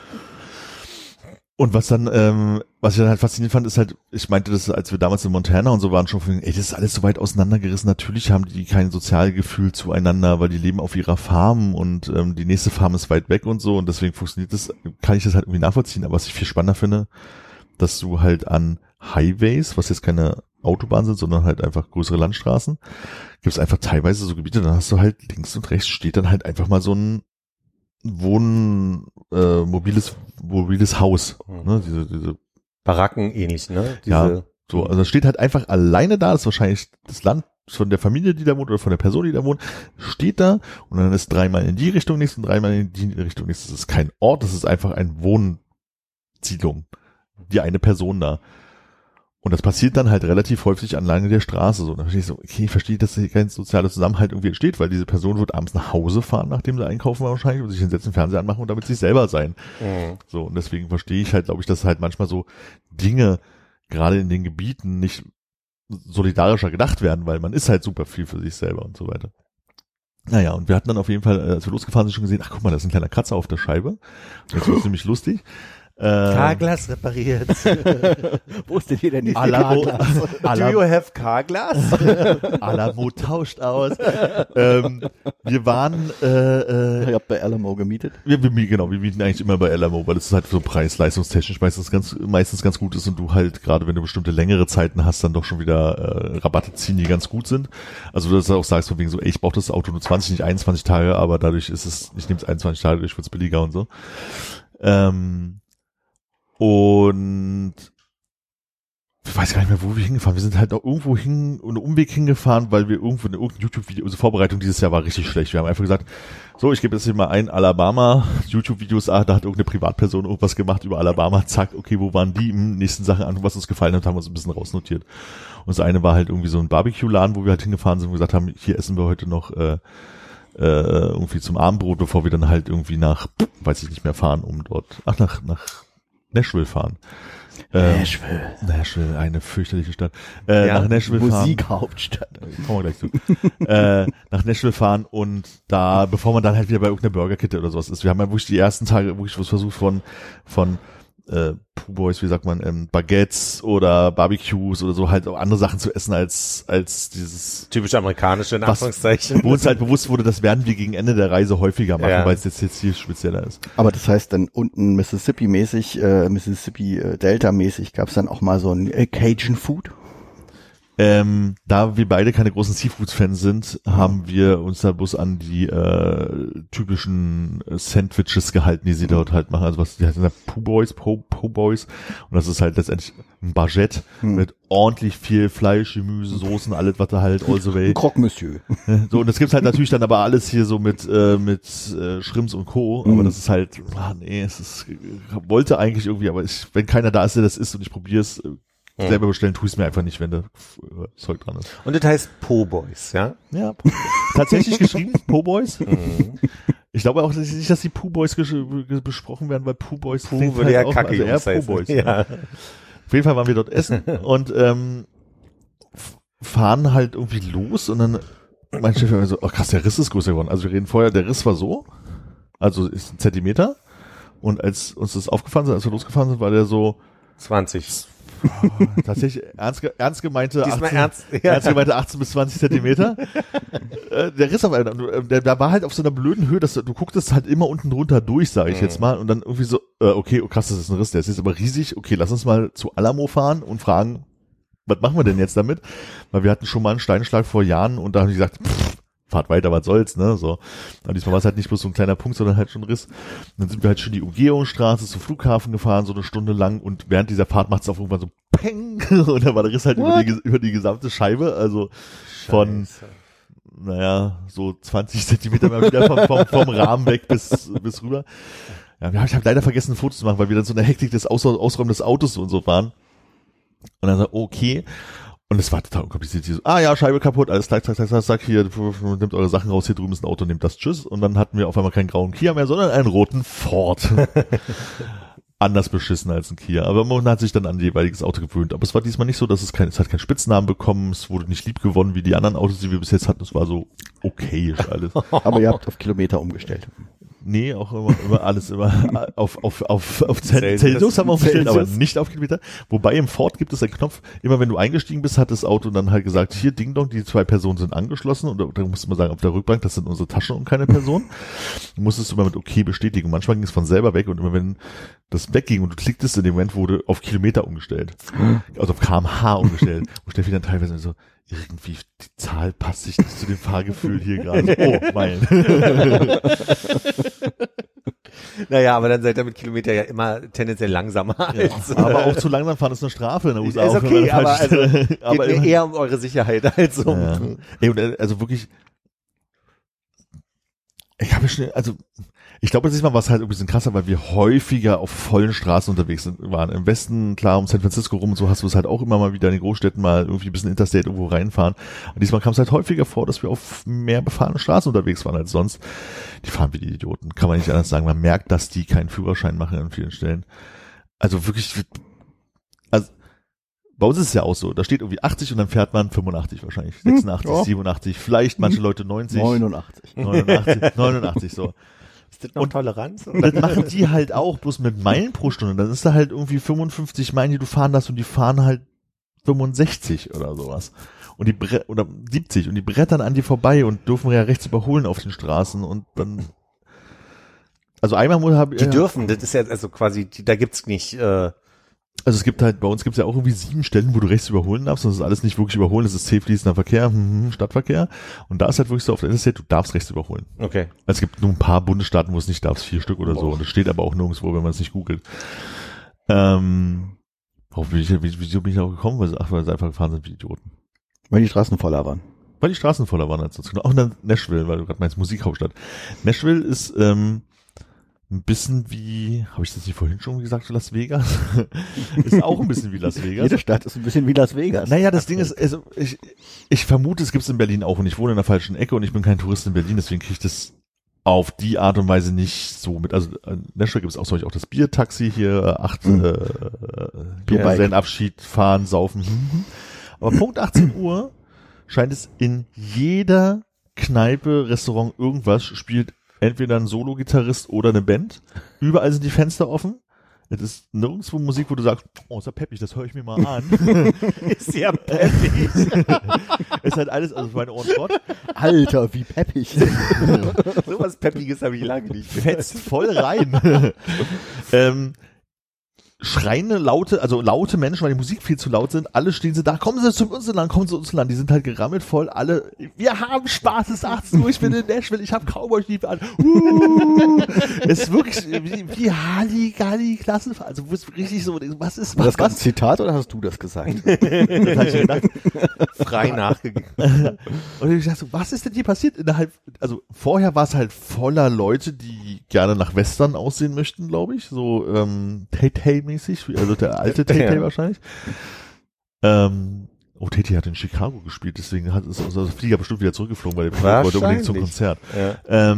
Und was ich dann halt faszinierend fand, ist halt, ich meinte das, als wir damals in Montana und so waren, schon von, ey, das ist alles so weit auseinandergerissen. Natürlich haben die kein Sozialgefühl zueinander, weil die leben auf ihrer Farm und die nächste Farm ist weit weg und so, und deswegen funktioniert das, kann ich das halt irgendwie nachvollziehen. Aber was ich viel spannender finde, dass du halt an Highways, was jetzt keine Autobahnen sind, sondern halt einfach größere Landstraßen, gibt es einfach teilweise so Gebiete, dann hast du halt links und rechts steht dann halt einfach mal so ein mobiles Haus, ne? Diese Baracken ähnlich, ne? Ja, so, also steht halt einfach alleine da, das ist wahrscheinlich das Land von der Familie, die da wohnt, oder von der Person, die da wohnt, steht da, und dann ist dreimal in die Richtung nichts und dreimal in die Richtung nichts. Das ist kein Ort, das ist einfach eine Wohnsiedlung, die eine Person da. Und das passiert dann halt relativ häufig anlange der Straße. So, da verstehe ich so, okay, ich verstehe, dass hier kein sozialer Zusammenhalt irgendwie entsteht, weil diese Person wird abends nach Hause fahren, nachdem sie einkaufen war wahrscheinlich, und sich hinsetzen, Fernseher anmachen und damit sich selber sein. So, und deswegen verstehe ich halt, glaube ich, dass halt manchmal so Dinge gerade in den Gebieten nicht solidarischer gedacht werden, weil man ist halt super viel für sich selber und so weiter. Naja, und wir hatten dann auf jeden Fall, als wir losgefahren sind, schon gesehen, ach guck mal, da ist ein kleiner Kratzer auf der Scheibe. Das ist ziemlich lustig. Carglass repariert. Wo ist denn hier der nächste Carglass? Do you have Carglass? Alamo tauscht aus. Wir waren ihr habt bei Alamo gemietet? Wir mieten eigentlich immer bei Alamo, weil es halt so preis-leistungstechnisch meistens ganz gut ist und du halt, gerade wenn du bestimmte längere Zeiten hast, dann doch schon wieder Rabatte ziehen, die ganz gut sind. Also dass du auch sagst von wegen so, ey, ich brauche das Auto nur 20, nicht 21 Tage, aber dadurch ist es, ich nehme es 21 Tage, dadurch wird es billiger und so. Und ich weiß gar nicht mehr, wo wir hingefahren. Wir sind halt auch irgendwo einen Umweg hingefahren, weil wir irgendwo in irgendein YouTube-Video, unsere Vorbereitung dieses Jahr war richtig schlecht. Wir haben einfach gesagt, so, ich gebe jetzt hier mal ein Alabama, YouTube-Videos, da hat irgendeine Privatperson irgendwas gemacht über Alabama, zack, okay, wo waren die? Nächsten Sachen an, was uns gefallen hat, haben wir uns ein bisschen rausnotiert. Und das eine war halt irgendwie so ein Barbecue-Laden, wo wir halt hingefahren sind und gesagt haben, hier essen wir heute noch irgendwie zum Abendbrot, bevor wir dann halt irgendwie nach, weiß ich nicht mehr, fahren, um dort, nach Nashville fahren. Nashville, eine fürchterliche Stadt. Nach Nashville fahren. Musikhauptstadt. Kommen wir gleich zu. Nach Nashville fahren und da, bevor man dann halt wieder bei irgendeiner Burgerkette oder sowas ist. Wir haben ja wirklich die ersten Tage wirklich was versucht von Pooh Boys, wie sagt man, Baguettes oder Barbecues oder so, halt auch andere Sachen zu essen als dieses typisch amerikanische, in Anführungszeichen. Wo uns halt bewusst wurde, das werden wir gegen Ende der Reise häufiger machen, weil es jetzt hier spezieller ist. Aber das heißt dann unten Mississippi Delta-mäßig gab es dann auch mal so ein Cajun Food? Da wir beide keine großen Seafood-Fans sind, haben wir uns da bloß an die typischen Sandwiches gehalten, die sie dort halt machen. Also was die heißen da Po Boys. Und das ist halt letztendlich ein Baguette mit ordentlich viel Fleisch, Gemüse, Soßen, alles was da halt all the way. Croque Monsieur. So, und das gibt's halt natürlich dann aber alles hier so mit Shrimps und Co. Aber das ist halt, wollte eigentlich irgendwie, aber wenn keiner da ist, der das isst und ich probiere es, selber bestellen, tue ich es mir einfach nicht, wenn da Zeug dran ist. Und das heißt Po Boys, ja? Ja, tatsächlich geschrieben, Po Boys. Ich glaube auch nicht, dass die Pooh Boys besprochen werden, weil Pooh Boys Pooh würde ja kacke also eher Pooh Boys. Ja. Auf jeden Fall waren wir dort essen und fahren halt irgendwie los und dann mein Chef war so, oh krass, der Riss ist größer geworden. Also wir reden vorher, der Riss war so, also ist ein Zentimeter, und als uns das aufgefallen ist, als wir losgefahren sind, war der so 20. Tatsächlich ernst gemeinte 18 bis 20 Zentimeter. Der Riss auf einmal, der war halt auf so einer blöden Höhe, dass du gucktest halt immer unten drunter durch, sage ich jetzt mal, und dann irgendwie so, okay, oh krass, das ist ein Riss, der ist jetzt aber riesig, okay, lass uns mal zu Alamo fahren und fragen, was machen wir denn jetzt damit? Weil wir hatten schon mal einen Steinschlag vor Jahren und da haben die gesagt, fahrt weiter, was soll's, ne, so. Und diesmal war es halt nicht bloß so ein kleiner Punkt, sondern halt schon ein Riss. Und dann sind wir halt schon die Umgehungsstraße zum Flughafen gefahren, so eine Stunde lang, und während dieser Fahrt macht es auch irgendwann so Peng, und dann war der Riss halt über die gesamte Scheibe, also von, so 20 Zentimeter mal wieder vom Rahmen weg bis rüber. Ja, ich habe leider vergessen, Fotos zu machen, weil wir dann so eine Hektik des Ausräumen des Autos und so waren. Und dann so, okay. Und es war total kompliziert. So, Scheibe kaputt, alles zack, hier, nehmt eure Sachen raus, hier drüben ist ein Auto, nehmt das, tschüss. Und dann hatten wir auf einmal keinen grauen Kia mehr, sondern einen roten Ford. Anders beschissen als ein Kia. Aber man hat sich dann an jeweiliges Auto gewöhnt. Aber es war diesmal nicht so, dass es hat keinen Spitznamen bekommen, es wurde nicht lieb gewonnen wie die anderen Autos, die wir bis jetzt hatten. Es war so okayisch alles. Aber ihr habt auf Kilometer umgestellt. Nee, auch immer alles immer auf Celsius haben wir umgestellt, aber nicht auf Kilometer. Wobei im Ford gibt es einen Knopf, immer wenn du eingestiegen bist, hat das Auto dann halt gesagt, hier Ding Dong, die 2 Personen sind angeschlossen und da musst du mal sagen, auf der Rückbank, das sind unsere Taschen und keine Person. Musstest du mal mit okay bestätigen. Manchmal ging es von selber weg und immer wenn das wegging und du klicktest, in dem Moment wurde auf Kilometer umgestellt. Also auf kmh umgestellt. Wo Steffi dann teilweise so, irgendwie, die Zahl passt sich nicht zu dem Fahrgefühl hier gerade. Oh, mein. Naja, aber dann seid ihr mit Kilometer ja immer tendenziell langsamer als... Aber auch zu langsam fahren ist eine Strafe in der USA. Ist okay, aber geht mir immer, eher um eure Sicherheit als um... Ja. Ey, also wirklich, ich glaube, diesmal war es halt ein bisschen krasser, weil wir häufiger auf vollen Straßen unterwegs waren. Im Westen, klar, um San Francisco rum und so hast du es halt auch immer mal wieder in den Großstädten mal irgendwie ein bisschen Interstate irgendwo reinfahren. Und diesmal kam es halt häufiger vor, dass wir auf mehr befahrenen Straßen unterwegs waren als sonst. Die fahren wie die Idioten. Kann man nicht anders sagen. Man merkt, dass die keinen Führerschein machen an vielen Stellen. Also wirklich, also bei uns ist es ja auch so. Da steht irgendwie 80 und dann fährt man 85 wahrscheinlich. 86, 87, vielleicht manche Leute 90. 89 so. Ist das noch Toleranz? Und das machen die halt auch, bloß mit Meilen pro Stunde. Dann ist da halt irgendwie 55 Meilen, die du fahren lässt und die fahren halt 65 oder sowas. Und oder 70 und die brettern an dir vorbei und dürfen ja rechts überholen auf den Straßen und dann, also einmal die dürfen, das ist ja also quasi, da gibt's nicht, also es gibt halt, bei uns gibt es ja auch irgendwie 7 Stellen, wo du rechts überholen darfst, und das ist alles nicht wirklich überholen, das ist safe fließender Verkehr, Stadtverkehr, und da ist halt wirklich so auf der Interstate, du darfst rechts überholen. Okay. Also es gibt nur ein paar Bundesstaaten, wo es nicht darfst, 4 Stück oder so, und das steht aber auch nirgendwo, wenn man es nicht googelt. Wieso bin ich auch gekommen? Weil sie einfach gefahren sind wie Idioten. Weil die Straßen voller waren. Weil die Straßen voller waren als sonst. Auch in Nashville, weil du gerade meinst, Musikhauptstadt. Nashville ist, ein bisschen wie, habe ich das nicht vorhin schon gesagt, Las Vegas? Ist auch ein bisschen wie Las Vegas. Jede Stadt ist ein bisschen wie Las Vegas. Naja, das Ding ist, also ich vermute, es gibt es in Berlin auch und ich wohne in der falschen Ecke und ich bin kein Tourist in Berlin, deswegen kriege ich das auf die Art und Weise nicht so mit. Also in Nashville gibt es auch zum Beispiel auch das Biertaxi hier, 8 Abschied, fahren, saufen. Aber Punkt 18 Uhr scheint es in jeder Kneipe, Restaurant, irgendwas spielt entweder ein Solo-Gitarrist oder eine Band. Überall sind die Fenster offen. Es ist nirgendwo Musik, wo du sagst, oh, ist ja peppig, das höre ich mir mal an. Ist ja peppig. Ist halt alles, also für meine Ohren fort. Alter, wie peppig. So was Peppiges habe ich lange nicht. Fetzt voll rein. Schreiende, laute Menschen, weil die Musik viel zu laut sind, alle stehen sie da, kommen sie zu uns lang, die sind halt gerammelt voll, alle, wir haben Spaß, es ist 18 Uhr, ich bin in Nashville, ich habe Cowboy-Stiefel an, es ist wirklich wie Halligalli, also wo es richtig so, was ist, war das ein Zitat oder hast du das gesagt? Das hab ich gedacht. Frei nachgegangen. Und ich dachte so, was ist denn hier passiert? Also vorher war es halt voller Leute, die gerne nach Western aussehen möchten, glaube ich, so Tay-Tay-mäßig, also der alte Tay-Tay wahrscheinlich. Tay-Tay hat in Chicago gespielt, deswegen ist unser Flieger bestimmt wieder zurückgeflogen, weil der wollte unbedingt zum Konzert. Ja.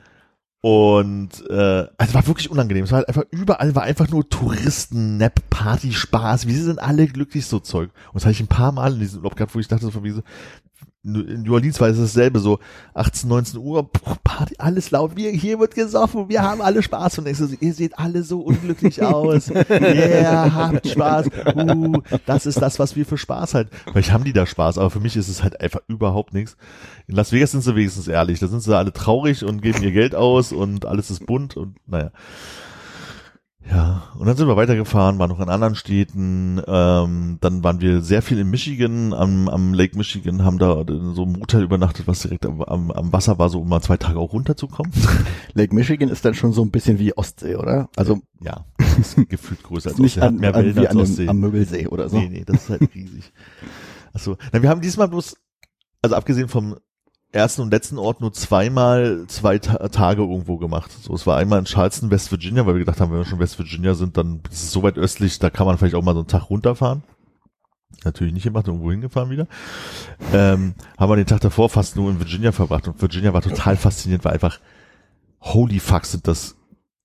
Also war wirklich unangenehm. Es war halt einfach, überall war einfach nur Touristen, Nap, Party, Spaß. Wie sie sind alle glücklich, so Zeug. Und das habe ich ein paar Mal in diesem Urlaub gehabt, wo ich dachte, so wie so, in New Orleans war es dasselbe, so 18, 19 Uhr, Party, alles laut, hier wird gesoffen, wir haben alle Spaß. Und ich so, ihr seht alle so unglücklich aus. Yeah, habt Spaß. Das ist das, was wir für Spaß halt. Vielleicht haben die da Spaß, aber für mich ist es halt einfach überhaupt nichts. In Las Vegas sind sie wenigstens ehrlich. Da sind sie alle traurig und geben ihr Geld aus und alles ist bunt und naja. Ja, und dann sind wir weitergefahren, waren noch in anderen Städten, dann waren wir sehr viel in Michigan, am Lake Michigan, haben da in so einem Hotel übernachtet, was direkt am Wasser war, so um mal 2 Tage auch runterzukommen. Lake Michigan ist dann schon so ein bisschen wie Ostsee, oder? Also ja, ist gefühlt größer als nicht Ostsee, hat mehr Wellen als Ostsee. Am Möbelsee oder so. Nee, das ist halt riesig. Achso, wir haben diesmal bloß, also abgesehen vom ersten und letzten Ort nur zweimal 2 Tage irgendwo gemacht. So, es war einmal in Charleston, West Virginia, weil wir gedacht haben, wenn wir schon West Virginia sind, dann ist es so weit östlich, da kann man vielleicht auch mal so einen Tag runterfahren. Natürlich nicht gemacht, irgendwo hingefahren wieder. Haben wir den Tag davor fast nur in Virginia verbracht und Virginia war total faszinierend, weil einfach holy fuck ist das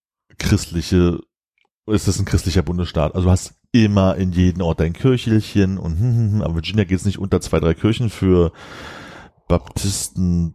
ein christlicher Bundesstaat. Also du hast immer in jedem Ort dein Kirchelchen und aber Virginia geht's nicht unter 2, 3 Kirchen für Baptisten,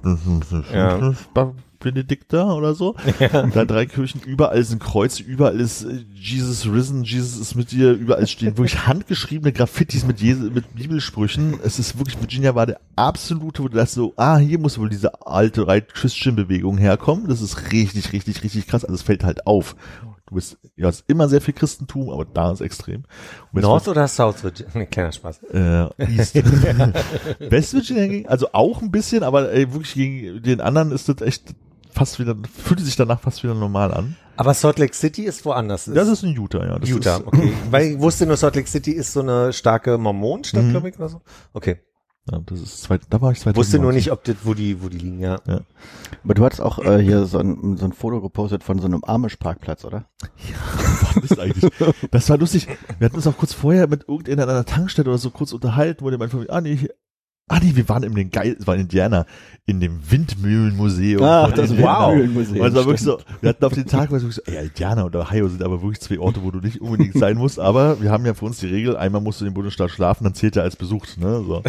Benedikter oder so. Ja. Da 3 Kirchen, überall sind Kreuze, überall ist Jesus risen, Jesus ist mit dir, überall stehen wirklich handgeschriebene Graffitis mit Bibelsprüchen. Es ist wirklich, Virginia war der absolute, wo du dachtest so, hier muss wohl diese alte Christian-Bewegung herkommen. Das ist richtig, richtig, richtig krass. Also es fällt halt auf. Du hast immer sehr viel Christentum, aber da ist extrem. North oder South Virginia? Nee, kleiner Spaß. East. West Virginia, also auch ein bisschen, aber wirklich gegen den anderen ist das echt fast wieder, fühlt sich danach fast wieder normal an. Aber Salt Lake City ist woanders. Das ist in Utah, ja. Utah, okay. Weil ich wusste nur, Salt Lake City ist so eine starke Mormonenstadt, glaube ich, oder so. Okay. Ja, das ist da war ich 2019. Wusste nur nicht, ob das, wo die liegen, ja. Aber du hattest auch hier so ein Foto gepostet von so einem Amish-Parkplatz, oder? Ja, das war lustig. Wir hatten uns auch kurz vorher mit irgendeiner Tankstelle oder so kurz unterhalten, wo der meinte, wir waren es war in Indiana, in dem Windmühlenmuseum. Das Windmühlenmuseum. Also wirklich so, wir hatten auf den Tag, wirklich so, Indiana und Ohio sind aber wirklich 2 Orte, wo du nicht unbedingt sein musst, aber wir haben ja für uns die Regel, einmal musst du in dem Bundesstaat schlafen, dann zählt er als besucht, ne, so.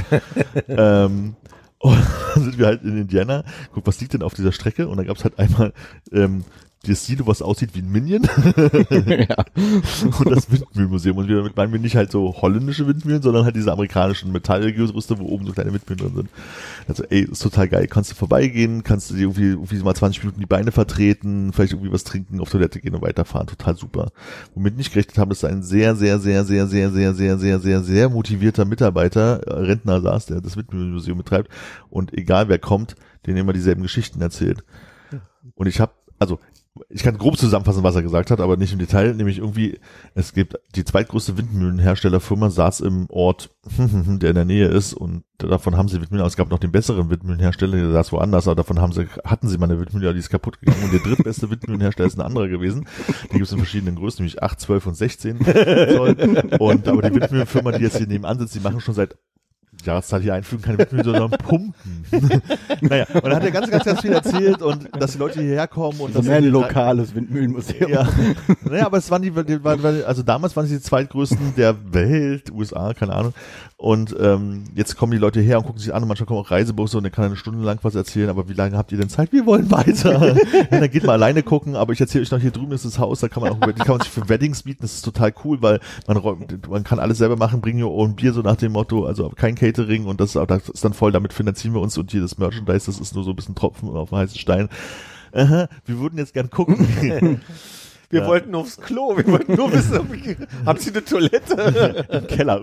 Und dann sind wir halt in Indiana, guck, was liegt denn auf dieser Strecke? Und dann gab's halt einmal, das Silo, was aussieht wie ein Minion. Ja. Und das Windmühlenmuseum. Und damit meinen wir nicht halt so holländische Windmühlen, sondern halt diese amerikanischen Metallgerüste, wo oben so kleine Windmühlen drin sind. Also ist total geil. Kannst du vorbeigehen, kannst du dir irgendwie mal 20 Minuten die Beine vertreten, vielleicht irgendwie was trinken, auf Toilette gehen und weiterfahren. Total super. Womit nicht gerechnet haben, dass da ein sehr, sehr, sehr, sehr, sehr, sehr, sehr, sehr, sehr, sehr motivierter Mitarbeiter, Rentner saß, der das Windmühlenmuseum betreibt. Und egal wer kommt, den immer dieselben Geschichten erzählt. Und ich kann grob zusammenfassen, was er gesagt hat, aber nicht im Detail, nämlich irgendwie, es gibt die zweitgrößte Windmühlenherstellerfirma, saß im Ort, der in der Nähe ist und davon haben sie Windmühlen, es gab noch den besseren Windmühlenhersteller, der saß woanders, aber davon hatten sie mal eine Windmühle, die ist kaputt gegangen und der drittbeste Windmühlenhersteller ist ein anderer gewesen. Die gibt es in verschiedenen Größen, nämlich 8, 12 und 16 Zoll. Aber die Windmühlenfirma, die jetzt hier nebenan sitzt, die machen schon seit Jahreszahl hier einfügen, keine Windmühlen, sondern Pumpen. Naja, und dann hat er ganz viel erzählt und dass die Leute hierher kommen und das ist ein lokales Windmühlenmuseum. Ja. Naja, aber es waren also damals waren sie die zweitgrößten der Welt, USA, keine Ahnung. Und jetzt kommen die Leute her und gucken sich an und manchmal kommen auch Reisebusse und der kann eine Stunde lang was erzählen, aber wie lange habt ihr denn Zeit? Wir wollen weiter. Ja, dann geht mal alleine gucken, aber ich erzähle euch noch, hier drüben ist das Haus, da kann man sich für Weddings bieten, das ist total cool, weil man kann alles selber machen, bring your own Bier, so nach dem Motto, also kein Catering und das ist dann voll, damit finanzieren wir uns und hier das Merchandise, das ist nur so ein bisschen Tropfen auf den heißen Stein. Wir würden jetzt gern gucken. Wir wollten aufs Klo, wir wollten nur wissen, haben Sie eine Toilette? Im Keller.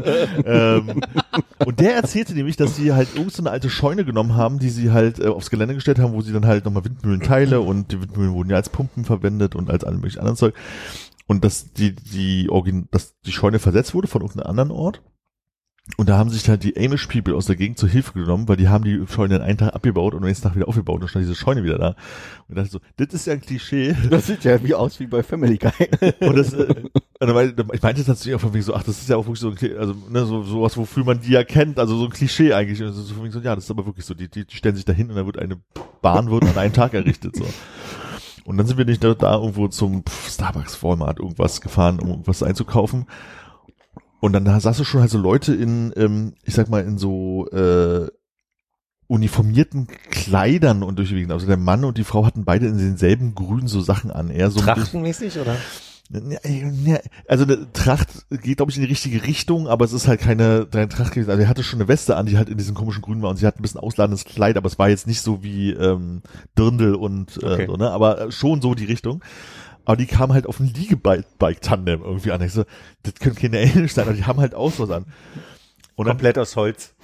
Und der erzählte nämlich, dass sie halt irgend so eine alte Scheune genommen haben, die sie halt aufs Gelände gestellt haben, wo sie dann halt nochmal Windmühlenteile und die Windmühlen wurden ja als Pumpen verwendet und als alle möglichen anderen Zeug. Und dass die Scheune versetzt wurde von irgendeinem anderen Ort. Und da haben sich halt die Amish People aus der Gegend zur Hilfe genommen, weil die haben die Scheune in einen Tag abgebaut und am nächsten Tag wieder aufgebaut und stand diese Scheune wieder da. Und ich dachte so, das ist ja ein Klischee. Das sieht ja aus wie bei Family Guy. Und ich meinte tatsächlich auch von wegen so, das ist ja auch wirklich so, also ne, sowas, wofür man die ja kennt, also so ein Klischee eigentlich. Und so von wegen so, ja, das ist aber wirklich so, die stellen sich da hin und dann wird eine Bahn an einem Tag errichtet, so. Und dann sind wir nicht da irgendwo zum Starbucks, Walmart, irgendwas gefahren, um irgendwas einzukaufen. Und dann saßen du schon halt so Leute in so uniformierten Kleidern und durchwegen. Also der Mann und die Frau hatten beide in denselben Grün so Sachen an. Eher so trachtenmäßig, oder? Also eine Tracht geht, glaube ich, in die richtige Richtung, aber es ist halt keine Tracht gewesen. Also er hatte schon eine Weste an, die halt in diesem komischen Grün war und sie hat ein bisschen ausladendes Kleid, aber es war jetzt nicht so wie Dirndl und so, ne? Aber schon so die Richtung. Aber die kamen halt auf ein Liegebike-Tandem irgendwie an. Ich so, das können keine Englisch sein, aber die haben halt auch was an. komplett aus Holz.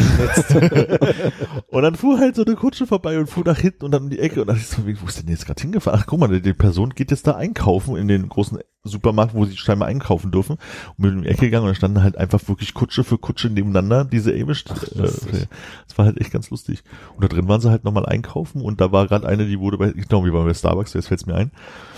Und dann fuhr halt so eine Kutsche vorbei und fuhr nach hinten und dann um die Ecke und dann dachte ich so, wo ist denn jetzt gerade hingefahren? Ach, guck mal, die Person geht jetzt da einkaufen in den großen Supermarkt, wo sie scheinbar einkaufen dürfen und mit um die Ecke gegangen und da standen halt einfach wirklich Kutsche für Kutsche nebeneinander, diese Amish. Das war halt echt ganz lustig. Und da drin waren sie halt nochmal einkaufen und da war gerade eine, die wurde wir waren bei Starbucks, jetzt fällt's mir ein,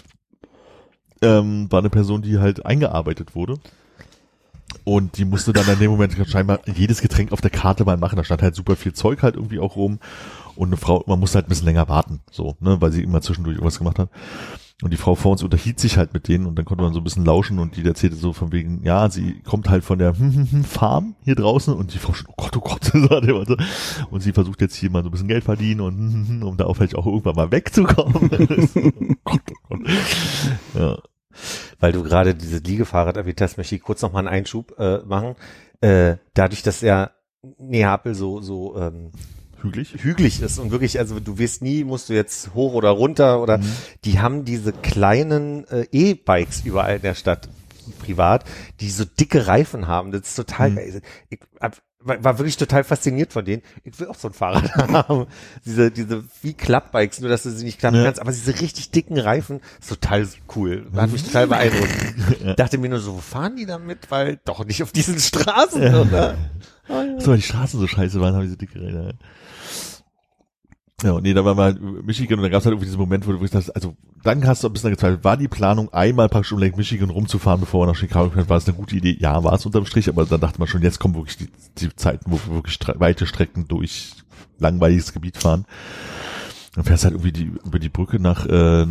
war eine Person, die halt eingearbeitet wurde. Und die musste dann in dem Moment scheinbar jedes Getränk auf der Karte mal machen. Da stand halt super viel Zeug halt irgendwie auch rum. Und eine Frau, man musste halt ein bisschen länger warten, so, ne, weil sie immer zwischendurch irgendwas gemacht hat. Und die Frau vor uns unterhielt sich halt mit denen und dann konnte man so ein bisschen lauschen und die erzählte so von wegen, ja, sie kommt halt von der Farm hier draußen und die Frau schon, oh Gott, und sie versucht jetzt hier mal so ein bisschen Geld verdienen und um da vielleicht auch irgendwann mal wegzukommen. Oh Gott. Ja. Weil du gerade diese Liegefahrrad erwähnt hast, möchte ich kurz noch mal einen Einschub machen. Dadurch, dass ja Neapel so hügelig ist und wirklich, also du weißt nie, musst du jetzt hoch oder runter oder die haben diese kleinen E-Bikes überall in der Stadt privat, die so dicke Reifen haben. Das ist total geil. Ich war wirklich total fasziniert von denen. Ich will auch so ein Fahrrad haben. Diese wie Klappbikes, nur dass du sie nicht klappen kannst, aber diese richtig dicken Reifen, ist total cool. Hat mich total beeindruckt. Dachte mir nur so, wo fahren die damit? Weil doch nicht auf diesen Straßen, oder? So, weil die Straßen so scheiße waren, haben diese dicke Räder. Ja, nee, da war mal Michigan und dann gab es halt irgendwie diesen Moment, wo ich dachte, also dann hast du ein bisschen gezweifelt, war die Planung einmal praktisch um Lake Michigan rumzufahren, bevor wir nach Chicago kamen, war es eine gute Idee? Ja, war es unterm Strich, aber dann dachte man schon, jetzt kommen wirklich die Zeiten, wo wir wirklich weite Strecken durch langweiliges Gebiet fahren. Dann fährst halt irgendwie über die Brücke nach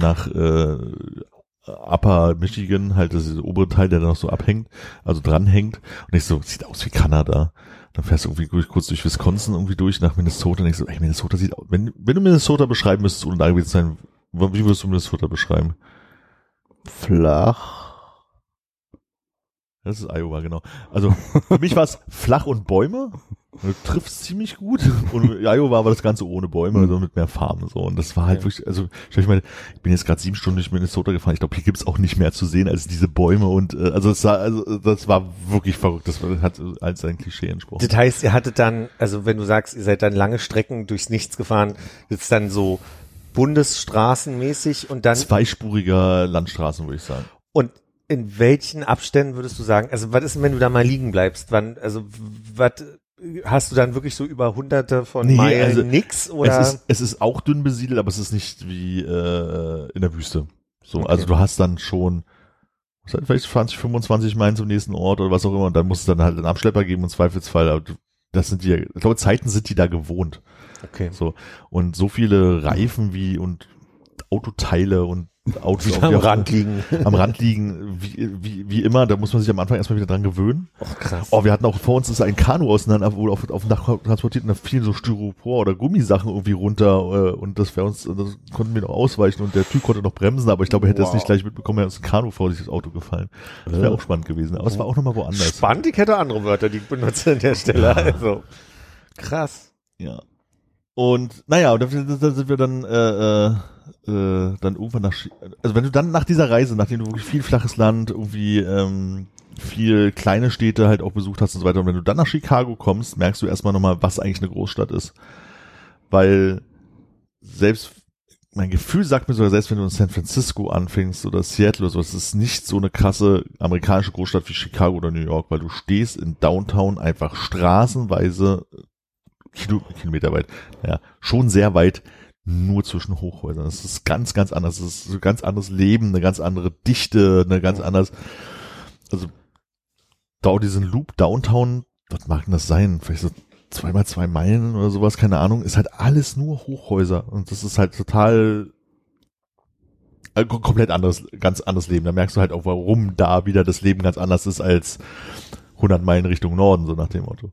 Upper Michigan, halt das ist der obere Teil, der da noch so abhängt, also dranhängt und ich so, sieht aus wie Kanada. Dann fährst du irgendwie kurz durch Wisconsin irgendwie durch nach Minnesota und denkst so, ey, Minnesota sieht aus, wenn du Minnesota beschreiben müsstest, ohne da gewesen sein, wie würdest du Minnesota beschreiben? Flach. Das ist Iowa, genau. Also für mich war es flach und Bäume. Du triffst ziemlich gut. Und Iowa war das Ganze ohne Bäume, also mit mehr Farben. So. Und das war halt wirklich, also ich bin jetzt gerade 7 Stunden durch Minnesota gefahren. Ich glaube, hier gibt's auch nicht mehr zu sehen als diese Bäume. Und das war wirklich verrückt. Das hat als ein Klischee entsprochen. Das heißt, ihr hattet dann, also wenn du sagst, ihr seid dann lange Strecken durchs Nichts gefahren, ist dann so bundesstraßenmäßig und dann zweispuriger Landstraßen, würde ich sagen. Und in welchen Abständen würdest du sagen, also was ist denn, wenn du da mal liegen bleibst? Wann, also was hast du dann wirklich so über Hunderte von Meilen also nix oder? Es ist auch dünn besiedelt, aber es ist nicht wie in der Wüste. So, Okay. also du hast dann schon vielleicht 20, 25 Meilen zum nächsten Ort oder was auch immer und dann muss es dann halt einen Abschlepper geben im Zweifelsfall. Aber das sind ich glaube, Zeiten sind die da gewohnt. Okay. So. Und so viele Reifen und Autoteile und Autos Die am Rand liegen. Am Rand liegen, wie immer, da muss man sich am Anfang erstmal wieder dran gewöhnen. Oh, krass. Oh, wir hatten auch vor uns ist ein Kanu auseinander, wo auf dem Dach transportiert und da fielen so Styropor oder Gummisachen irgendwie runter und das konnten wir noch ausweichen und der Typ konnte noch bremsen, aber ich glaube, er hätte es nicht gleich mitbekommen, er ist ein Kanu vor sich das Auto gefallen. Das wäre auch spannend gewesen, aber es war auch nochmal woanders. Spannend, ich hätte andere Wörter, die ich benutze an der Stelle. Ja. Also krass. Ja. Und naja, und da sind wir dann irgendwann also wenn du dann nach dieser Reise, nachdem du wirklich viel flaches Land, irgendwie viel kleine Städte halt auch besucht hast und so weiter, und wenn du dann nach Chicago kommst, merkst du erstmal nochmal, was eigentlich eine Großstadt ist. Weil selbst mein Gefühl sagt mir sogar, selbst wenn du in San Francisco anfängst oder Seattle oder so, es ist nicht so eine krasse amerikanische Großstadt wie Chicago oder New York, weil du stehst in Downtown einfach straßenweise Kilometer weit, ja, schon sehr weit, nur zwischen Hochhäusern. Das ist ganz, ganz anders. Das ist so ein ganz anderes Leben, eine ganz andere Dichte, eine ganz anders, also da diesen Loop Downtown, was mag denn das sein? Vielleicht so 2x2 Meilen oder sowas, keine Ahnung, ist halt alles nur Hochhäuser und das ist halt total komplett ganz anderes Leben. Da merkst du halt auch, warum da wieder das Leben ganz anders ist als 100 Meilen Richtung Norden, so nach dem Motto.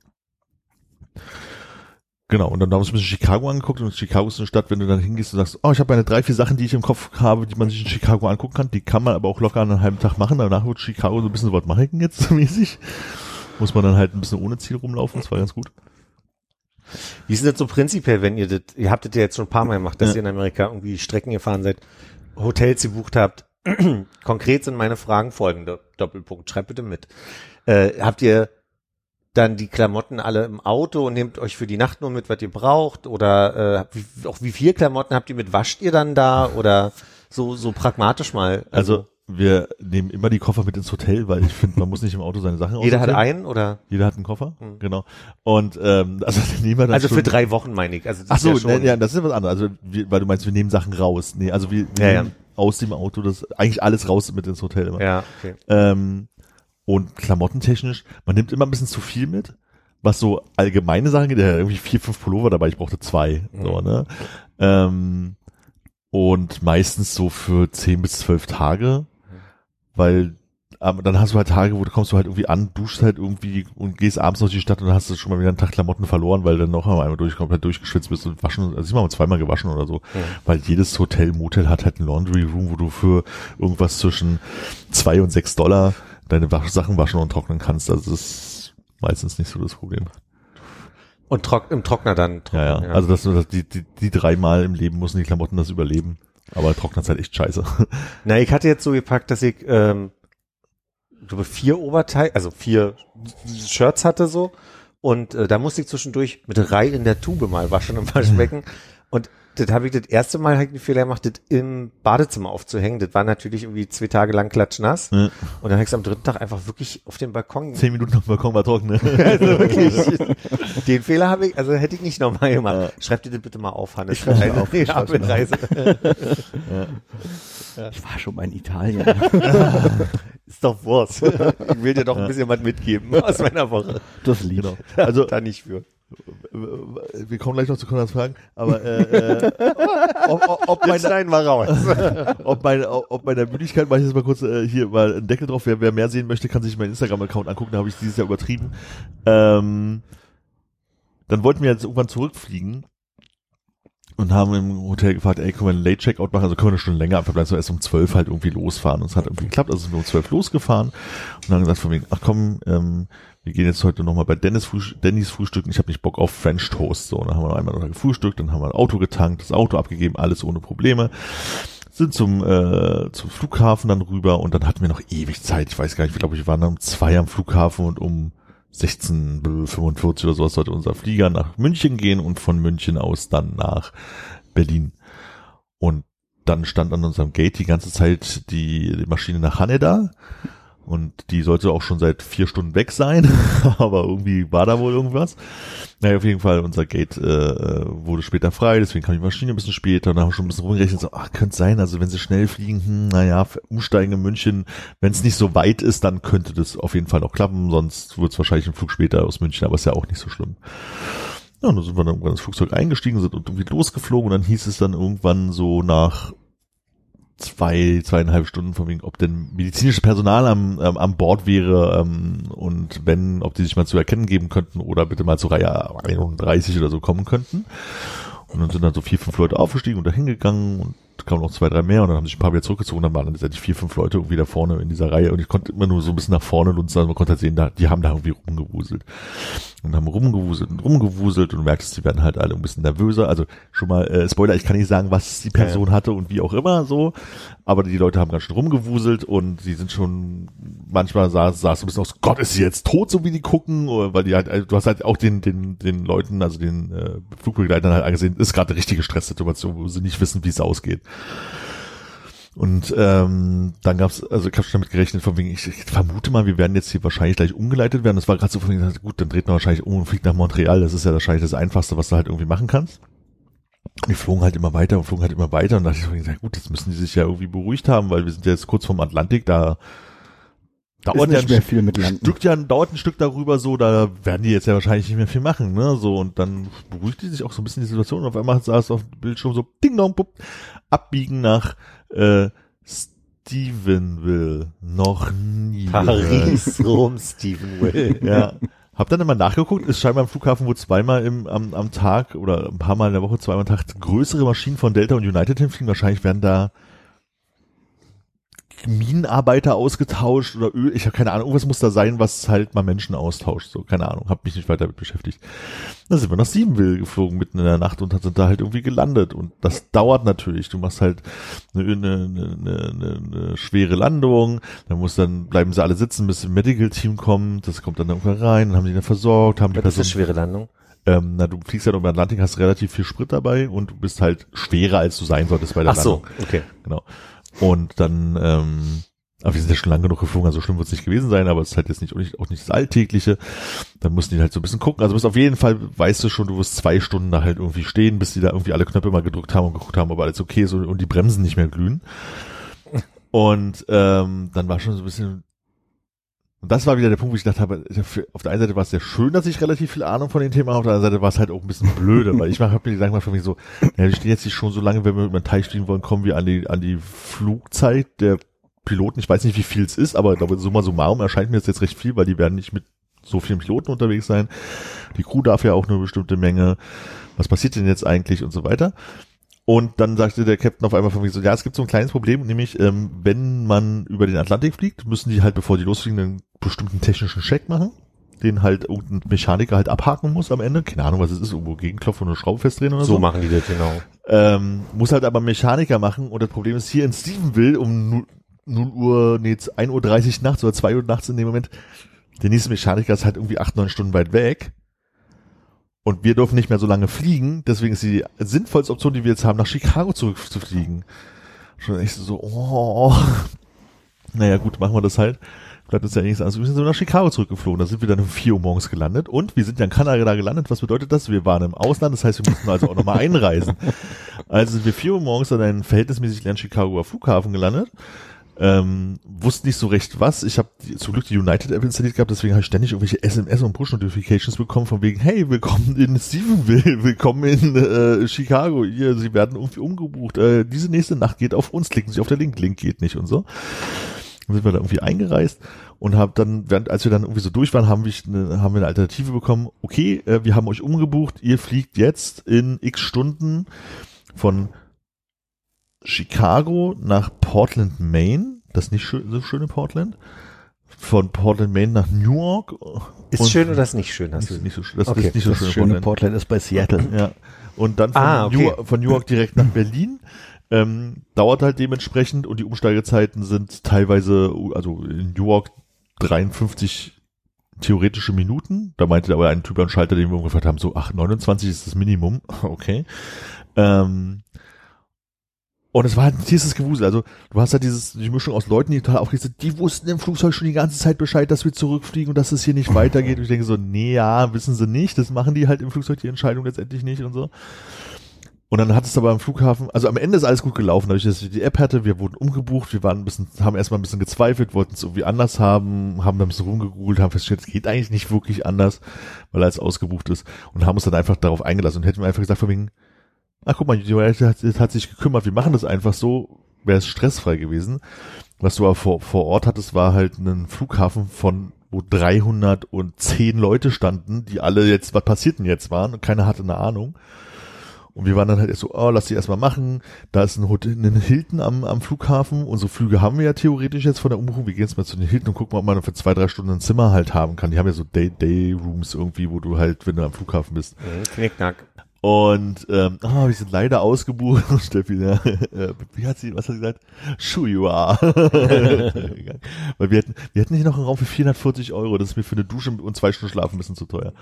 Genau, und dann haben wir uns ein bisschen Chicago angeguckt und Chicago ist eine Stadt, wenn du dann hingehst und sagst, oh, ich habe meine 3-4 Sachen, die ich im Kopf habe, die man sich in Chicago angucken kann, die kann man aber auch locker an einem halben Tag machen, danach wird Chicago so ein bisschen, was mache ich denn jetzt so mäßig? Muss man dann halt ein bisschen ohne Ziel rumlaufen, das war ganz gut. Wie ist denn das so prinzipiell, wenn ihr habt das ja jetzt schon ein paar Mal gemacht, dass ihr in Amerika irgendwie Strecken gefahren seid, Hotels gebucht habt. Konkret sind meine Fragen folgende, Doppelpunkt, schreibt bitte mit. Habt ihr dann die Klamotten alle im Auto und nehmt euch für die Nacht nur mit, was ihr braucht? Oder wie viel Klamotten habt ihr mit? Wascht ihr dann da? Oder so pragmatisch mal? Also wir nehmen immer die Koffer mit ins Hotel, weil ich finde, man muss nicht im Auto seine Sachen Jeder hat einen, oder? Jeder hat einen Koffer, genau. Und also nehmen wir dann also für 3 Wochen meine ich. Also das ach so, ist ja schon, ja, das ist was anderes. Also weil du meinst, wir nehmen Sachen raus. Nee, also wir nehmen aus dem Auto das eigentlich alles raus mit ins Hotel immer. Ja, okay. Und klamottentechnisch, man nimmt immer ein bisschen zu viel mit, was so allgemeine Sachen geht. Ja, irgendwie 4, 5 Pullover dabei, ich brauchte 2. So, ne? Und meistens so für 10 bis 12 Tage, weil dann hast du halt Tage, wo kommst du halt irgendwie an, duschst halt irgendwie und gehst abends noch in die Stadt und dann hast du schon mal wieder einen Tag Klamotten verloren, weil dann noch einmal komplett durchgeschwitzt bist und waschen, also ich mal 2-mal gewaschen oder so, weil jedes Hotel, Motel hat halt ein Laundry Room, wo du für irgendwas zwischen $2 und $6 deine Sachen waschen und trocknen kannst. Also das ist meistens nicht so das Problem. Und im Trockner dann trocknen. Ja. Also die 3-mal im Leben müssen die Klamotten das überleben. Aber Trockner ist halt echt scheiße. Na, ich hatte jetzt so gepackt, dass ich ich glaube 4 Oberteile, also 4 Shirts hatte so. Und da musste ich zwischendurch mit Rei in der Tube mal waschen im Waschbecken. Und das habe ich das erste Mal halt den Fehler gemacht, das im Badezimmer aufzuhängen. Das war natürlich irgendwie 2 Tage lang klatschnass. Ja. Und dann habe ich es am 3. Tag einfach wirklich auf dem Balkon. 10 Minuten auf dem Balkon war trocken, ne? Also wirklich. Den Fehler hätte ich nicht nochmal gemacht. Ja. Schreibt dir das bitte mal auf, Hannes. Ich schreibe auf. Reise. Ja. Ich war schon mal in Italien. Ist doch Wurst. Ich will dir doch ein bisschen was mitgeben aus meiner Woche. Das lieb. Genau. Also da nicht für. Wir kommen gleich noch zu Konrads Fragen, aber ob meiner Müdigkeit, mache ich jetzt mal kurz hier mal einen Deckel drauf. Wer mehr sehen möchte, kann sich meinen Instagram-Account angucken, da habe ich dieses Jahr übertrieben. Dann wollten wir jetzt irgendwann zurückfliegen und haben im Hotel gefragt, ey, können wir einen Late-Checkout machen, also können wir eine Stunde länger verbleiben, so erst um 12 halt irgendwie losfahren. Und es hat irgendwie geklappt, also sind wir um 12 losgefahren und dann gesagt von wegen, ach komm, wir gehen jetzt heute nochmal bei Dennis frühstücken, ich habe nicht Bock auf French Toast. So, dann haben wir einmal noch gefrühstückt, dann haben wir ein Auto getankt, das Auto abgegeben, alles ohne Probleme. Sind zum Flughafen dann rüber und dann hatten wir noch ewig Zeit, ich weiß gar nicht, ich glaube, wir waren dann um 2 am Flughafen und um 16:45 oder sowas sollte unser Flieger nach München gehen und von München aus dann nach Berlin. Und dann stand an unserem Gate die ganze Zeit die Maschine nach Haneda. Und die sollte auch schon seit 4 Stunden weg sein, aber irgendwie war da wohl irgendwas. Naja, auf jeden Fall, unser Gate wurde später frei, deswegen kam die Maschine ein bisschen später und dann haben wir schon ein bisschen rumgerechnet, so, könnte sein, also wenn sie schnell fliegen, umsteigen in München, wenn es nicht so weit ist, dann könnte das auf jeden Fall noch klappen, sonst wird es wahrscheinlich ein Flug später aus München, aber ist ja auch nicht so schlimm. Ja, und dann sind wir dann irgendwann ins Flugzeug eingestiegen, sind irgendwie losgeflogen und dann hieß es dann irgendwann so nach 2,5 Stunden von wegen, ob denn medizinisches Personal am Bord wäre und wenn, ob die sich mal zu erkennen geben könnten oder bitte mal zur Reihe 31 oder so kommen könnten. Und dann sind dann so 4, 5 Leute aufgestiegen und da hingegangen und kamen noch 2, 3 mehr und dann haben sich ein paar wieder zurückgezogen und dann waren dann letztendlich 4, 5 Leute irgendwie da vorne in dieser Reihe und ich konnte immer nur so ein bisschen nach vorne lunzen, also man konnte halt sehen, die haben da irgendwie rumgewuselt und haben rumgewuselt und du merkst, die werden halt alle ein bisschen nervöser, also schon mal, Spoiler, ich kann nicht sagen, was die Person hatte und wie auch immer so, aber die Leute haben ganz schön rumgewuselt und die sind schon, manchmal saß du ein bisschen aus, Gott, ist sie jetzt tot, so wie die gucken, oder weil die halt, also du hast halt auch den Leuten, also den Flugbegleitern halt angesehen, ist gerade eine richtige Stresssituation, wo sie nicht wissen, wie es ausgeht. Und dann gab's, also ich habe schon damit gerechnet, von wegen, ich vermute mal, wir werden jetzt hier wahrscheinlich gleich umgeleitet werden. Das war gerade so von wegen, gut, dann dreht man wahrscheinlich um und fliegt nach Montreal. Das ist ja wahrscheinlich das Einfachste, was du halt irgendwie machen kannst. Und die flogen halt immer weiter und dachte ich von wegen, gut, jetzt müssen die sich ja irgendwie beruhigt haben, weil wir sind ja jetzt kurz vom Atlantik, da dauert nicht mehr viel mit Landen. Dauert ein Stück darüber so, da werden die jetzt ja wahrscheinlich nicht mehr viel machen, ne, so, und dann beruhigt die sich auch so ein bisschen die Situation und auf einmal saß auf dem Bildschirm so, ding dong, pup, abbiegen nach, Stephenville. Noch nie. Paris, Rom, Stephenville. Ja. Hab dann immer nachgeguckt, ist scheinbar am Flughafen, wo zweimal am Tag oder ein paar Mal in der Woche, zweimal am Tag größere Maschinen von Delta und United hinfliegen. Wahrscheinlich werden da Minenarbeiter ausgetauscht oder Öl, ich habe keine Ahnung, irgendwas muss da sein, was halt mal Menschen austauscht, so, keine Ahnung, habe mich nicht weiter damit beschäftigt. Dann sind wir nach Siebenville geflogen mitten in der Nacht und sind da halt irgendwie gelandet und das dauert natürlich, du machst halt eine schwere Landung, dann bleiben sie alle sitzen, bis ein Medical-Team kommt, das kommt dann irgendwann rein, dann haben die dann versorgt, haben die Person. Das ist eine schwere Landung? Du fliegst ja über den Atlantik, hast relativ viel Sprit dabei und du bist halt schwerer, als du sein solltest bei der Landung. Ach so, okay. Genau. Und dann, aber wir sind ja schon lange genug geflogen, also schlimm wird es nicht gewesen sein, aber es ist halt jetzt auch nicht das Alltägliche. Dann mussten die halt so ein bisschen gucken. Also bist auf jeden Fall, weißt du schon, du wirst 2 Stunden da halt irgendwie stehen, bis die da irgendwie alle Knöpfe mal gedrückt haben und geguckt haben, ob alles okay ist und die Bremsen nicht mehr glühen. Und dann war schon so ein bisschen. Und das war wieder der Punkt, wo ich gedacht habe, auf der einen Seite war es sehr schön, dass ich relativ viel Ahnung von den Themen habe, auf der anderen Seite war es halt auch ein bisschen blöde, weil ich habe mir Gedanken gemacht von mir so, ja, wir stehen jetzt nicht schon so lange, wenn wir über den Teich fliegen wollen, kommen wir an die Flugzeit der Piloten. Ich weiß nicht, wie viel es ist, aber ich glaube, summa summarum erscheint mir das jetzt recht viel, weil die werden nicht mit so vielen Piloten unterwegs sein. Die Crew darf ja auch nur eine bestimmte Menge. Was passiert denn jetzt eigentlich und so weiter? Und dann sagte der Captain auf einmal von mir so, ja, es gibt so ein kleines Problem, nämlich wenn man über den Atlantik fliegt, müssen die halt, bevor die losfliegen, einen bestimmten technischen Check machen, den halt irgendein Mechaniker halt abhaken muss am Ende. Keine Ahnung, was es ist, irgendwo gegenklopfen und eine Schraube festdrehen oder so. So machen die das, genau. Muss halt aber ein Mechaniker machen und das Problem ist, hier in Stephenville um 1:30 Uhr nachts oder 2 Uhr nachts in dem Moment, der nächste Mechaniker ist halt irgendwie 8-9 Stunden weit weg. Und wir dürfen nicht mehr so lange fliegen, deswegen ist die sinnvollste Option, die wir jetzt haben, nach Chicago zurückzufliegen. Schon echt so, naja gut, machen wir das halt. Bleibt uns ja nichts anderes. Wir sind so nach Chicago zurückgeflogen, da sind wir dann um 4 Uhr morgens gelandet und wir sind ja in Kanada gelandet. Was bedeutet das? Wir waren im Ausland, das heißt, wir mussten also auch nochmal einreisen. Also sind wir 4 Uhr morgens an einem verhältnismäßig leeren Chicagoer Flughafen gelandet. Wusste nicht so recht was. Ich habe zum Glück die United-App installiert gehabt, deswegen habe ich ständig irgendwelche SMS und Push-Notifications bekommen von wegen, hey, willkommen in Stephenville, willkommen in Chicago, hier, Sie werden irgendwie umgebucht, diese nächste Nacht geht auf uns, klicken Sie auf den Link geht nicht und so. Dann sind wir da irgendwie eingereist und haben dann, als wir dann irgendwie so durch waren, haben wir eine Alternative bekommen, okay, wir haben euch umgebucht, ihr fliegt jetzt in x Stunden von Chicago nach Portland, Maine, das ist nicht so schöne Portland, von Portland, Maine nach Newark. Ist schön oder ist nicht schön? Das ist nicht so schön. Das ist nicht so schön. Portland ist bei Seattle. Ja. Und dann von Newark direkt nach Berlin. Dauert halt dementsprechend und die Umsteigezeiten sind teilweise, also in Newark 53 theoretische Minuten. Da meinte aber ein Typ am Schalter, den wir ungefähr haben, so 29 ist das Minimum. Okay. Und es war halt ein tiefes Gewusel. Also du hast halt die Mischung aus Leuten, die total aufgeregt sind, die wussten im Flugzeug schon die ganze Zeit Bescheid, dass wir zurückfliegen und dass es hier nicht weitergeht. Und ich denke so, nee, ja, wissen sie nicht. Das machen die halt im Flugzeug, die Entscheidung letztendlich nicht und so. Und dann hat es aber am Flughafen, also am Ende ist alles gut gelaufen, dadurch, dass ich die App hatte, wir wurden umgebucht, wir haben erstmal ein bisschen gezweifelt, wollten es irgendwie anders haben dann ein bisschen rumgegoogelt, haben festgestellt, es geht eigentlich nicht wirklich anders, weil er jetzt ausgebucht ist und haben uns dann einfach darauf eingelassen und hätten wir einfach gesagt von wegen, guck mal, die United hat sich gekümmert, wir machen das einfach so, wäre es stressfrei gewesen. Was du aber vor Ort hattest, war halt ein Flughafen wo 310 Leute standen, die alle jetzt, was passiert denn jetzt waren und keiner hatte eine Ahnung. Und wir waren dann halt erst so, lass die erstmal machen. Da ist ein Hilton am Flughafen. Unsere Flüge haben wir ja theoretisch jetzt von der Umbuchung. Wir gehen jetzt mal zu den Hilton und gucken, ob man für 2-3 Stunden ein Zimmer halt haben kann. Die haben ja so Day-Rooms irgendwie, wo du halt, wenn du am Flughafen bist. Knickknack. Und wir sind leider ausgebucht. Und Steffi, was hat sie gesagt? Sure you are. Weil wir hätten nicht noch einen Raum für 440 €. Das ist mir für eine Dusche und 2 Stunden Schlaf ein bisschen zu teuer.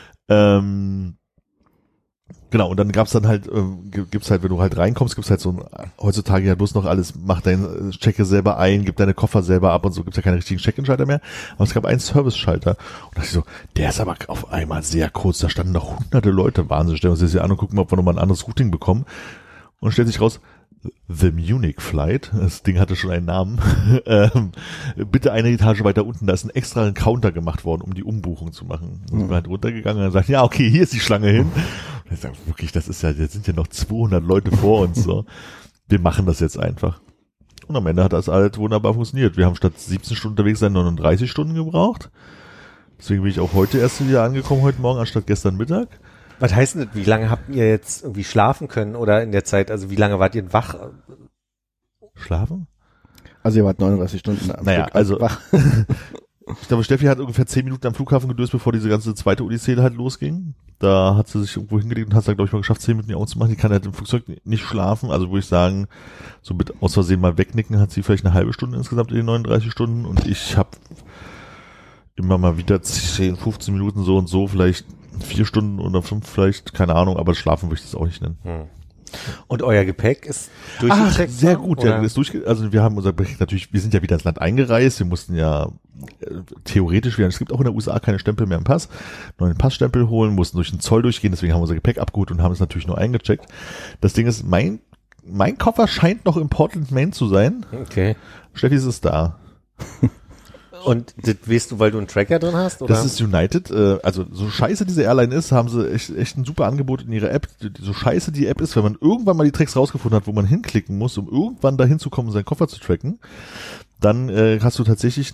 Genau, und dann gibt's halt, wenn du halt reinkommst, gibt's halt so heutzutage ja bloß noch alles, checke selber ein, gib deine Koffer selber ab und so, gibt's ja keine richtigen Check-in-Schalter mehr. Aber es gab einen Service-Schalter. Und da dachte ich so, der ist aber auf einmal sehr kurz, da standen noch hunderte Leute, Wahnsinn, stellen wir uns das hier an und gucken mal, ob wir nochmal ein anderes Routing bekommen. Und stellt sich raus, The Munich Flight, das Ding hatte schon einen Namen, bitte eine Etage weiter unten, da ist ein extra Counter gemacht worden, um die Umbuchung zu machen. Dann sind wir halt runtergegangen und sagt, ja, okay, hier ist die Schlange hin. Und ich sage, wirklich, da sind ja noch 200 Leute vor uns, so. Wir machen das jetzt einfach. Und am Ende hat das halt wunderbar funktioniert. Wir haben statt 17 Stunden unterwegs sein 39 Stunden gebraucht. Deswegen bin ich auch heute erst wieder angekommen, heute Morgen, anstatt gestern Mittag. Was heißt denn das? Wie lange habt ihr jetzt irgendwie schlafen können oder in der Zeit, also wie lange wart ihr wach? Schlafen? Also ihr wart 39 Stunden am Naja, Stück also wach. ich glaube, Steffi hat ungefähr 10 Minuten am Flughafen gedöst, bevor diese ganze zweite Odyssee halt losging. Da hat sie sich irgendwo hingelegt und hat es dann, glaube ich, mal geschafft, 10 Minuten die Augen zu machen. Die kann halt im Flugzeug nicht schlafen. Also würde ich sagen, so mit aus Versehen mal wegnicken hat sie vielleicht eine halbe Stunde insgesamt in den 39 Stunden. Und ich habe immer mal wieder 10, 15 Minuten so und so, vielleicht 4 Stunden oder 5 vielleicht, keine Ahnung, aber schlafen würde ich das auch nicht nennen. Und euer Gepäck ist durchgecheckt? Sehr gut, ja, ist also wir haben unser Gepäck natürlich, wir sind ja wieder ins Land eingereist, wir mussten ja theoretisch wieder, es gibt auch in der USA keine Stempel mehr im Pass, neuen Passstempel holen, mussten durch den Zoll durchgehen, deswegen haben wir unser Gepäck abgeholt und haben es natürlich nur eingecheckt. Das Ding ist, mein Koffer scheint noch in Portland, Maine zu sein. Okay. Steffi ist es da. Und das weißt du, weil du einen Tracker drin hast? Oder? Das ist United. Also so scheiße diese Airline ist, haben sie echt ein super Angebot in ihrer App. So scheiße die App ist, wenn man irgendwann mal die Tracks rausgefunden hat, wo man hinklicken muss, um irgendwann dahin zu kommen, seinen Koffer zu tracken, dann hast du tatsächlich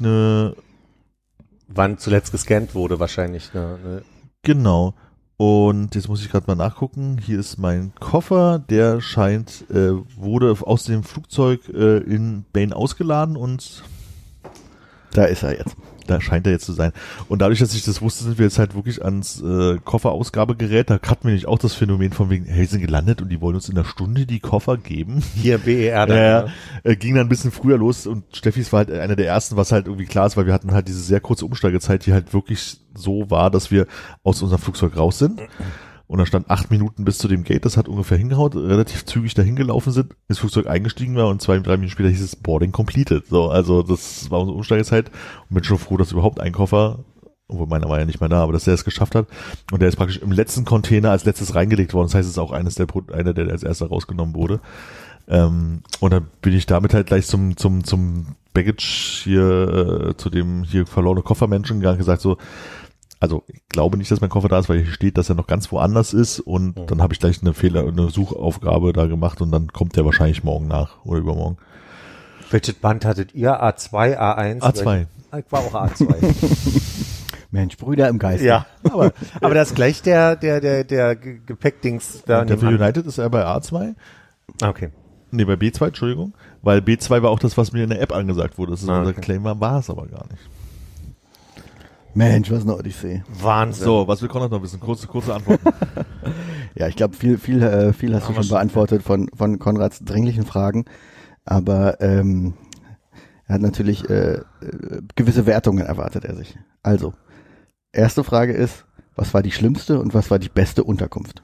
wann zuletzt gescannt wurde wahrscheinlich. Ne? Genau. Und jetzt muss ich gerade mal nachgucken. Hier ist mein Koffer. Der wurde aus dem Flugzeug in Maine ausgeladen und Da ist er jetzt. Da scheint er jetzt zu sein. Und dadurch, dass ich das wusste, sind wir jetzt halt wirklich ans Kofferausgabegerät. Da hatten wir nicht auch das Phänomen von wegen, hey, sind gelandet und die wollen uns in einer Stunde die Koffer geben. Hier BER dann. Ging dann ein bisschen früher los und Steffis war halt einer der ersten, was halt irgendwie klar ist, weil wir hatten halt diese sehr kurze Umsteigezeit, die halt wirklich so war, dass wir aus unserem Flugzeug raus sind. Und da stand 8 Minuten bis zu dem Gate, das hat ungefähr hingehaut, relativ zügig dahin gelaufen sind, ins Flugzeug eingestiegen war und 2, 3 Minuten später hieß es Boarding completed. So, also das war unsere Umsteigezeit und bin schon froh, dass überhaupt ein Koffer, obwohl meiner war ja nicht mehr da, aber dass der es geschafft hat. Und der ist praktisch im letzten Container als letztes reingelegt worden. Das heißt, es ist auch einer, der als erster rausgenommen wurde. Und dann bin ich damit halt gleich zum Baggage hier, zu dem hier verlorene Koffermenschen gegangen, gesagt so, also ich glaube nicht, dass mein Koffer da ist, weil hier steht, dass er noch ganz woanders ist und dann habe ich gleich eine Suchaufgabe da gemacht und dann kommt der wahrscheinlich morgen nach oder übermorgen. Welches Band hattet ihr? A2, A1? A2. Ich war auch A2. Mensch, Brüder im Geist. Ja, aber das ist gleich der Gepäckdings da. Der für United ist er bei A2. Okay. Nee, bei B2, Entschuldigung. Weil B2 war auch das, was mir in der App angesagt wurde. Das ist unser Claim, war es aber gar nicht. Mensch, was eine Odyssee. Wahnsinn. So, was will Konrad noch wissen? Kurze Antworten. Ja, ich glaube, viel hast du schon beantwortet von Konrads dringlichen Fragen. Aber er hat natürlich gewisse Wertungen erwartet er sich. Also, erste Frage ist, was war die schlimmste und was war die beste Unterkunft?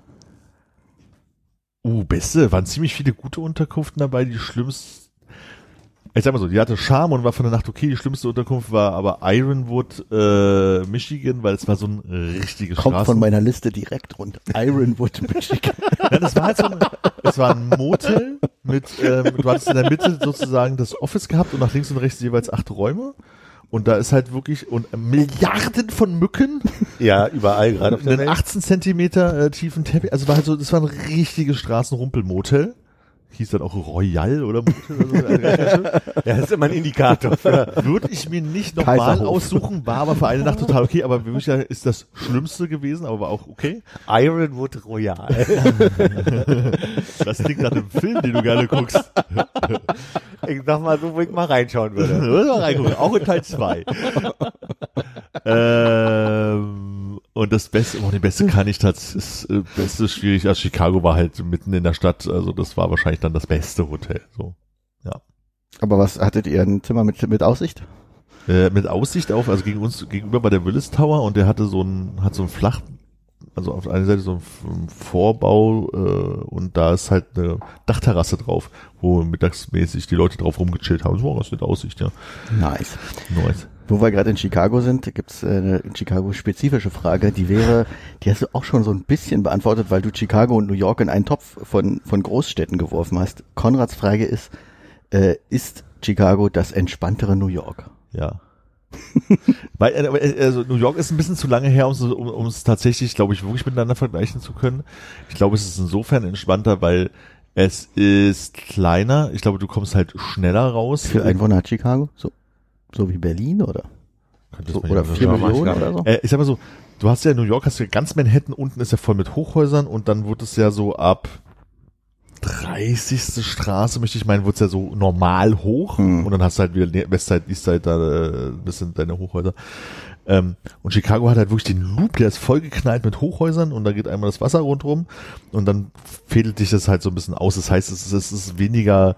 Beste. Waren ziemlich viele gute Unterkünften dabei. Die schlimmste, ich sag mal so, die hatte Charme und war von der Nacht okay. Die schlimmste Unterkunft war aber Ironwood, Michigan, weil es war so ein richtiges Kommt Straßen. von meiner Liste direkt runter. Ironwood, Michigan. Ja, das war halt es war ein Motel mit, du hattest in der Mitte sozusagen das Office gehabt und nach links und rechts jeweils 8 Räume. Und da ist halt wirklich Milliarden von Mücken. Ja, überall gerade auf der Einen Welt. 18 Zentimeter tiefen Teppich. Also war halt so, das war ein richtiges Straßenrumpelmotel. Hieß dann auch Royal oder Motel oder so. Ja, das ist immer ein Indikator. Würde ich mir nicht nochmal Kaiserhof. aussuchen, war aber für eine Nacht total okay, aber wirklich ist das Schlimmste gewesen, aber war auch okay. Ironwood Royal. Das klingt nach einem Film, den du gerne guckst. Ich sag mal so, wo ich mal reinschauen würde. Mal reingucken, auch in Teil 2. Und das Beste, den Beste kann ich tatsächlich, Beste ist schwierig, also Chicago war halt mitten in der Stadt, also das war wahrscheinlich dann das beste Hotel, so, ja. Aber was, hattet ihr ein Zimmer mit Aussicht? Mit Aussicht auf, also gegenüber war der Willis Tower und der hatte so ein Flach, also auf einer Seite so ein Vorbau, und da ist halt eine Dachterrasse drauf, wo mittagsmäßig die Leute drauf rumgechillt haben. Das war ganz nette Aussicht, ja. Nice. Nice. Wo wir gerade in Chicago sind, gibt's eine in Chicago spezifische Frage, die hast du auch schon so ein bisschen beantwortet, weil du Chicago und New York in einen Topf von Großstädten geworfen hast. Konrads Frage ist Chicago das entspanntere New York? Ja. Weil, also New York ist ein bisschen zu lange her, um es tatsächlich, glaube ich, wirklich miteinander vergleichen zu können. Ich glaube, es ist insofern entspannter, weil es ist kleiner. Ich glaube, du kommst halt schneller raus. Wie viel Einwohner hat Chicago? So wie Berlin oder? Oder 4 Millionen oder so? Ich sag mal so, du hast ja in New York, hast du ja ganz Manhattan, unten ist ja voll mit Hochhäusern und dann wird es ja so ab 30. Straße, möchte ich meinen, wird's ja so normal hoch und dann hast du halt wieder Westside, Eastside, da ein bisschen deine Hochhäuser. Und Chicago hat halt wirklich den Loop, der ist vollgeknallt mit Hochhäusern und da geht einmal das Wasser rundrum und dann fädelt dich das halt so ein bisschen aus. Das heißt, es ist weniger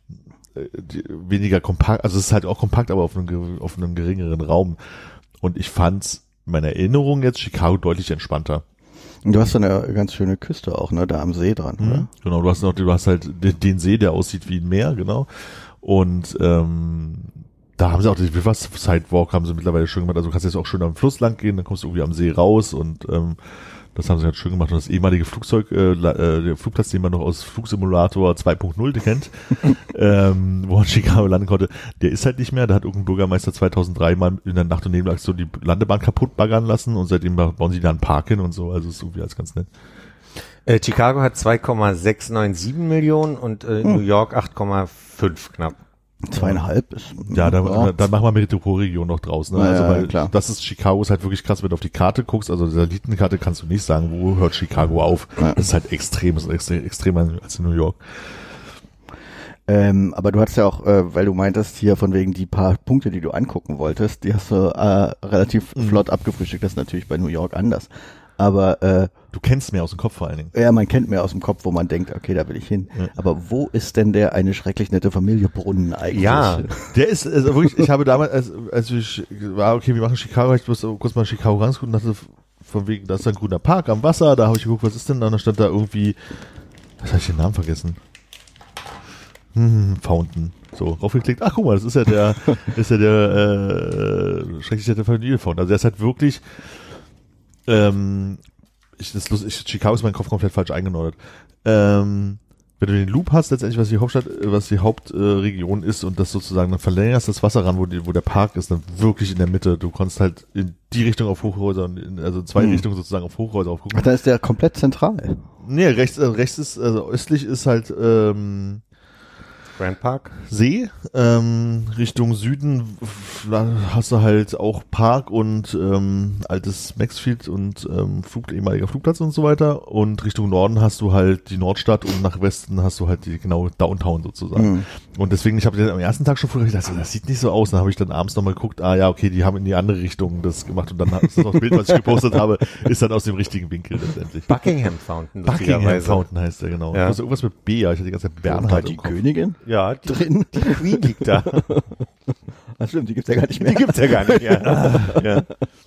kompakt, also es ist halt auch kompakt, aber auf einem geringeren Raum. Und ich fand's in meiner Erinnerung jetzt Chicago deutlich entspannter. Du hast dann eine ganz schöne Küste auch, ne, da am See dran, oder? Genau, du hast halt den See, der aussieht wie ein Meer, genau. Und da haben sie auch den River Sidewalk haben sie mittlerweile schön gemacht. Also du kannst jetzt auch schön am Fluss lang gehen, dann kommst du irgendwie am See raus und das haben sie halt schön gemacht. Und das ehemalige Flugzeug, der Flugplatz, den man noch aus Flugsimulator 2.0 kennt, wo man Chicago landen konnte, der ist halt nicht mehr. Da hat irgendein Bürgermeister 2003 mal in der Nacht- und Nebelaktion die Landebahn kaputt baggern lassen und seitdem bauen sie da einen Park hin und so. Also ist irgendwie alles ganz nett. Chicago hat 2,697 Millionen und New York 8,5 knapp. 2,5 ist. Ja, dann machen wir Metropolregion noch draußen. Ne? Also weil klar. das ist Chicago ist halt wirklich krass, wenn du auf die Karte guckst, also der Satellitenkarte kannst du nicht sagen, wo hört Chicago auf. Ja. Das ist halt extremer als in New York. Aber du hattest ja auch, weil du meintest hier von wegen die paar Punkte, die du angucken wolltest, die hast du relativ flott abgefrühstückt. Das ist natürlich bei New York anders. Aber du kennst mehr aus dem Kopf vor allen Dingen. Ja, man kennt mehr aus dem Kopf, wo man denkt, okay, da will ich hin. Ja. Aber wo ist denn der eine schrecklich nette Familie Brunnen eigentlich? Ja, der ist also wirklich, ich habe damals, als ich war, okay, wir machen Chicago, ich muss kurz mal Chicago rausgucken und dachte, von wegen, da ist ein grüner Park am Wasser, da habe ich geguckt, was ist denn da? Und dann stand da irgendwie, was habe ich den Namen vergessen? Fountain. So, raufgeklickt, ach guck mal, das ist ja der schrecklich nette Familie Fountain. Also der ist halt wirklich Chicago ist mein Kopf komplett falsch eingenordet. Wenn du den Loop hast, letztendlich, was die Hauptregion ist und das sozusagen, dann verlängerst das Wasser ran, wo der Park ist, dann wirklich in der Mitte. Du konntest halt in die Richtung auf Hochhäuser, also in zwei Richtungen sozusagen auf Hochhäuser aufgucken. Ach, da ist der komplett zentral. Nee, rechts ist, also östlich ist halt, Grand Park? See. Richtung Süden hast du halt auch Park und altes Maxfield und ehemaliger Flugplatz und so weiter. Und Richtung Norden hast du halt die Nordstadt und nach Westen hast du halt die genau Downtown sozusagen. Und deswegen, ich habe am ersten Tag schon früher gedacht, das sieht nicht so aus. Dann habe ich dann abends nochmal geguckt, ja, okay, die haben in die andere Richtung das gemacht. Und dann ist das Bild, was ich gepostet habe, ist dann aus dem richtigen Winkel letztendlich. Buckingham Fountain. Buckingham Fountain heißt der, genau. Ja. Also irgendwas mit B, ich hatte die ganze Zeit Bernhard die Königin? Ja, drin. Die Queen liegt da. Ach stimmt, die gibt's ja gar nicht mehr. Die gibt's ja gar nicht, ja. Ja.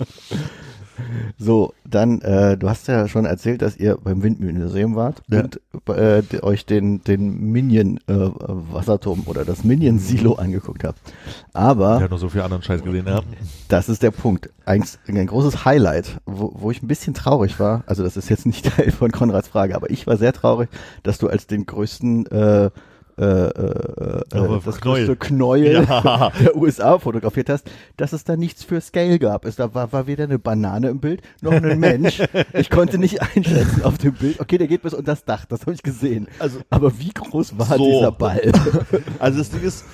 So, dann, du hast ja schon erzählt, dass ihr beim Windmühlenmuseum wart und euch den Minion Wasserturm oder das Minion Silo angeguckt habt. Aber ich habe noch so viel anderen Scheiß gesehen, ja. Das ist der Punkt. Ein großes Highlight, wo ich ein bisschen traurig war, also das ist jetzt nicht Teil von Konrads Frage, aber ich war sehr traurig, dass du als den größten das größte Knäuel der USA fotografiert hast, dass es da nichts für Scale gab. Da war weder eine Banane im Bild, noch ein Mensch. Ich konnte nicht einschätzen auf dem Bild. Okay, der geht bis unter das Dach, das habe ich gesehen. Also, aber wie groß war dieser Ball? Also das Ding ist,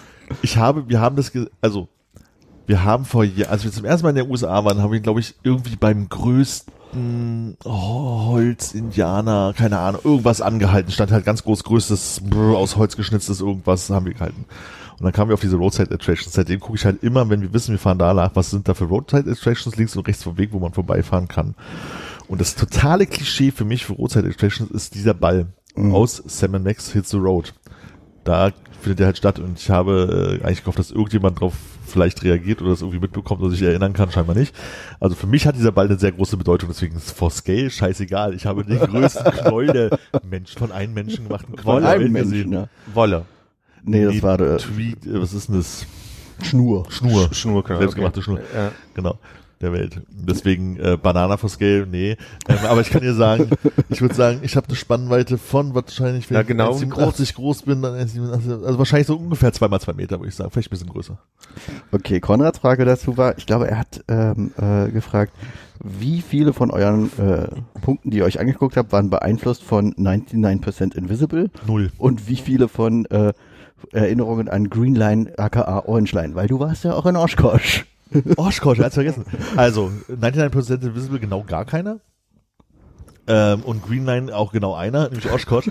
als wir zum ersten Mal in den USA waren, haben wir, glaube ich, irgendwie beim größten Holz-Indianer, keine Ahnung, irgendwas angehalten, stand halt ganz groß, größtes, aus Holz geschnitztes irgendwas haben wir gehalten. Und dann kamen wir auf diese Roadside Attractions. Seitdem gucke ich halt immer, wenn wir wissen, wir fahren da nach, was sind da für Roadside Attractions links und rechts vom Weg, wo man vorbeifahren kann. Und das totale Klischee für mich für Roadside Attractions ist dieser Ball aus Sam & Max Hits the Road. Da findet der halt statt und ich habe eigentlich gehofft, dass irgendjemand drauf vielleicht reagiert oder das irgendwie mitbekommt oder sich erinnern kann, scheinbar nicht. Also für mich hat dieser Ball eine sehr große Bedeutung, deswegen ist for Scale scheißegal. Ich habe den größten Knäuel der von einem Menschen gemachten Knäuel gesehen. Ja. Wolle. Nee, das war der Tweet, was ist denn das? Schnur, selbstgemachte Schnur. Ja. Genau. Der Welt. Deswegen Banana for Scale, nee. Aber ich kann dir sagen, ich würde sagen, ich habe eine Spannweite von wahrscheinlich, wenn ich 87 groß bin, dann also wahrscheinlich so ungefähr 2x2 Meter, würde ich sagen. Vielleicht ein bisschen größer. Okay, Konrads Frage dazu war, ich glaube, er hat gefragt, wie viele von euren Punkten, die ihr euch angeguckt habt, waren beeinflusst von 99% Invisible? 0. Und wie viele von Erinnerungen an Green Line aka Orange Line? Weil du warst ja auch in Oshkosh. Oshkosh, er hat's vergessen. Also, 99% Invisible, genau gar keiner. Und Green Line auch genau einer, nämlich Oshkosh.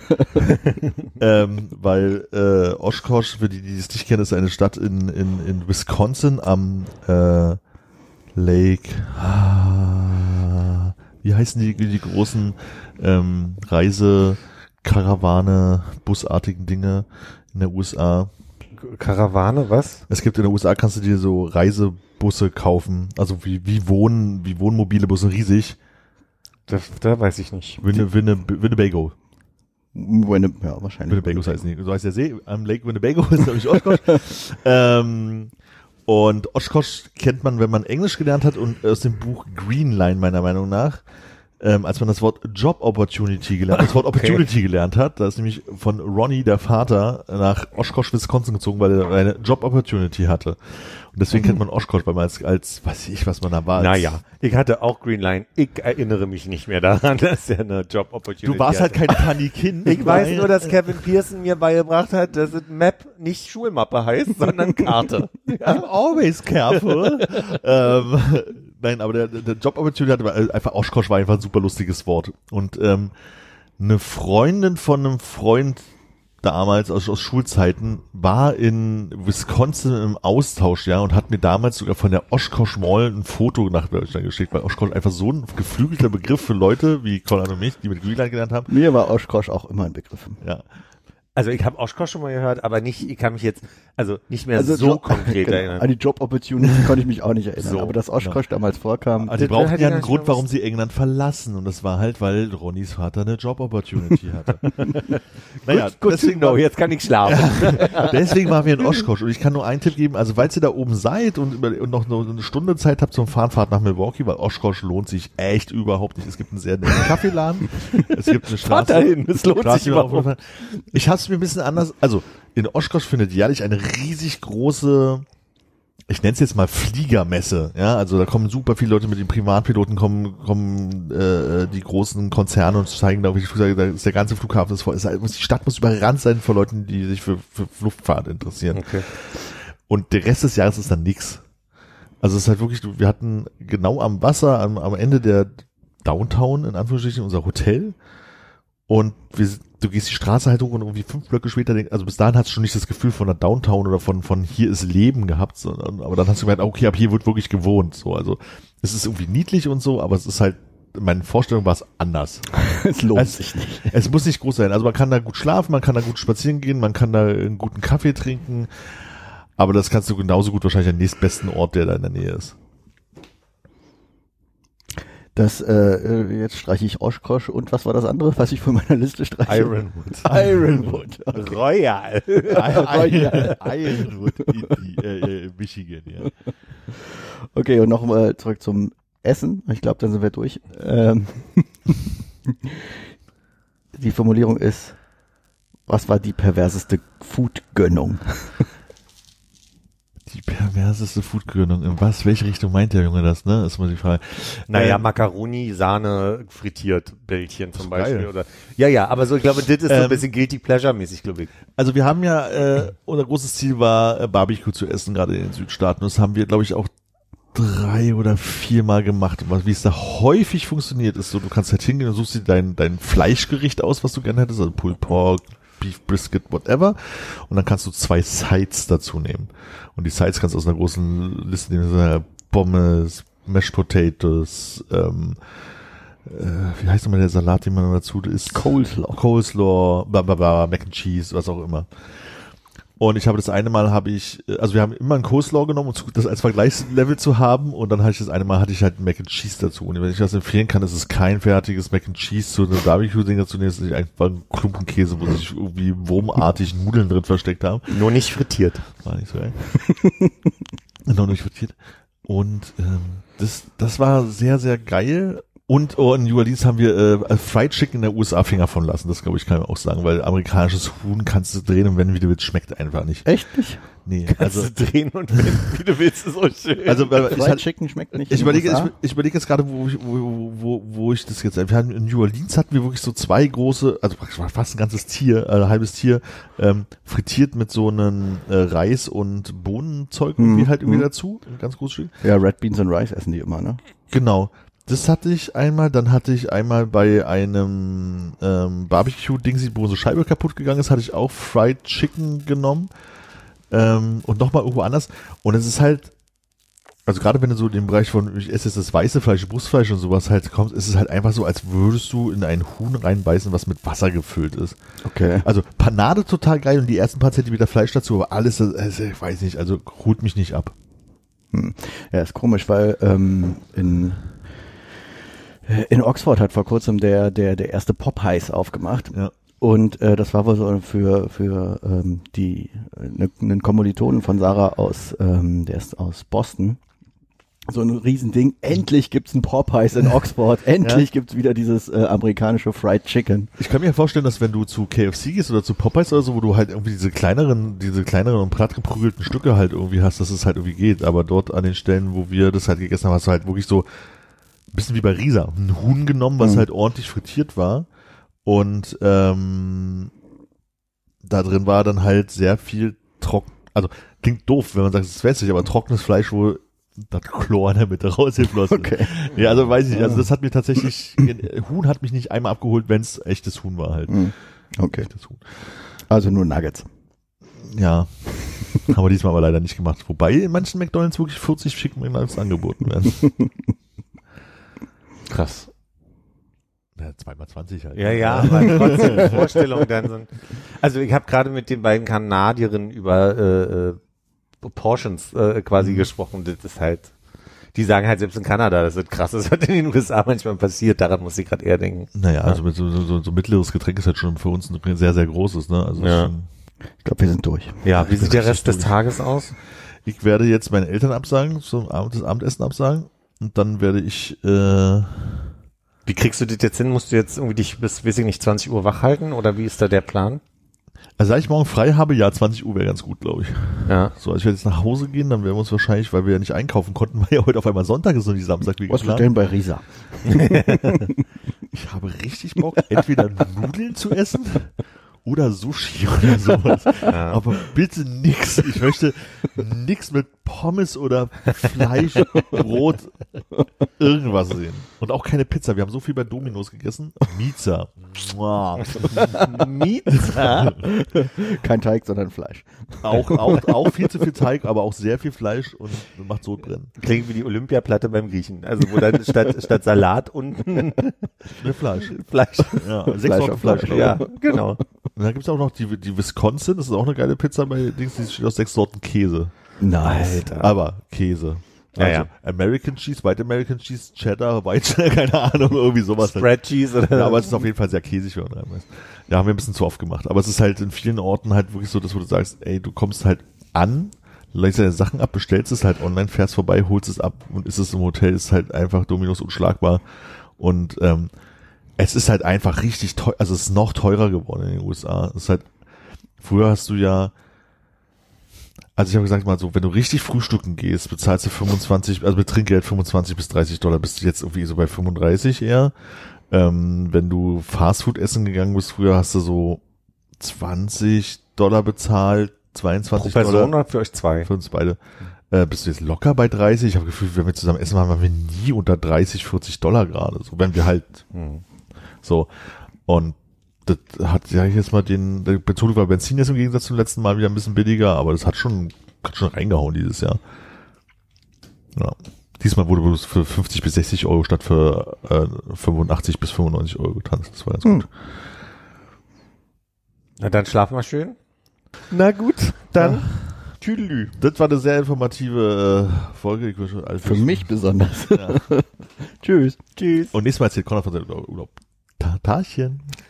Weil Oshkosh, für die es nicht kennen, ist eine Stadt in Wisconsin am Lake. Wie heißen die großen Reisekarawane, busartigen Dinge in der USA? Karawane, was? Es gibt in der USA, kannst du dir so Reisebusse kaufen, also wie Wohnmobile Busse, riesig. Da weiß ich nicht. Winnebago. Ja, wahrscheinlich. Winnebago heißt nicht. So heißt der See. Am Lake Winnebago ist, glaube ich, Oshkosh. Und Oshkosh kennt man, wenn man Englisch gelernt hat und aus dem Buch Green Line meiner Meinung nach, als man das Wort Job Opportunity gelernt hat, da ist nämlich von Ronnie, der Vater, nach Oshkosh, Wisconsin gezogen, weil er eine Job Opportunity hatte. Und deswegen kennt man Oshkosh, weil man als weiß ich, was man da war. Naja, ich hatte auch Green Line. Ich erinnere mich nicht mehr daran, dass er eine Job Opportunity Du warst halt kein Panikin. Ich weiß nur, dass Kevin Pearson mir beigebracht hat, dass es Map nicht Schulmappe heißt, sondern Karte. I'm always careful. Nein, aber der Job Opportunity hatte einfach, Oshkosh war einfach ein super lustiges Wort. Und eine Freundin von einem Freund damals aus Schulzeiten war in Wisconsin im Austausch, ja, und hat mir damals sogar von der Oshkosh Mall ein Foto nach Deutschland geschickt, weil Oshkosh einfach so ein geflügelter Begriff für Leute wie Colin und mich, die mit Greenland gelernt haben. Mir war Oshkosh auch immer ein Begriff. Ja. Also ich habe Oshkosh schon mal gehört, aber nicht, ich kann mich jetzt nicht mehr so konkret erinnern. An die Job Opportunity konnte ich mich auch nicht erinnern, aber dass Oshkosh damals vorkam. Also die brauchten ja einen Grund, warum sie England verlassen, und das war halt, weil Ronnys Vater eine Job Opportunity hatte. Naja, gut deswegen jetzt kann ich schlafen. Deswegen waren wir in Oshkosh, und ich kann nur einen Tipp geben, also falls ihr da oben seid und noch eine Stunde Zeit habt zum Fahrrad nach Milwaukee, weil Oshkosh lohnt sich echt überhaupt nicht. Es gibt einen sehr netten Kaffeeladen, es gibt eine Straße. Dahin, es lohnt sich überhaupt. Ich hab's mir ein bisschen anders, also in Oshkosh findet jährlich eine riesig große, ich nenne es jetzt mal Fliegermesse, ja, also da kommen super viele Leute mit den Privatpiloten, kommen die großen Konzerne und zeigen da, wie ich sage, da ist der ganze Flughafen ist voll, die Stadt muss überrannt sein von Leuten, die sich für Luftfahrt interessieren. Okay. Und der Rest des Jahres ist dann nix. Also es ist halt wirklich, wir hatten genau am Wasser, am Ende der Downtown, in Anführungsstrichen, unser Hotel, und du gehst die Straße halt hoch und irgendwie 5 Blöcke später, also bis dahin hast du schon nicht das Gefühl von der Downtown oder von hier ist Leben gehabt, sondern, aber dann hast du gemerkt, okay, ab hier wird wirklich gewohnt, so, also es ist irgendwie niedlich und so, aber es ist halt, in meinen Vorstellungen war es anders. Es lohnt sich nicht. Es muss nicht groß sein, also man kann da gut schlafen, man kann da gut spazieren gehen, man kann da einen guten Kaffee trinken, aber das kannst du genauso gut wahrscheinlich am nächstbesten Ort, der da in der Nähe ist. Das, jetzt streiche ich Oshkosh und was war das andere, was ich von meiner Liste streiche? Ironwood. Okay. Royal. Ironwood in Michigan, ja. Okay, und nochmal zurück zum Essen. Ich glaube, dann sind wir durch. Die Formulierung ist, was war die perverseste Food-Gönnung? Die perverseste Foodgründung. In welche Richtung meint der Junge das, ne? Ist mal die Frage. Naja, Macaroni, Sahne, frittiert, Bällchen zum Beispiel. Geil. Oder ja, aber so, ich glaube, das ist so ein bisschen Guilty Pleasure-mäßig, glaube ich. Also wir haben ja, unser großes Ziel war, Barbecue zu essen, gerade in den Südstaaten. Das haben wir, glaube ich, auch 3 oder 4 Mal gemacht. Und wie es da häufig funktioniert, ist so, du kannst halt hingehen und suchst dir dein Fleischgericht aus, was du gerne hättest, also Pulled Pork, Beef Brisket, whatever. Und dann kannst du 2 Sides dazu nehmen. Und die Sides kannst du aus einer großen Liste nehmen, Pommes, Mashed Potatoes, wie heißt nochmal der Salat, den man dazu isst? Coleslaw, Mac and Cheese, was auch immer. Und ich habe das eine Mal also wir haben immer einen Coleslaw genommen, um das als Vergleichslevel zu haben, und dann hatte ich das eine Mal hatte Mac and Cheese dazu. Und wenn ich das empfehlen kann, ist es kein fertiges Mac and Cheese zu einem Barbecue-Ding dazu nehmen, es ist einfach ein Klumpen Käse, wo sich irgendwie wurmartig Nudeln drin versteckt haben. Nur nicht frittiert. War nicht so geil. Noch nicht frittiert. Und das war sehr, sehr geil. Und in New Orleans haben wir Fried Chicken in der USA Finger von lassen. Das, glaube ich, kann man auch sagen, weil amerikanisches Huhn kannst du drehen und wenn wie du willst, schmeckt einfach nicht. Echt nicht? Nee, kannst du drehen und wenn wie du willst, ist so schön. Also Fried Chicken schmeckt nicht. Ich überlege jetzt gerade, wo ich das jetzt. Wir hatten in New Orleans hatten wir wirklich so 2 große, also fast ein ganzes Tier, ein halbes Tier, frittiert mit so einem Reis und Bohnenzeug irgendwie dazu, ein ganz großes Stück. Ja, Red Beans and Rice essen die immer, ne? Genau. Das hatte ich einmal, dann hatte ich einmal bei einem Barbecue-Ding, wo so Scheibe kaputt gegangen ist, hatte ich auch Fried Chicken genommen und nochmal irgendwo anders. Und es ist halt, also gerade wenn du so in dem Bereich von, ich esse jetzt das weiße Fleisch, Brustfleisch und sowas halt kommst, ist es halt einfach so, als würdest du in ein Huhn reinbeißen, was mit Wasser gefüllt ist. Okay. Also Panade total geil und die ersten paar Zentimeter Fleisch dazu, aber alles, also, ich weiß nicht, also holt mich nicht ab. Ja, ist komisch, weil in Oxford hat vor kurzem der erste Popeyes aufgemacht. Ja. Und das war wohl so für einen Kommilitonen von Sarah der ist aus Boston. So ein Riesending. Endlich gibt's ein Popeyes in Oxford. Endlich gibt's wieder dieses amerikanische Fried Chicken. Ich kann mir vorstellen, dass wenn du zu KFC gehst oder zu Popeyes oder so, wo du halt irgendwie diese kleineren und plattgeprügelten Stücke halt irgendwie hast, dass es halt irgendwie geht. Aber dort an den Stellen, wo wir das halt gegessen haben, hast du halt wirklich so ein bisschen wie bei Risa. Ein Huhn genommen, was halt ordentlich frittiert war. Und da drin war dann halt sehr viel also klingt doof, wenn man sagt, es ist wässrig, aber trockenes Fleisch, wo das Chlor in der Mitte rausgeflossen. Okay. Ja, also weiß ich nicht. Also das hat mir tatsächlich, Huhn hat mich nicht einmal abgeholt, wenn es echtes Huhn war halt. Okay. Echtes Huhn. Also nur Nuggets. Ja. Haben wir diesmal aber leider nicht gemacht. Wobei in manchen McDonalds wirklich 40 Chicken McNuggets angeboten werden. Krass. Ja, 2x20 halt. Ja, aber trotzdem die Vorstellung dann so. Also ich habe gerade mit den beiden Kanadierinnen über Portions quasi gesprochen. Das ist halt, die sagen halt selbst in Kanada, das ist krass, das was in den USA manchmal passiert. Daran muss ich gerade eher denken. Naja, also mit so mittleres Getränk ist halt schon für uns ein sehr, sehr großes, ne? Also ja. Ich glaube, wir sind durch. Ja, wie sieht der Rest des Tages aus? Ich werde jetzt meinen Eltern absagen, das Abendessen absagen und dann werde ich Wie kriegst du das jetzt hin? Musst du jetzt irgendwie dich bis, weiß ich nicht, 20 Uhr wach halten oder wie ist da der Plan? Also da ich morgen frei habe, ja, 20 Uhr wäre ganz gut, glaube ich. Ja. So, also ich werde jetzt nach Hause gehen, dann werden wir uns wahrscheinlich, weil wir ja nicht einkaufen konnten, weil ja heute auf einmal Sonntag ist und nicht Samstag wie Was geplant. bestellen bei Risa? Ich habe richtig Bock, entweder Nudeln zu essen oder Sushi oder sowas. Ja. Aber bitte nix. Ich möchte nix mit Pommes oder Fleisch, Brot, irgendwas sehen. Und auch keine Pizza. Wir haben so viel bei Domino's gegessen. Pizza. Pizza? Kein Teig, sondern Fleisch. Auch viel zu viel Teig, aber auch sehr viel Fleisch und macht Sodbrennen. Klingt wie die Olympiaplatte beim Griechen. Also wo dann statt Salat unten Fleisch. Ja, 6 Sorten Fleisch. Ja, genau. Und dann gibt's auch noch die Wisconsin, das ist auch eine geile Pizza bei Dings, die steht aus 6 Sorten Käse. Nice. Alter. Aber Käse. Also Ja. American Cheese, White American Cheese, Cheddar, White Cheddar, keine Ahnung, irgendwie sowas. Spread Cheese oder? Ja, aber es ist auf jeden Fall sehr käsig, wenn man reinbeißt. Ja, haben wir ein bisschen zu oft gemacht. Aber es ist halt in vielen Orten halt wirklich so, dass wo du sagst, ey, du kommst halt an, legst deine Sachen ab, bestellst es halt online, fährst vorbei, holst es ab und ist es im Hotel, ist halt einfach Domino's unschlagbar. Und es ist halt einfach richtig teuer, also es ist noch teurer geworden in den USA. Es ist halt, früher hast du ja, also ich habe gesagt mal so, wenn du richtig frühstücken gehst, bezahlst du 25, also mit Trinkgeld $25 bis $30, bist du jetzt irgendwie so bei 35 eher. Wenn du Fastfood essen gegangen bist, früher hast du so $20 bezahlt, 22 pro Person oder für euch zwei? Für uns beide. Bist du jetzt locker bei 30? Ich habe Gefühl, wenn wir zusammen essen, waren wir nie unter 30, $40 gerade. So, wenn wir halt so. Und das hat ja jetzt mal der Bezug war Benzin jetzt im Gegensatz zum letzten Mal wieder ein bisschen billiger, aber das hat schon reingehauen dieses Jahr. Ja. Diesmal wurde es für 50 bis 60 Euro statt für 85 bis 95 Euro getanzt. Das war ganz gut. Na dann schlaf mal schön. Na gut, dann Tüdelü. Das war eine sehr informative Folge. Für mich besonders. Ja. Tschüss. Tschüss. Und nächstes Mal erzählt Conor von seinem Urlaub. Tarchen.